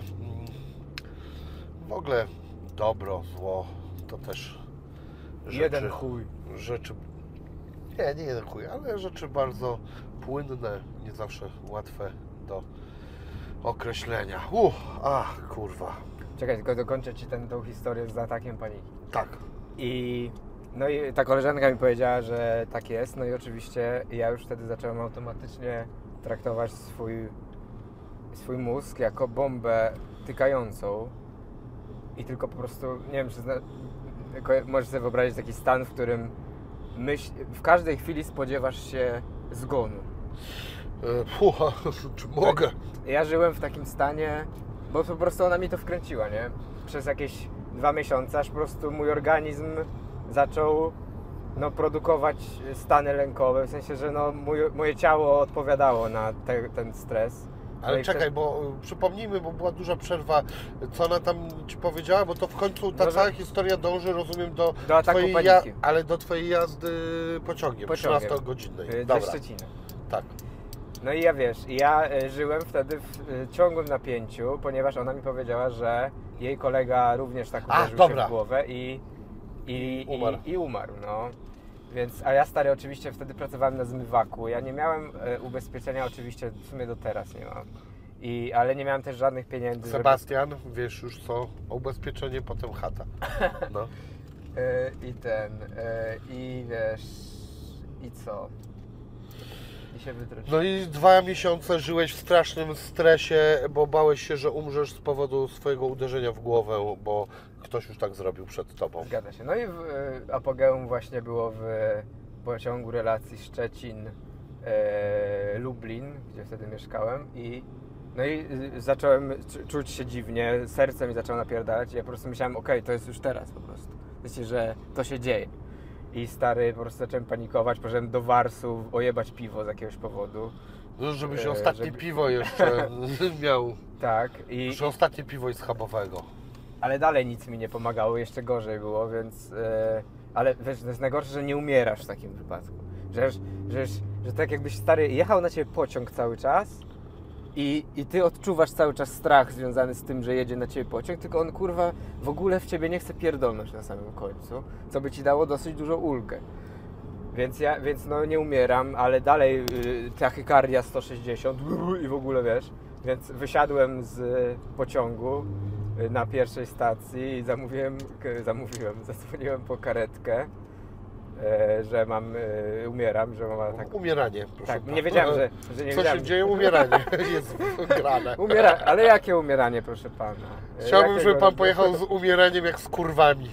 w ogóle dobro, zło to też rzeczy, Jeden chuj. rzeczy, nie, nie jeden chuj, ale rzeczy bardzo płynne, nie zawsze łatwe do określenia. Uff, ach, kurwa. Czekaj, tylko dokończę Ci tę tą historię z atakiem paniki. Tak. I no i ta koleżanka mi powiedziała, że tak jest, no i oczywiście ja już wtedy zacząłem automatycznie traktować swój, swój mózg jako bombę tykającą i tylko po prostu, nie wiem, czy zna, możesz sobie wyobrazić taki stan, w którym myśl, w każdej chwili spodziewasz się zgonu. Pucha, czy mogę? Ja żyłem w takim stanie, bo po prostu ona mi to wkręciła, nie? Przez jakieś dwa miesiące, aż po prostu mój organizm zaczął no, produkować stany lękowe, w sensie, że no, mój, moje ciało odpowiadało na te, ten stres. Ale no czekaj, wtedy... bo przypomnijmy, bo była duża przerwa, co ona tam Ci powiedziała, bo to w końcu ta no, cała że... historia dąży, rozumiem, do, do ataku twojej paniki. ja... ale do Twojej jazdy pociągiem, Pociągiem. trzynastogodzinnej. Ze Dobra, Szczecina. tak. No i ja wiesz, ja żyłem wtedy w ciągłym napięciu, ponieważ ona mi powiedziała, że jej kolega również tak A, uderzył dobra. się w głowę i, i, Umarł. i, i umarł, no. Więc, a ja stary oczywiście wtedy pracowałem na zmywaku, ja nie miałem e, ubezpieczenia, oczywiście w sumie do teraz nie mam. I, ale nie miałem też żadnych pieniędzy, Sebastian, żeby... wiesz już co, ubezpieczenie, potem chata. No. e, I ten, e, i wiesz, i co? I się wytrąciłem. No i dwa miesiące żyłeś w strasznym stresie, bo bałeś się, że umrzesz z powodu swojego uderzenia w głowę, bo ktoś już tak zrobił przed Tobą. Zgadza się. No i w, e, apogeum właśnie było w pociągu relacji Szczecin e, Lublin, gdzie wtedy mieszkałem i no i y, zacząłem czuć się dziwnie, serce mi zaczęło napierdalać i ja po prostu myślałem, okej, to jest już teraz po prostu. Wiecie, że to się dzieje. I stary, po prostu zacząłem panikować, poszedłem do Warsu ojebać piwo z jakiegoś powodu. No, żebyś E, ostatnie żeby- piwo jeszcze miał, Tak, i, że ostatnie piwo jest schabowego. ale dalej nic mi nie pomagało, jeszcze gorzej było, więc... E, ale wiesz, to jest najgorsze, że nie umierasz w takim wypadku. Że już, że już że tak jakbyś stary jechał na ciebie pociąg cały czas i, i ty odczuwasz cały czas strach związany z tym, że jedzie na ciebie pociąg, tylko on kurwa w ogóle w ciebie nie chce pierdolnąć na samym końcu, co by ci dało dosyć dużą ulgę. Więc ja, więc no nie umieram, ale dalej yy, tachykardia sto sześćdziesiąt i w ogóle wiesz, więc wysiadłem z pociągu yy, na pierwszej stacji i zamówiłem, k- zamówiłem, zadzwoniłem po karetkę, yy, że mam, yy, umieram, że mam tak. Umieranie, proszę Tak, pana. nie wiedziałem, że, że nie Co wiedziałem. się dzieje? Umieranie jest grane. Umiera, ale jakie umieranie, proszę pana? Chciałbym, Jakiego- żeby pan pojechał z umieraniem jak z kurwami.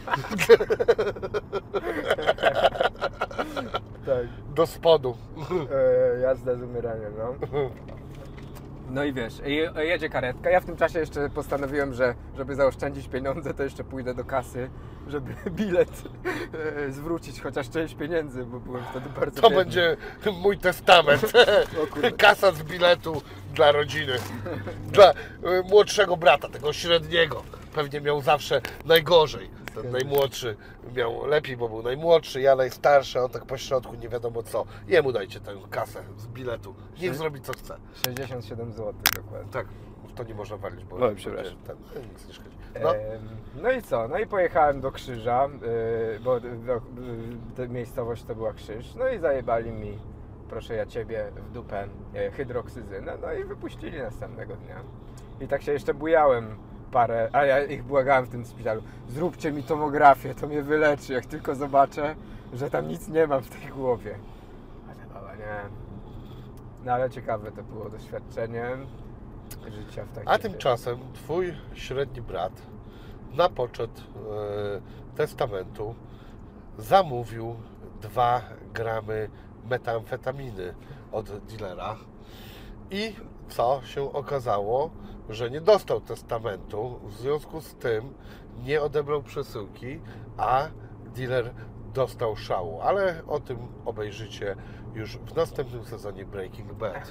Tak. Do spodu. E, jazda z umieraniem, no. No i wiesz, i jedzie karetka. Ja w tym czasie jeszcze postanowiłem, że żeby zaoszczędzić pieniądze, to jeszcze pójdę do kasy, żeby bilet e, zwrócić chociaż część pieniędzy, bo byłem wtedy bardzo To biedny. będzie mój testament. O kurde. Kasa z biletu dla rodziny. Dla y, młodszego brata, tego średniego. Pewnie miał zawsze najgorzej. Ten najmłodszy miał lepiej, bo był najmłodszy, ja najstarszy, a on tak po środku nie wiadomo co. Jemu dajcie tę kasę z biletu. Niech zrobi co chce. sześćdziesiąt siedem złotych dokładnie. Tak, w to nie można walić, bo No, będzie przepraszam. ten, no, nic nie szkodzi. No, Em, No i co? No i pojechałem do Krzyża, yy, bo do, yy, miejscowość to była Krzyż. No i zajebali mi, proszę ja ciebie, w dupę yy, hydroksyzynę. No i wypuścili następnego dnia. I tak się jeszcze bujałem parę, a ja ich błagałem w tym szpitalu. Zróbcie mi tomografię, to mnie wyleczy, jak tylko zobaczę, że tam nic nie mam w tej głowie. Ale baba, nie. No ale ciekawe to było doświadczenie życia w takim... a tymczasem twój średni brat na poczet e, testamentu zamówił dwa gramy metamfetaminy od dealera i co się okazało, że nie dostał testamentu, w związku z tym nie odebrał przesyłki, a dealer dostał szału, ale o tym obejrzycie już w następnym sezonie Breaking Bad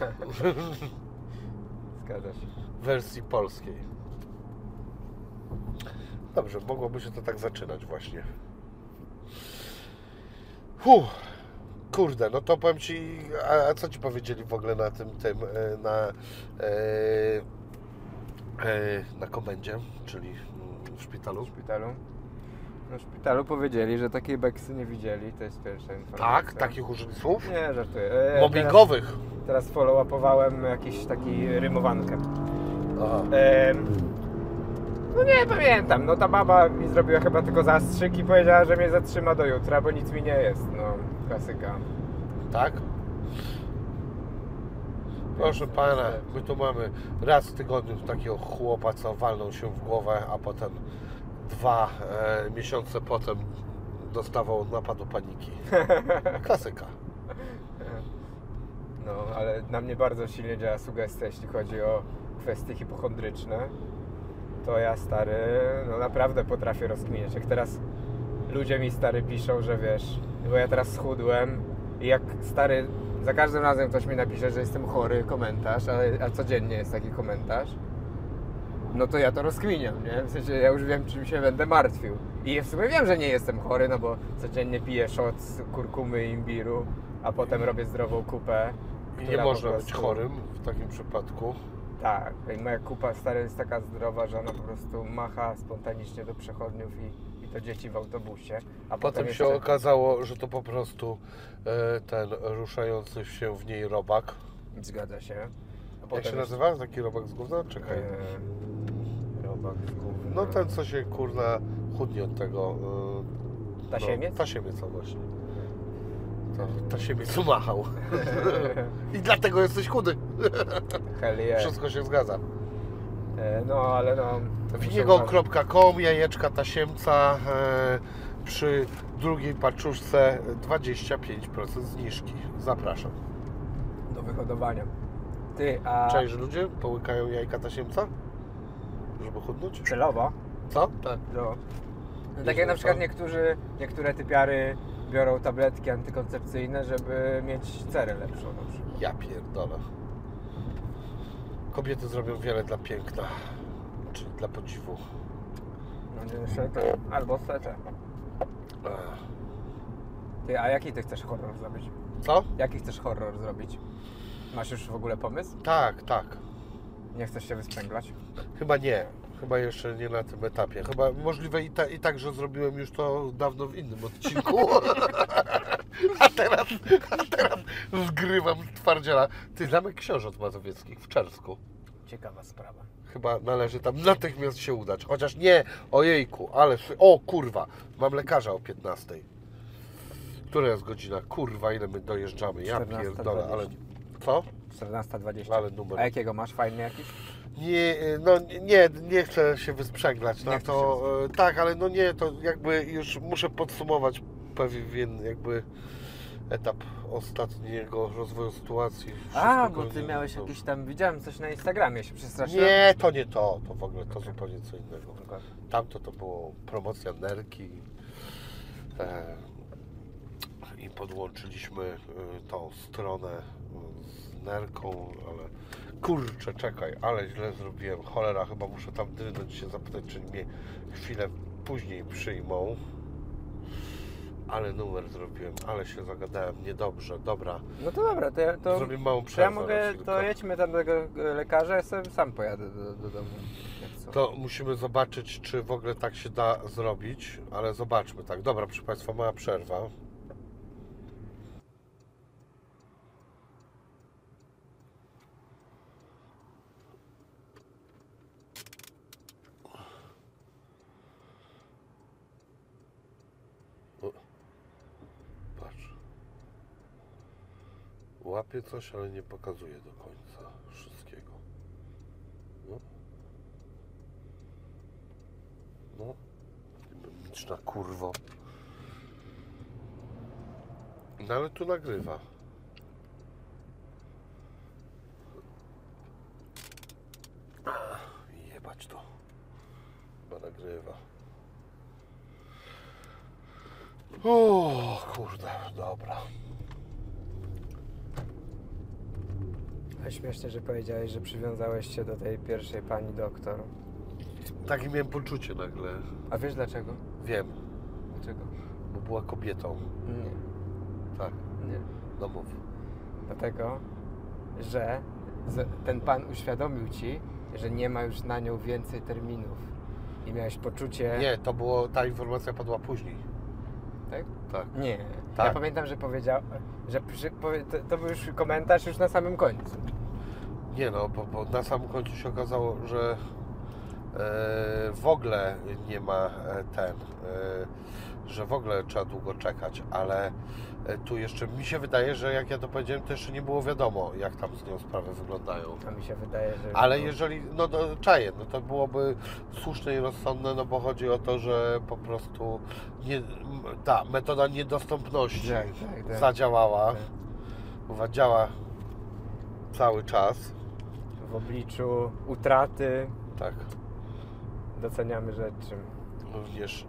Zgadza się. w wersji polskiej. Dobrze, mogłoby się to tak zaczynać właśnie. Huh, kurde, no to powiem Ci, a, a co Ci powiedzieli w ogóle na tym, tym e, na, e, e, na komendzie, czyli w szpitalu? W szpitalu? No w szpitalu powiedzieli, że takiej beksy nie widzieli, to jest pierwsza informacja. Tak, takich użyli słów? Nie, żartuję. E, Mobbingowych. Teraz, teraz follow-upowałem jakiś taki rymowankę. Aha. E, no nie pamiętam, no ta baba mi zrobiła chyba tylko zastrzyk i powiedziała, że mnie zatrzyma do jutra, bo nic mi nie jest, no klasyka. Tak? Proszę Pana, my tu mamy raz w tygodniu takiego chłopa, co walnął się w głowę, a potem dwa e, miesiące potem dostawał napadu paniki. Klasyka. No, ale na mnie bardzo silnie działa sugestia, jeśli chodzi o kwestie hipochondryczne. To ja, stary, no naprawdę potrafię rozkminiać. Jak teraz ludzie mi, stary, piszą, że wiesz, bo ja teraz schudłem i jak, stary, za każdym razem ktoś mi napisze, że jestem chory, komentarz, ale, a codziennie jest taki komentarz, no to ja to rozkminiam, nie? W sensie ja już wiem, czym się będę martwił. I w sumie wiem, że nie jestem chory, no bo codziennie piję shot z kurkumy i imbiru, a potem robię zdrową kupę. I nie która można po być prostu- chorym w takim przypadku. Tak, i moja kupa, stary, jest taka zdrowa, że ona po prostu macha spontanicznie do przechodniów i, i to dzieci w autobusie. A Potem potem się jeszcze... okazało, że to po prostu e, ten ruszający się w niej robak. Zgadza się. A Jak potem się jeszcze- nazywa? Taki robak z gówna? Czekaj. Eee, robak z gówna. No ten, co się kurna chudnie od tego. e, Tasiemiec? No, tasiemiec, o właśnie. To, tasiemiec umachał. I dlatego jesteś chudy. Hell yeah. Wszystko się zgadza. E, no, ale no... winigo kropka com, jajeczka tasiemca, e, przy drugiej paczuszce dwadzieścia pięć procent zniżki. Zapraszam. Do wyhodowania. Ty, a... Cześć, że ludzie połykają jajka tasiemca? Żeby chudnąć? Celowo? Co? Tak. No. No, Wiesz, tak jak na co? przykład niektórzy, niektóre typiary biorą tabletki antykoncepcyjne, żeby mieć cerę lepszą na przykład. Ja pierdolę. Kobiety zrobią wiele dla piękna. Czyli dla podziwu. No niestety. Albo stety. Ech. Ty, a jaki ty chcesz horror zrobić? Co? Jaki chcesz horror zrobić? Masz już w ogóle pomysł? Tak, tak. Nie chcesz się wyspęglać? Chyba nie. Chyba jeszcze nie na tym etapie. Chyba możliwe i, ta, i tak, że zrobiłem już to dawno w innym odcinku. A teraz, a teraz zgrywam twardziela. Ty, Zamek Książąt Mazowieckich w Czersku. Ciekawa sprawa. Chyba należy tam natychmiast się udać. Chociaż nie, ojejku, ale... O kurwa, mam lekarza o piętnastej. Która jest godzina? Kurwa, ile my dojeżdżamy? Ja pierdolę, ale... Co? czternasta dwadzieścia. Ale numer. A jakiego masz? Fajny jakiś? Nie, no nie, nie chcę się wysprzęglać na Nie chcesz to. e, Tak, ale no nie, to jakby już muszę podsumować pewien jakby etap ostatniego rozwoju sytuacji. A, Wszystko bo ty nie- miałeś to- jakiś tam... Widziałem coś na Instagramie, się przestraszyłem. Nie, to nie to, to w ogóle to Okej. zupełnie co innego. Dokładnie. Tamto to było promocja nerki e, i podłączyliśmy e, tą stronę e, z nerką, ale kurczę, czekaj, ale źle zrobiłem. Cholera, chyba muszę tam drynąć się zapytać, czy mnie chwilę później przyjmą. Ale numer zrobiłem, ale się zagadałem niedobrze, dobra. No to dobra, to, ja- to, Zrobię małą to ja przerwę. mogę, na to chwilkę. jedźmy tam do tego e, lekarza, ja sobie sam pojadę do, do domu. Jak co. To musimy zobaczyć, czy w ogóle tak się da zrobić, ale zobaczmy tak. Dobra, proszę Państwa, mała przerwa. O, patrz. Łapię coś, ale nie pokazuje do końca wszystkiego. No. No. Mimiczna kurwo. No ale tu nagrywa. Ach, jebać to. Chyba nagrywa. O kurde, dobra. A śmiesznie, że powiedziałeś, że przywiązałeś się do tej pierwszej pani doktor. Takie miałem poczucie nagle. A wiesz dlaczego? Wiem, Dlaczego? bo była kobietą. Nie, Tak, nie. no mów. Dlatego, że z- ten pan uświadomił ci, że nie ma już na nią więcej terminów. I miałeś poczucie... Nie, to było, ta informacja padła później. Tak? Tak. Nie. Tak. Ja pamiętam, że powiedział, że przy, powie, to, to był już komentarz już na samym końcu. Nie no, bo, bo na samym końcu się okazało, że e, w ogóle nie ma e, ten, e, że w ogóle trzeba długo czekać, ale e, tu jeszcze mi się wydaje, że jak ja to powiedziałem, to jeszcze nie było wiadomo, jak tam z nią sprawy wyglądają. A mi się wydaje, że... Ale no, jeżeli, no do, czaję, no to byłoby słuszne i rozsądne, no bo chodzi o to, że po prostu nie, m, ta metoda niedostępności Tak, tak, tak. zadziałała, Tak. Uwa, działa cały czas, W obliczu utraty tak, doceniamy rzeczy. również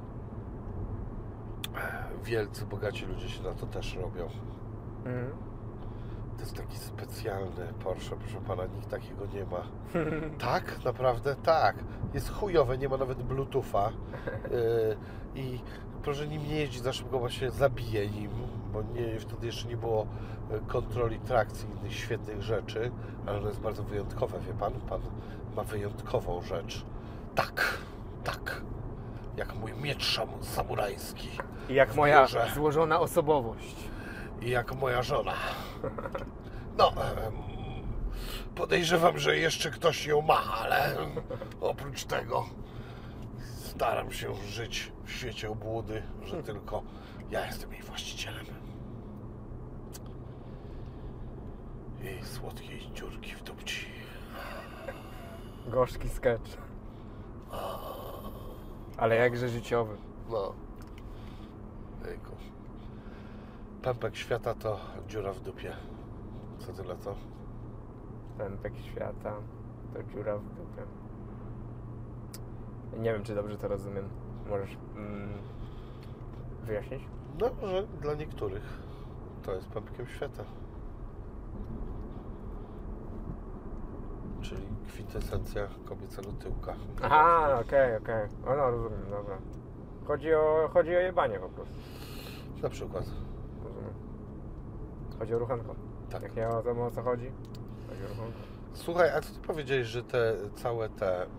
wielcy, bogaci ludzie się na to też robią. Mhm. To jest taki specjalny Porsche, proszę pana, nikt takiego nie ma. Tak? Naprawdę? Tak. Jest chujowe, nie ma nawet Bluetootha. Yy, I proszę nim nie jeździć za szybko, bo się zabije nim, bo nie, wtedy jeszcze nie było kontroli trakcji i innych świetnych rzeczy, ale ono jest bardzo wyjątkowe, wie pan? Pan ma wyjątkową rzecz. Tak, tak. Jak mój miecz szam- samurajski. I jak moja Biurze. złożona osobowość. I jak moja żona. No, em, podejrzewam, że jeszcze ktoś ją ma, ale oprócz tego staram się żyć w świecie obłudy, że tylko ja jestem jej właścicielem. I słodkiej dziurki w dupci. Gorzki sketch. Ale jakże życiowy. No. Jejku. Pępek świata to dziura w dupie. Co tyle to? Pępek świata to dziura w dupie. Nie wiem, czy dobrze to rozumiem. Możesz mm, wyjaśnić? No, że dla niektórych to jest pępkiem świata. Czyli kwintesencja kobiecego tyłka. Aha, okej, okej. O no, rozumiem, dobra. Chodzi o, chodzi o jebanie po prostu. Na przykład. Rozumiem. Chodzi o ruchanko. Tak. Jak nie o to, o co chodzi? Chodzi o ruchanko. Słuchaj, a co ty powiedziałeś, że te całe te mm,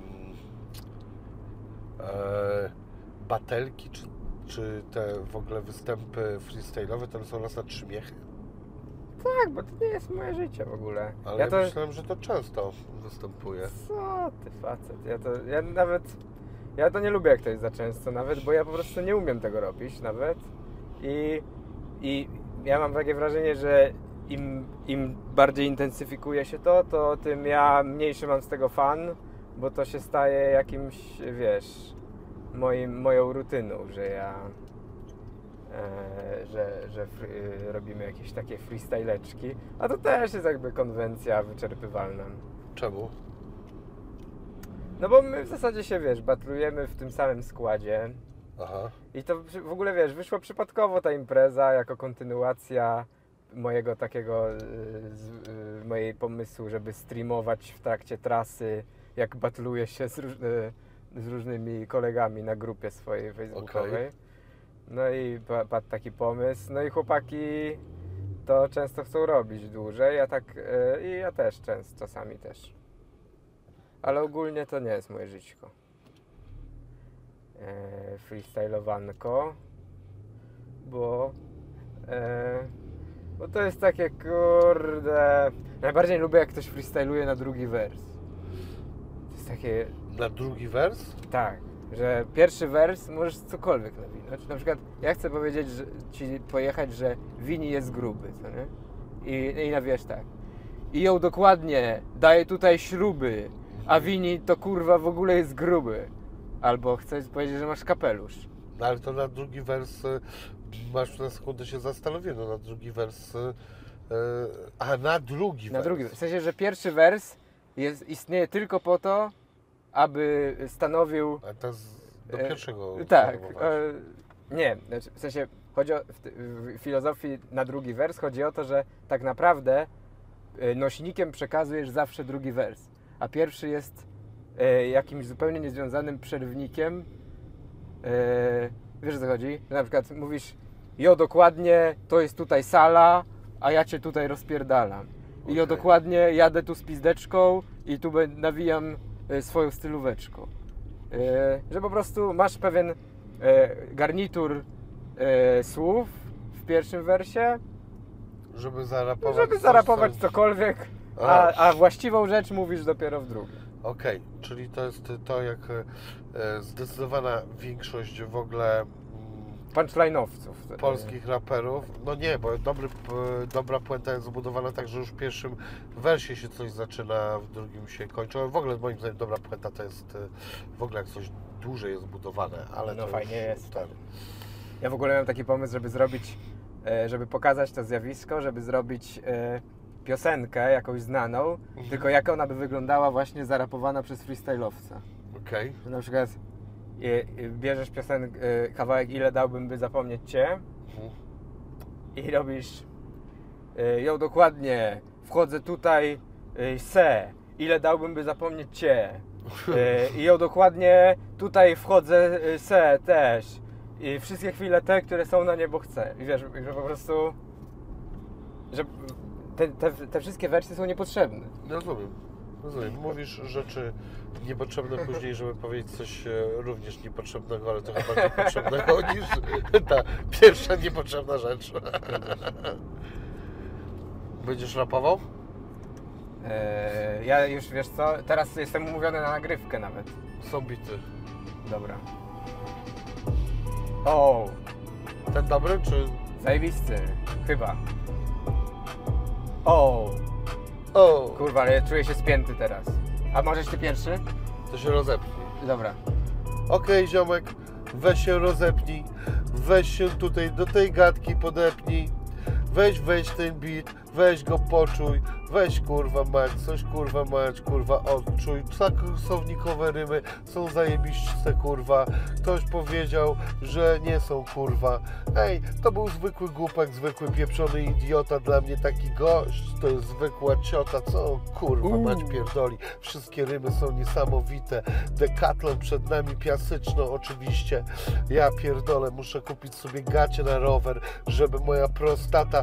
e, batelki, czy, czy te w ogóle występy freestyle'owe, to są raz na trzy miechy? Tak, bo to nie jest moje życie w ogóle. Ale ja ja to... myślałem, że to często występuje. Co ty facet? Ja to, ja nawet, ja to nie lubię jak to jest za często nawet, bo ja po prostu nie umiem tego robić nawet i, i ja mam takie wrażenie, że im, im bardziej intensyfikuje się to, to tym ja mniejszy mam z tego fan, bo to się staje jakimś, wiesz, moim, moją rutyną, że ja e, że, że fry, robimy jakieś takie freestyleczki, a to też jest jakby konwencja wyczerpywalna. Czemu? No bo my w zasadzie się, wiesz, batlujemy w tym samym składzie Aha. i to w ogóle, wiesz, wyszła przypadkowo ta impreza jako kontynuacja mojego takiego, y, z, y, mojej pomysłu, żeby streamować w trakcie trasy, jak batluję się z, róż, y, z różnymi kolegami na grupie swojej facebookowej. Okay. No i pa- padł taki pomysł, no i chłopaki to często chcą robić dłużej, ja tak, y, i ja też często, czasami też. Ale ogólnie to nie jest moje żyćko. E, freestylowanko, bo, e, bo to jest takie, kurde... Najbardziej lubię, jak ktoś freestyluje na drugi wers. To jest takie... Na drugi wers? Tak, że pierwszy wers możesz cokolwiek nawinąć. Na przykład ja chcę powiedzieć, że ci pojechać, że Wini jest gruby, co nie? I, i nawiesz tak. I ją dokładnie daje tutaj śruby, a Wini to kurwa w ogóle jest gruby. Albo chcę powiedzieć, że masz kapelusz. No ale to na drugi wers, y, masz na sekundę się zastanowiłem, no na drugi wers, y, a na drugi Na wers. drugi, w sensie, że pierwszy wers jest, istnieje tylko po to, aby stanowił... A to z, do e, pierwszego Tak, formować. e, nie, znaczy, w sensie chodzi o, w, w filozofii na drugi wers chodzi o to, że tak naprawdę e, nośnikiem przekazujesz zawsze drugi wers, a pierwszy jest e, jakimś zupełnie niezwiązanym przerywnikiem. E, wiesz o co chodzi? Że na przykład mówisz, jo dokładnie to jest tutaj sala, a ja cię tutaj rozpierdalam. I jo Okej. dokładnie jadę tu z pizdeczką i tu be- nawijam e, swoją stylóweczką. E, że po prostu masz pewien e, garnitur e, słów w pierwszym wersie, Żeby zarapować. żeby coś, zarapować co- cokolwiek, A. a, a właściwą rzecz mówisz dopiero w drugim. Okej, czyli to jest to, jak e, zdecydowana większość w ogóle mm, Punchline'owców. polskich raperów, no nie, bo dobry, p- dobra puenta jest zbudowana tak, że już w pierwszym wersie się coś zaczyna, w drugim się kończy. Ale w ogóle moim zdaniem dobra puenta to jest e, w ogóle jak coś dłużej jest zbudowane, ale No to fajnie już jest. ten. Ja w ogóle mam taki pomysł, żeby zrobić, e, żeby pokazać to zjawisko, żeby zrobić e, piosenkę jakąś znaną, Mhm. tylko jak ona by wyglądała właśnie zarapowana przez freestyle'owca. Okej, Że na przykład e, e, bierzesz piosenkę, e, kawałek Ile dałbym, by zapomnieć Cię Mhm. i robisz e, ją dokładnie, wchodzę tutaj, e, se, ile dałbym, by zapomnieć Cię. E, I ją dokładnie tutaj wchodzę, e, se też. I wszystkie chwile te, które są na niebo chcę. I wiesz, że po prostu, że te, te, te wszystkie wersje są niepotrzebne. rozumiem. Rozumiem. Mówisz rzeczy niepotrzebne później, żeby powiedzieć coś e, również niepotrzebnego, ale trochę bardziej potrzebnego niż ta pierwsza niepotrzebna rzecz. Będziesz rapował? E, ja już, wiesz co, teraz jestem umówiony na nagrywkę nawet. Są bity. Dobra. O, Ten dobry, czy... zajebisty, chyba. O, O, kurwa, ale czuję się spięty teraz. A możesz ty pierwszy? to się rozepnij. Dobra. Okej, ziomek, weź się rozepnij, weź się tutaj do tej gadki podepnij, weź, weź ten beat, weź go poczuj, weź kurwa mać, coś kurwa mać, kurwa odczuj, sakownikowe rymy są zajebiście kurwa, ktoś powiedział, że nie są kurwa, ej, to był zwykły głupek, zwykły pieprzony idiota, dla mnie taki gość, to jest zwykła ciota, co on, kurwa Uuu. mać pierdoli, wszystkie rymy są niesamowite, Decathlon przed nami piaseczno oczywiście, ja pierdolę, muszę kupić sobie gacie na rower, żeby moja prostata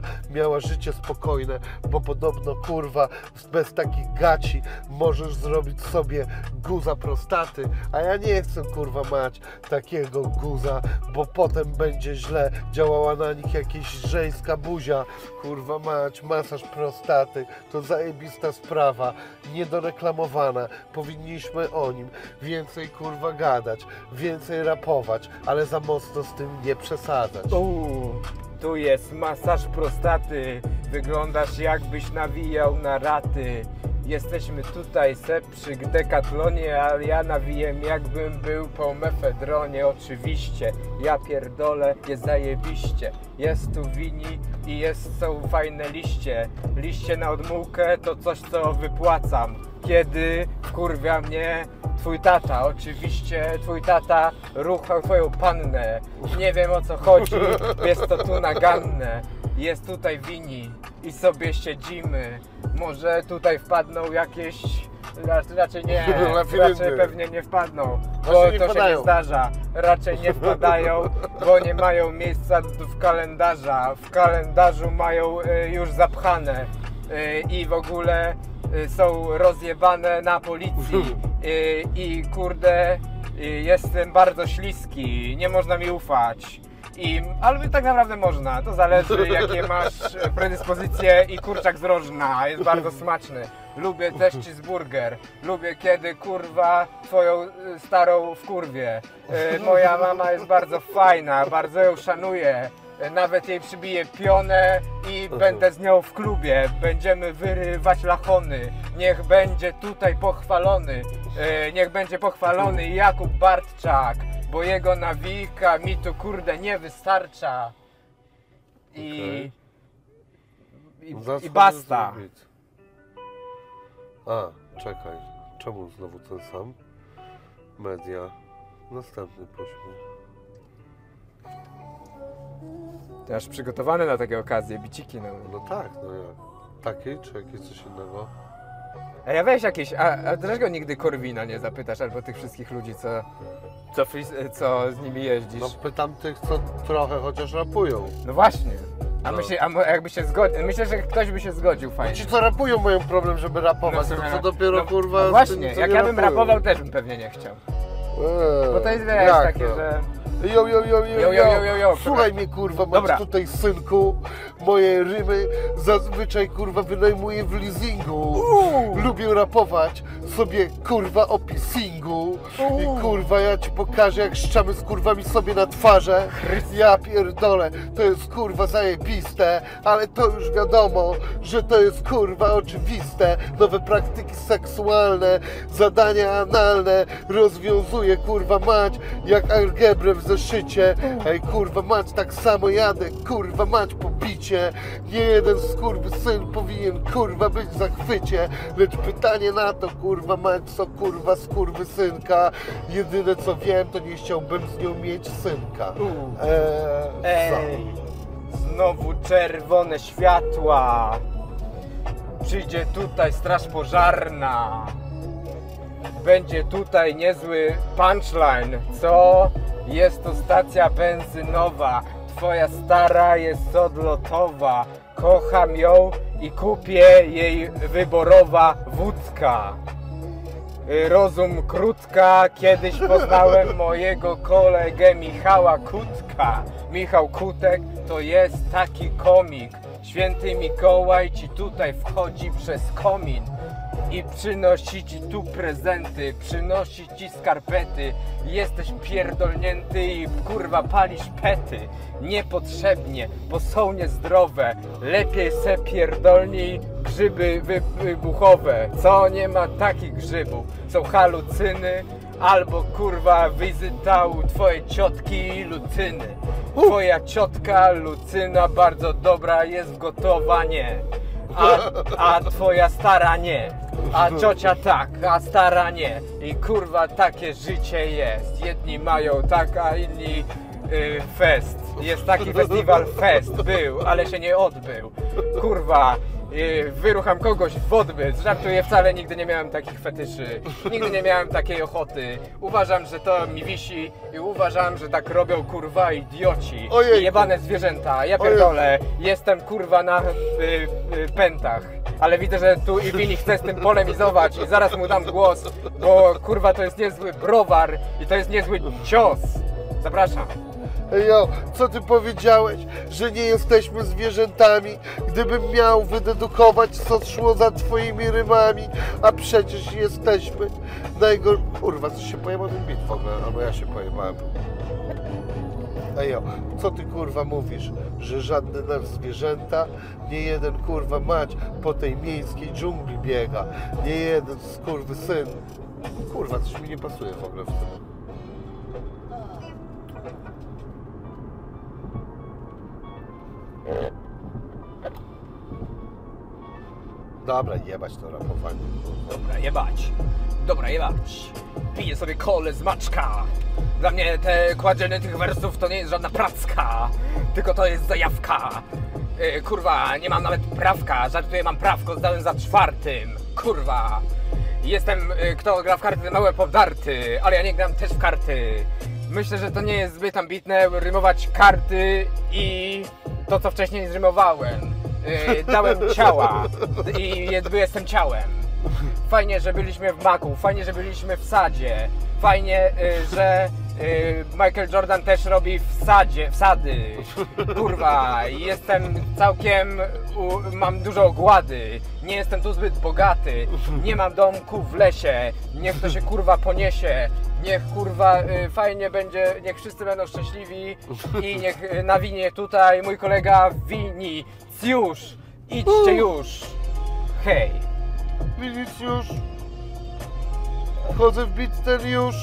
miała życie spokojne, bo podobno kurwa bez takich gaci możesz zrobić sobie guza prostaty, a ja nie chcę kurwa mać takiego guza, bo potem będzie źle, działała na nich jakaś żeńska buzia, kurwa mać, masaż prostaty, to zajebista sprawa, niedoreklamowana, powinniśmy o nim więcej kurwa gadać, więcej rapować, ale za mocno z tym nie przesadzać. Uuu, tu jest masaż prostaty, wyglądasz jakbyś nawijał na raty. Jesteśmy tutaj se przy Decathlonie, ale ja nawijem jakbym był po mefedronie. Oczywiście, ja pierdolę, jest zajebiście. Jest tu wini i jest, są fajne liście. Liście na odmułkę to coś, co wypłacam. Kiedy wkurwia mnie twój tata, oczywiście twój tata ruchał twoją pannę. Nie wiem o co chodzi, jest to tu naganne. Jest tutaj wini i sobie siedzimy. Może tutaj wpadną jakieś... Raczej nie, raczej pewnie nie wpadną, bo to się nie zdarza. Raczej nie wpadają, bo nie mają miejsca w kalendarza. W kalendarzu mają już zapchane i w ogóle są rozjebane na policji. I kurde, jestem bardzo śliski, nie można mi ufać. I, ale tak naprawdę można, to zależy jakie masz predyspozycje i kurczak z rożna, jest bardzo smaczny. Lubię też cheeseburger, lubię kiedy kurwa twoją starą w kurwie. Moja mama jest bardzo fajna, bardzo ją szanuję. Nawet jej przybiję pionę i będę z nią w klubie. Będziemy wyrywać lachony. Niech będzie tutaj pochwalony, niech będzie pochwalony Jakub Bartczak, bo jego nawika mi tu kurde nie wystarcza. I, okay. i, i basta. A, czekaj, czemu znowu ten sam? Media. Następny prośmy. Ty aż przygotowany na takie okazje, biciki na No tak, no jak. Taki czy jakieś coś innego? A ja weź jakieś, a, a dlaczego nigdy Korwina nie zapytasz, albo tych wszystkich ludzi, co, co, co z nimi jeździsz? No pytam tych, co trochę chociaż rapują. No właśnie. A, no. myśli, a jakby się zgodził, myślę, że ktoś by się zgodził fajnie. Ci co rapują mają problem, żeby rapować, no, to co dopiero no, kurwa... No właśnie, tym, jak ja bym rapują. rapował, też bym pewnie nie chciał. Eee, Bo to jest wiesz, takie, to? że... Jo, jo, jo, jo, Jo, jo, jo, jo, jo. Słuchaj mnie kurwa, masz Dobra. tutaj synku, moje rymy zazwyczaj kurwa wynajmuję w leasingu. Uuu. Lubię rapować sobie kurwa o pissingu. I kurwa ja ci pokażę jak szczamy z kurwami sobie na twarze. Ja pierdolę, to jest kurwa zajebiste, ale to już wiadomo, że to jest kurwa oczywiste. Nowe praktyki seksualne, zadania analne rozwiązuję kurwa mać jak algebrę w zeszycie. Ej kurwa mać, tak samo jadę, kurwa mać po bicie. Nie jeden skurwysyn powinien kurwa być w zachwycie. Lecz pytanie na to kurwa mać, co kurwa skurwysynka. Jedyne co wiem, to nie chciałbym z nią mieć synka. Eee, Ej, znowu czerwone światła. Przyjdzie tutaj straż pożarna. Będzie tutaj niezły punchline, co? Jest to stacja benzynowa. Twoja stara jest odlotowa. Kocham ją i kupię jej wyborowa wódka. Rozum krótka, kiedyś poznałem mojego kolegę Michała Kutka. Michał Kutek to jest taki komik. Święty Mikołaj ci tutaj wchodzi przez komin i przynosi ci tu prezenty, przynosi ci skarpety. Jesteś pierdolnięty i kurwa palisz pety. Niepotrzebnie, bo są niezdrowe. Lepiej se pierdolnij grzyby wybuchowe. Co? Nie ma takich grzybów. Są halucyny albo kurwa wizyta u twojej ciotki Lucyny. Twoja ciotka Lucyna bardzo dobra jest w gotowanie. A, a twoja stara nie. A ciocia tak, a stara nie. I kurwa takie życie jest. Jedni mają tak, a inni y, fest. Jest taki festiwal fest, był, ale się nie odbył. Kurwa, i wyrucham kogoś w odbyt. Żartuję, wcale nigdy nie miałem takich fetyszy. Nigdy nie miałem takiej ochoty. Uważam, że to mi wisi i uważam, że tak robią kurwa idioci. Ojejku. I jebane zwierzęta. Ja pierdolę, jestem kurwa na y, y, pętach. Ale widzę, że tu i Wini chce z tym polemizować i zaraz mu dam głos, bo kurwa to jest niezły browar i to jest niezły cios. Zapraszam. Jo, co ty powiedziałeś, że nie jesteśmy zwierzętami? Gdybym miał wydedukować, co szło za twoimi rymami, a przecież jesteśmy najgor... Kurwa, coś się pojebał ten bit w ogóle, albo ja się pojebałem. Ejo, co ty kurwa mówisz, że żadne nas zwierzęta, nie jeden kurwa mać po tej miejskiej dżungli biega, nie jeden skurwysyn. Kurwa, coś mi nie pasuje w ogóle w tym. Dobra, jebać to rapowanie. Dobra, jebać. Dobra, jebać. Piję sobie kolę z maczka. Dla mnie te kładzenie tych wersów to nie jest żadna pracka, tylko to jest zajawka. Yy, kurwa, nie mam nawet prawka. Żartuję, mam prawko, zdałem za czwartym. Kurwa. Jestem, yy, kto gra w karty, małe podarty, ale ja nie gram też w karty. Myślę, że to nie jest zbyt ambitne rymować karty i to, co wcześniej zrymowałem. Yy, dałem ciała i jakby jestem ciałem. Fajnie, że byliśmy w maku, fajnie, że byliśmy w sadzie. Fajnie, yy, że yy, Michael Jordan też robi wsadzie, wsady. Kurwa, jestem całkiem, u, mam dużo ogłady. Nie jestem tu zbyt bogaty. Nie mam domku w lesie. Niech to się kurwa poniesie. Niech kurwa y, fajnie będzie, niech wszyscy będą szczęśliwi i niech y, nawinie tutaj mój kolega Wini. Już! Idźcie już! Hej! Winicjusz, wchodzę w bit ten już.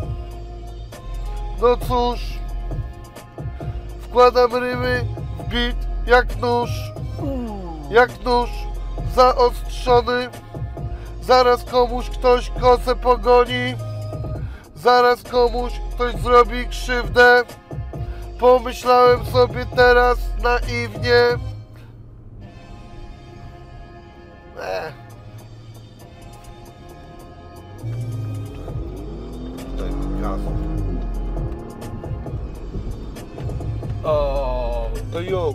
No cóż, wkładam rymy w bit jak nóż, jak nóż zaostrzony. Zaraz komuś ktoś kosę pogoni, zaraz komuś ktoś zrobi krzywdę. Pomyślałem sobie teraz naiwnie. Eee. Daj mi gazu. O, No jo,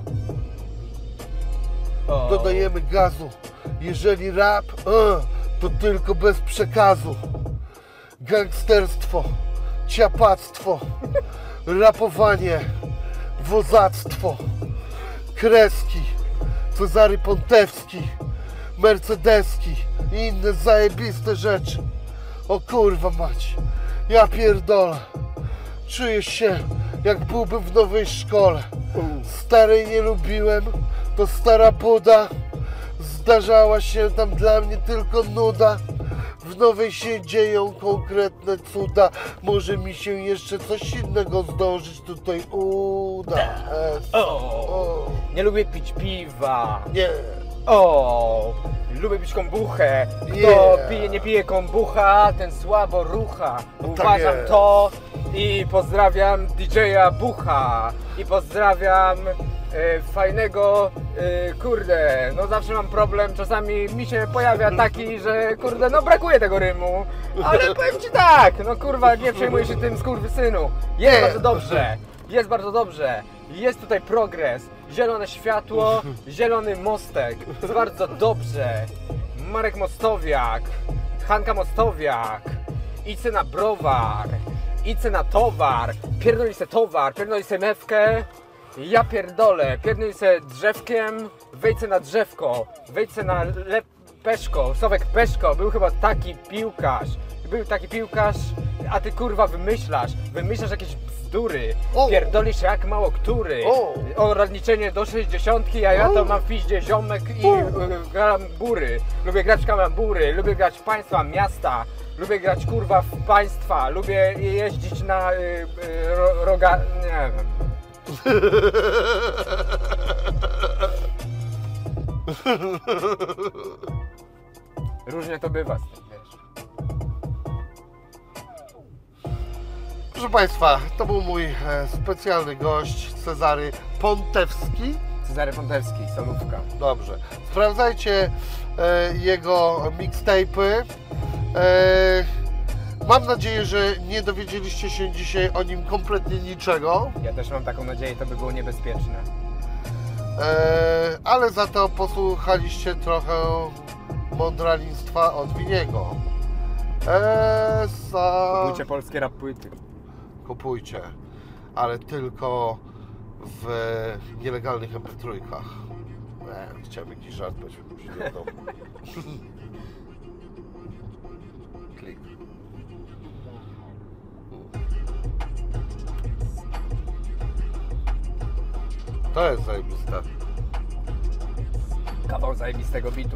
o. dodajemy gazu. Jeżeli rap, e, to tylko bez przekazu. Gangsterstwo, ciapactwo, rapowanie, wozactwo, kreski, Cezary Pontewski, Mercedeski i inne zajebiste rzeczy. O kurwa mać, ja pierdolę. Czuję się jak byłbym w nowej szkole. Starej nie lubiłem, to stara Buda. Zdarzała się tam dla mnie tylko nuda. W nowej się dzieją konkretne cuda. Może mi się jeszcze coś innego zdążyć tutaj uda. Es. O, O, nie lubię pić piwa. nie. O, lubię pić kombuchę. Kto Yeah. pije, nie pije kombucha, ten słabo rucha. Uważam jest. to i pozdrawiam D J-a Bucha. I pozdrawiam e, fajnego, e, kurde, no zawsze mam problem, czasami mi się pojawia taki, że kurde, no brakuje tego rymu. Ale powiem ci tak, no kurwa, nie przejmuj się tym skurwysynu. Jest Nie. bardzo dobrze, jest bardzo dobrze. Jest tutaj progres, zielone światło, zielony mostek, jest bardzo dobrze. Marek Mostowiak, Hanka Mostowiak, idźcie na browar, idźcie na towar, pierdoli se towar, pierdoli se mewkę, ja pierdolę, pierdoli se drzewkiem, wejdźcie na drzewko, wejdźcie na le Peszko, Sławek Peszko, był chyba taki piłkarz, był taki piłkarz, a ty kurwa wymyślasz, wymyślasz jakieś bzdury, O. pierdolisz jak mało który, O. o rozliczenie do sześćdziesiątki, a ja to mam w piździe ziomek i O. y, kalambury, lubię grać w kalambury, lubię grać w państwa, miasta, lubię grać kurwa w państwa, lubię jeździć na y, y, ro, roga, nie wiem. Różnie to bywa z tym, wiesz. Proszę Państwa, to był mój e, specjalny gość, Cezary Pontewski. Cezary Pontewski, solówka. Dobrze. Sprawdzajcie e, jego mixtape'y. E, mam nadzieję, że nie dowiedzieliście się dzisiaj o nim kompletnie niczego. Ja też mam taką nadzieję, to by było niebezpieczne. E, ale za to posłuchaliście trochę mądralinstwa od Winiego. E, za... Kupujcie polskie rap płyty. Kupujcie, ale tylko w nielegalnych em pe trzy. E, chciałem jakiś żart być. Klik. To jest zajebiste. Kawał zajebistego bitu.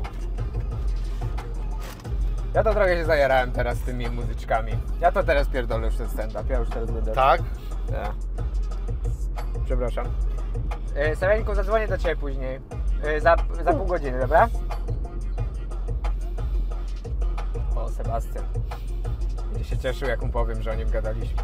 Ja to trochę się zajarałem teraz tymi muzyczkami. Ja to teraz pierdolę już ten stand-up. Ja już teraz będę... Tak? Tak. Przepraszam. Yy, Saweńku, zadzwonię do Ciebie później. Yy, za, za pół godziny, dobra? O, Sebastian. Będzie się cieszył, jak mu powiem, że o nim gadaliśmy.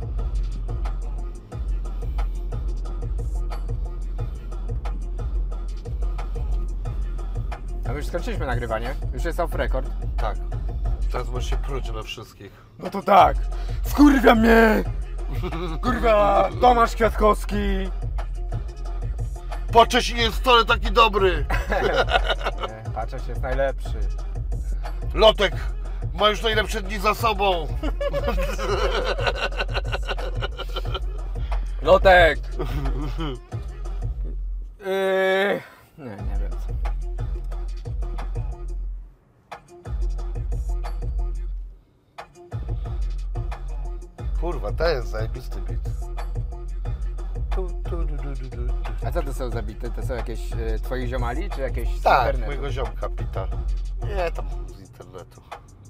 A my już skończyliśmy nagrywanie. Już jest off record. Tak. Teraz możesz się pruć na wszystkich. No to tak. Wkurwia mnie! Kurwa, Tomasz Kwiatkowski! Patrzeć nie jest wcale taki dobry. Nie, Patrzeć jest najlepszy. Lotek ma już najlepsze dni za sobą. Lotek! Yy... Nie, nie wiem co. Kurwa, to jest zajebisty beat. Tu, tu, du, du, du, du, du. A co to są za bity? To są jakieś y, twoich ziomali, czy jakieś z Tak, internetu? mojego ziomka Pita. Nie, tam z internetu.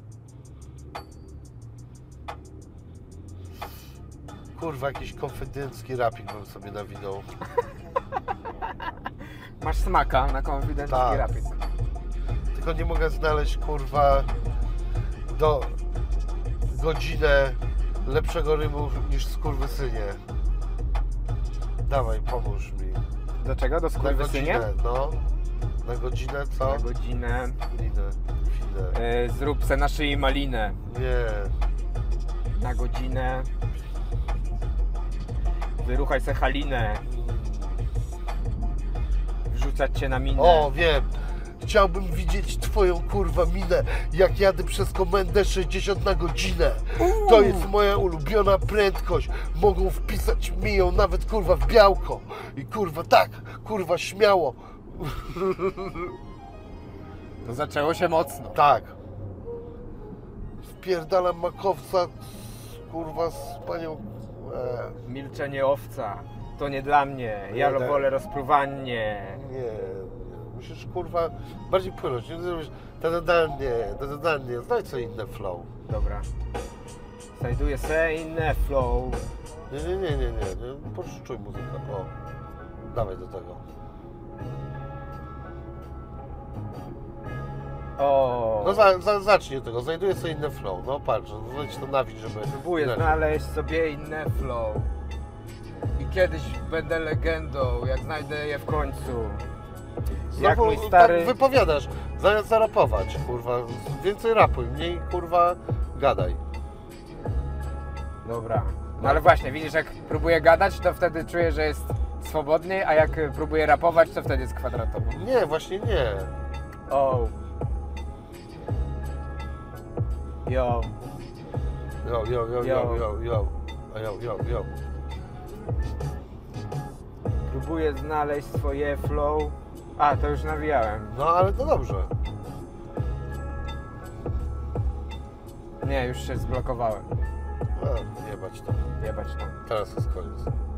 Kurwa, jakiś konfidencki rapik bym sobie nawinął. Masz smaka na konfidencki Tak. rapid. Tylko nie mogę znaleźć, kurwa, do godzinę lepszego rymu niż skurwysynie. Dawaj, pomóż mi. Do czego? Do Na skurwysynie? godzinę, no. Na godzinę co? Na godzinę. Linę, finę. Y, zrób se na szyi malinę. Nie. Na godzinę. Wyruchaj se halinę. Wrzucać cię na minę. O, wiem. Chciałbym widzieć twoją kurwa minę, jak jadę przez komendę sześćdziesiąt na godzinę. To jest moja ulubiona prędkość. Mogą wpisać mi ją nawet kurwa w białko. I kurwa tak, kurwa śmiało. To zaczęło się mocno. Tak. Wpierdalam makowca, kurwa z panią... E, Milczenie owca. To nie dla mnie. Ja Nie, tak. wolę rozpruwanie. nie. Musisz kurwa bardziej płynąć. Nie zrobisz tadadanie, tadadanie. Znajdź co inne flow. Dobra. Znajduję se inne flow. Nie, nie, nie, nie, nie, nie. Poszczuj muzykę. O, dawaj do tego. O. No za, za, zacznij od tego, znajduję sobie inne flow. No patrz, znajdź to nawidź, żeby... Próbuję inaczej. znaleźć sobie inne flow. I kiedyś będę legendą, jak znajdę je w końcu. Jak Znowu mój stary... tak wypowiadasz, zamiast zarapować, kurwa. Więcej rapuj, mniej kurwa gadaj. Dobra. No ale właśnie, widzisz, jak próbuję gadać, to wtedy czuję, że jest swobodniej, a jak próbuję rapować, to wtedy jest kwadratowo. Nie, właśnie nie. O. Yo. Yo, yo, yo, yo, yo, yo. Yo, yo, yo. Próbuję znaleźć swoje flow. A, to już nawijałem. No ale to dobrze. Nie, już się zblokowałem. A, jebać to. Jebać tam. Teraz jest koniec.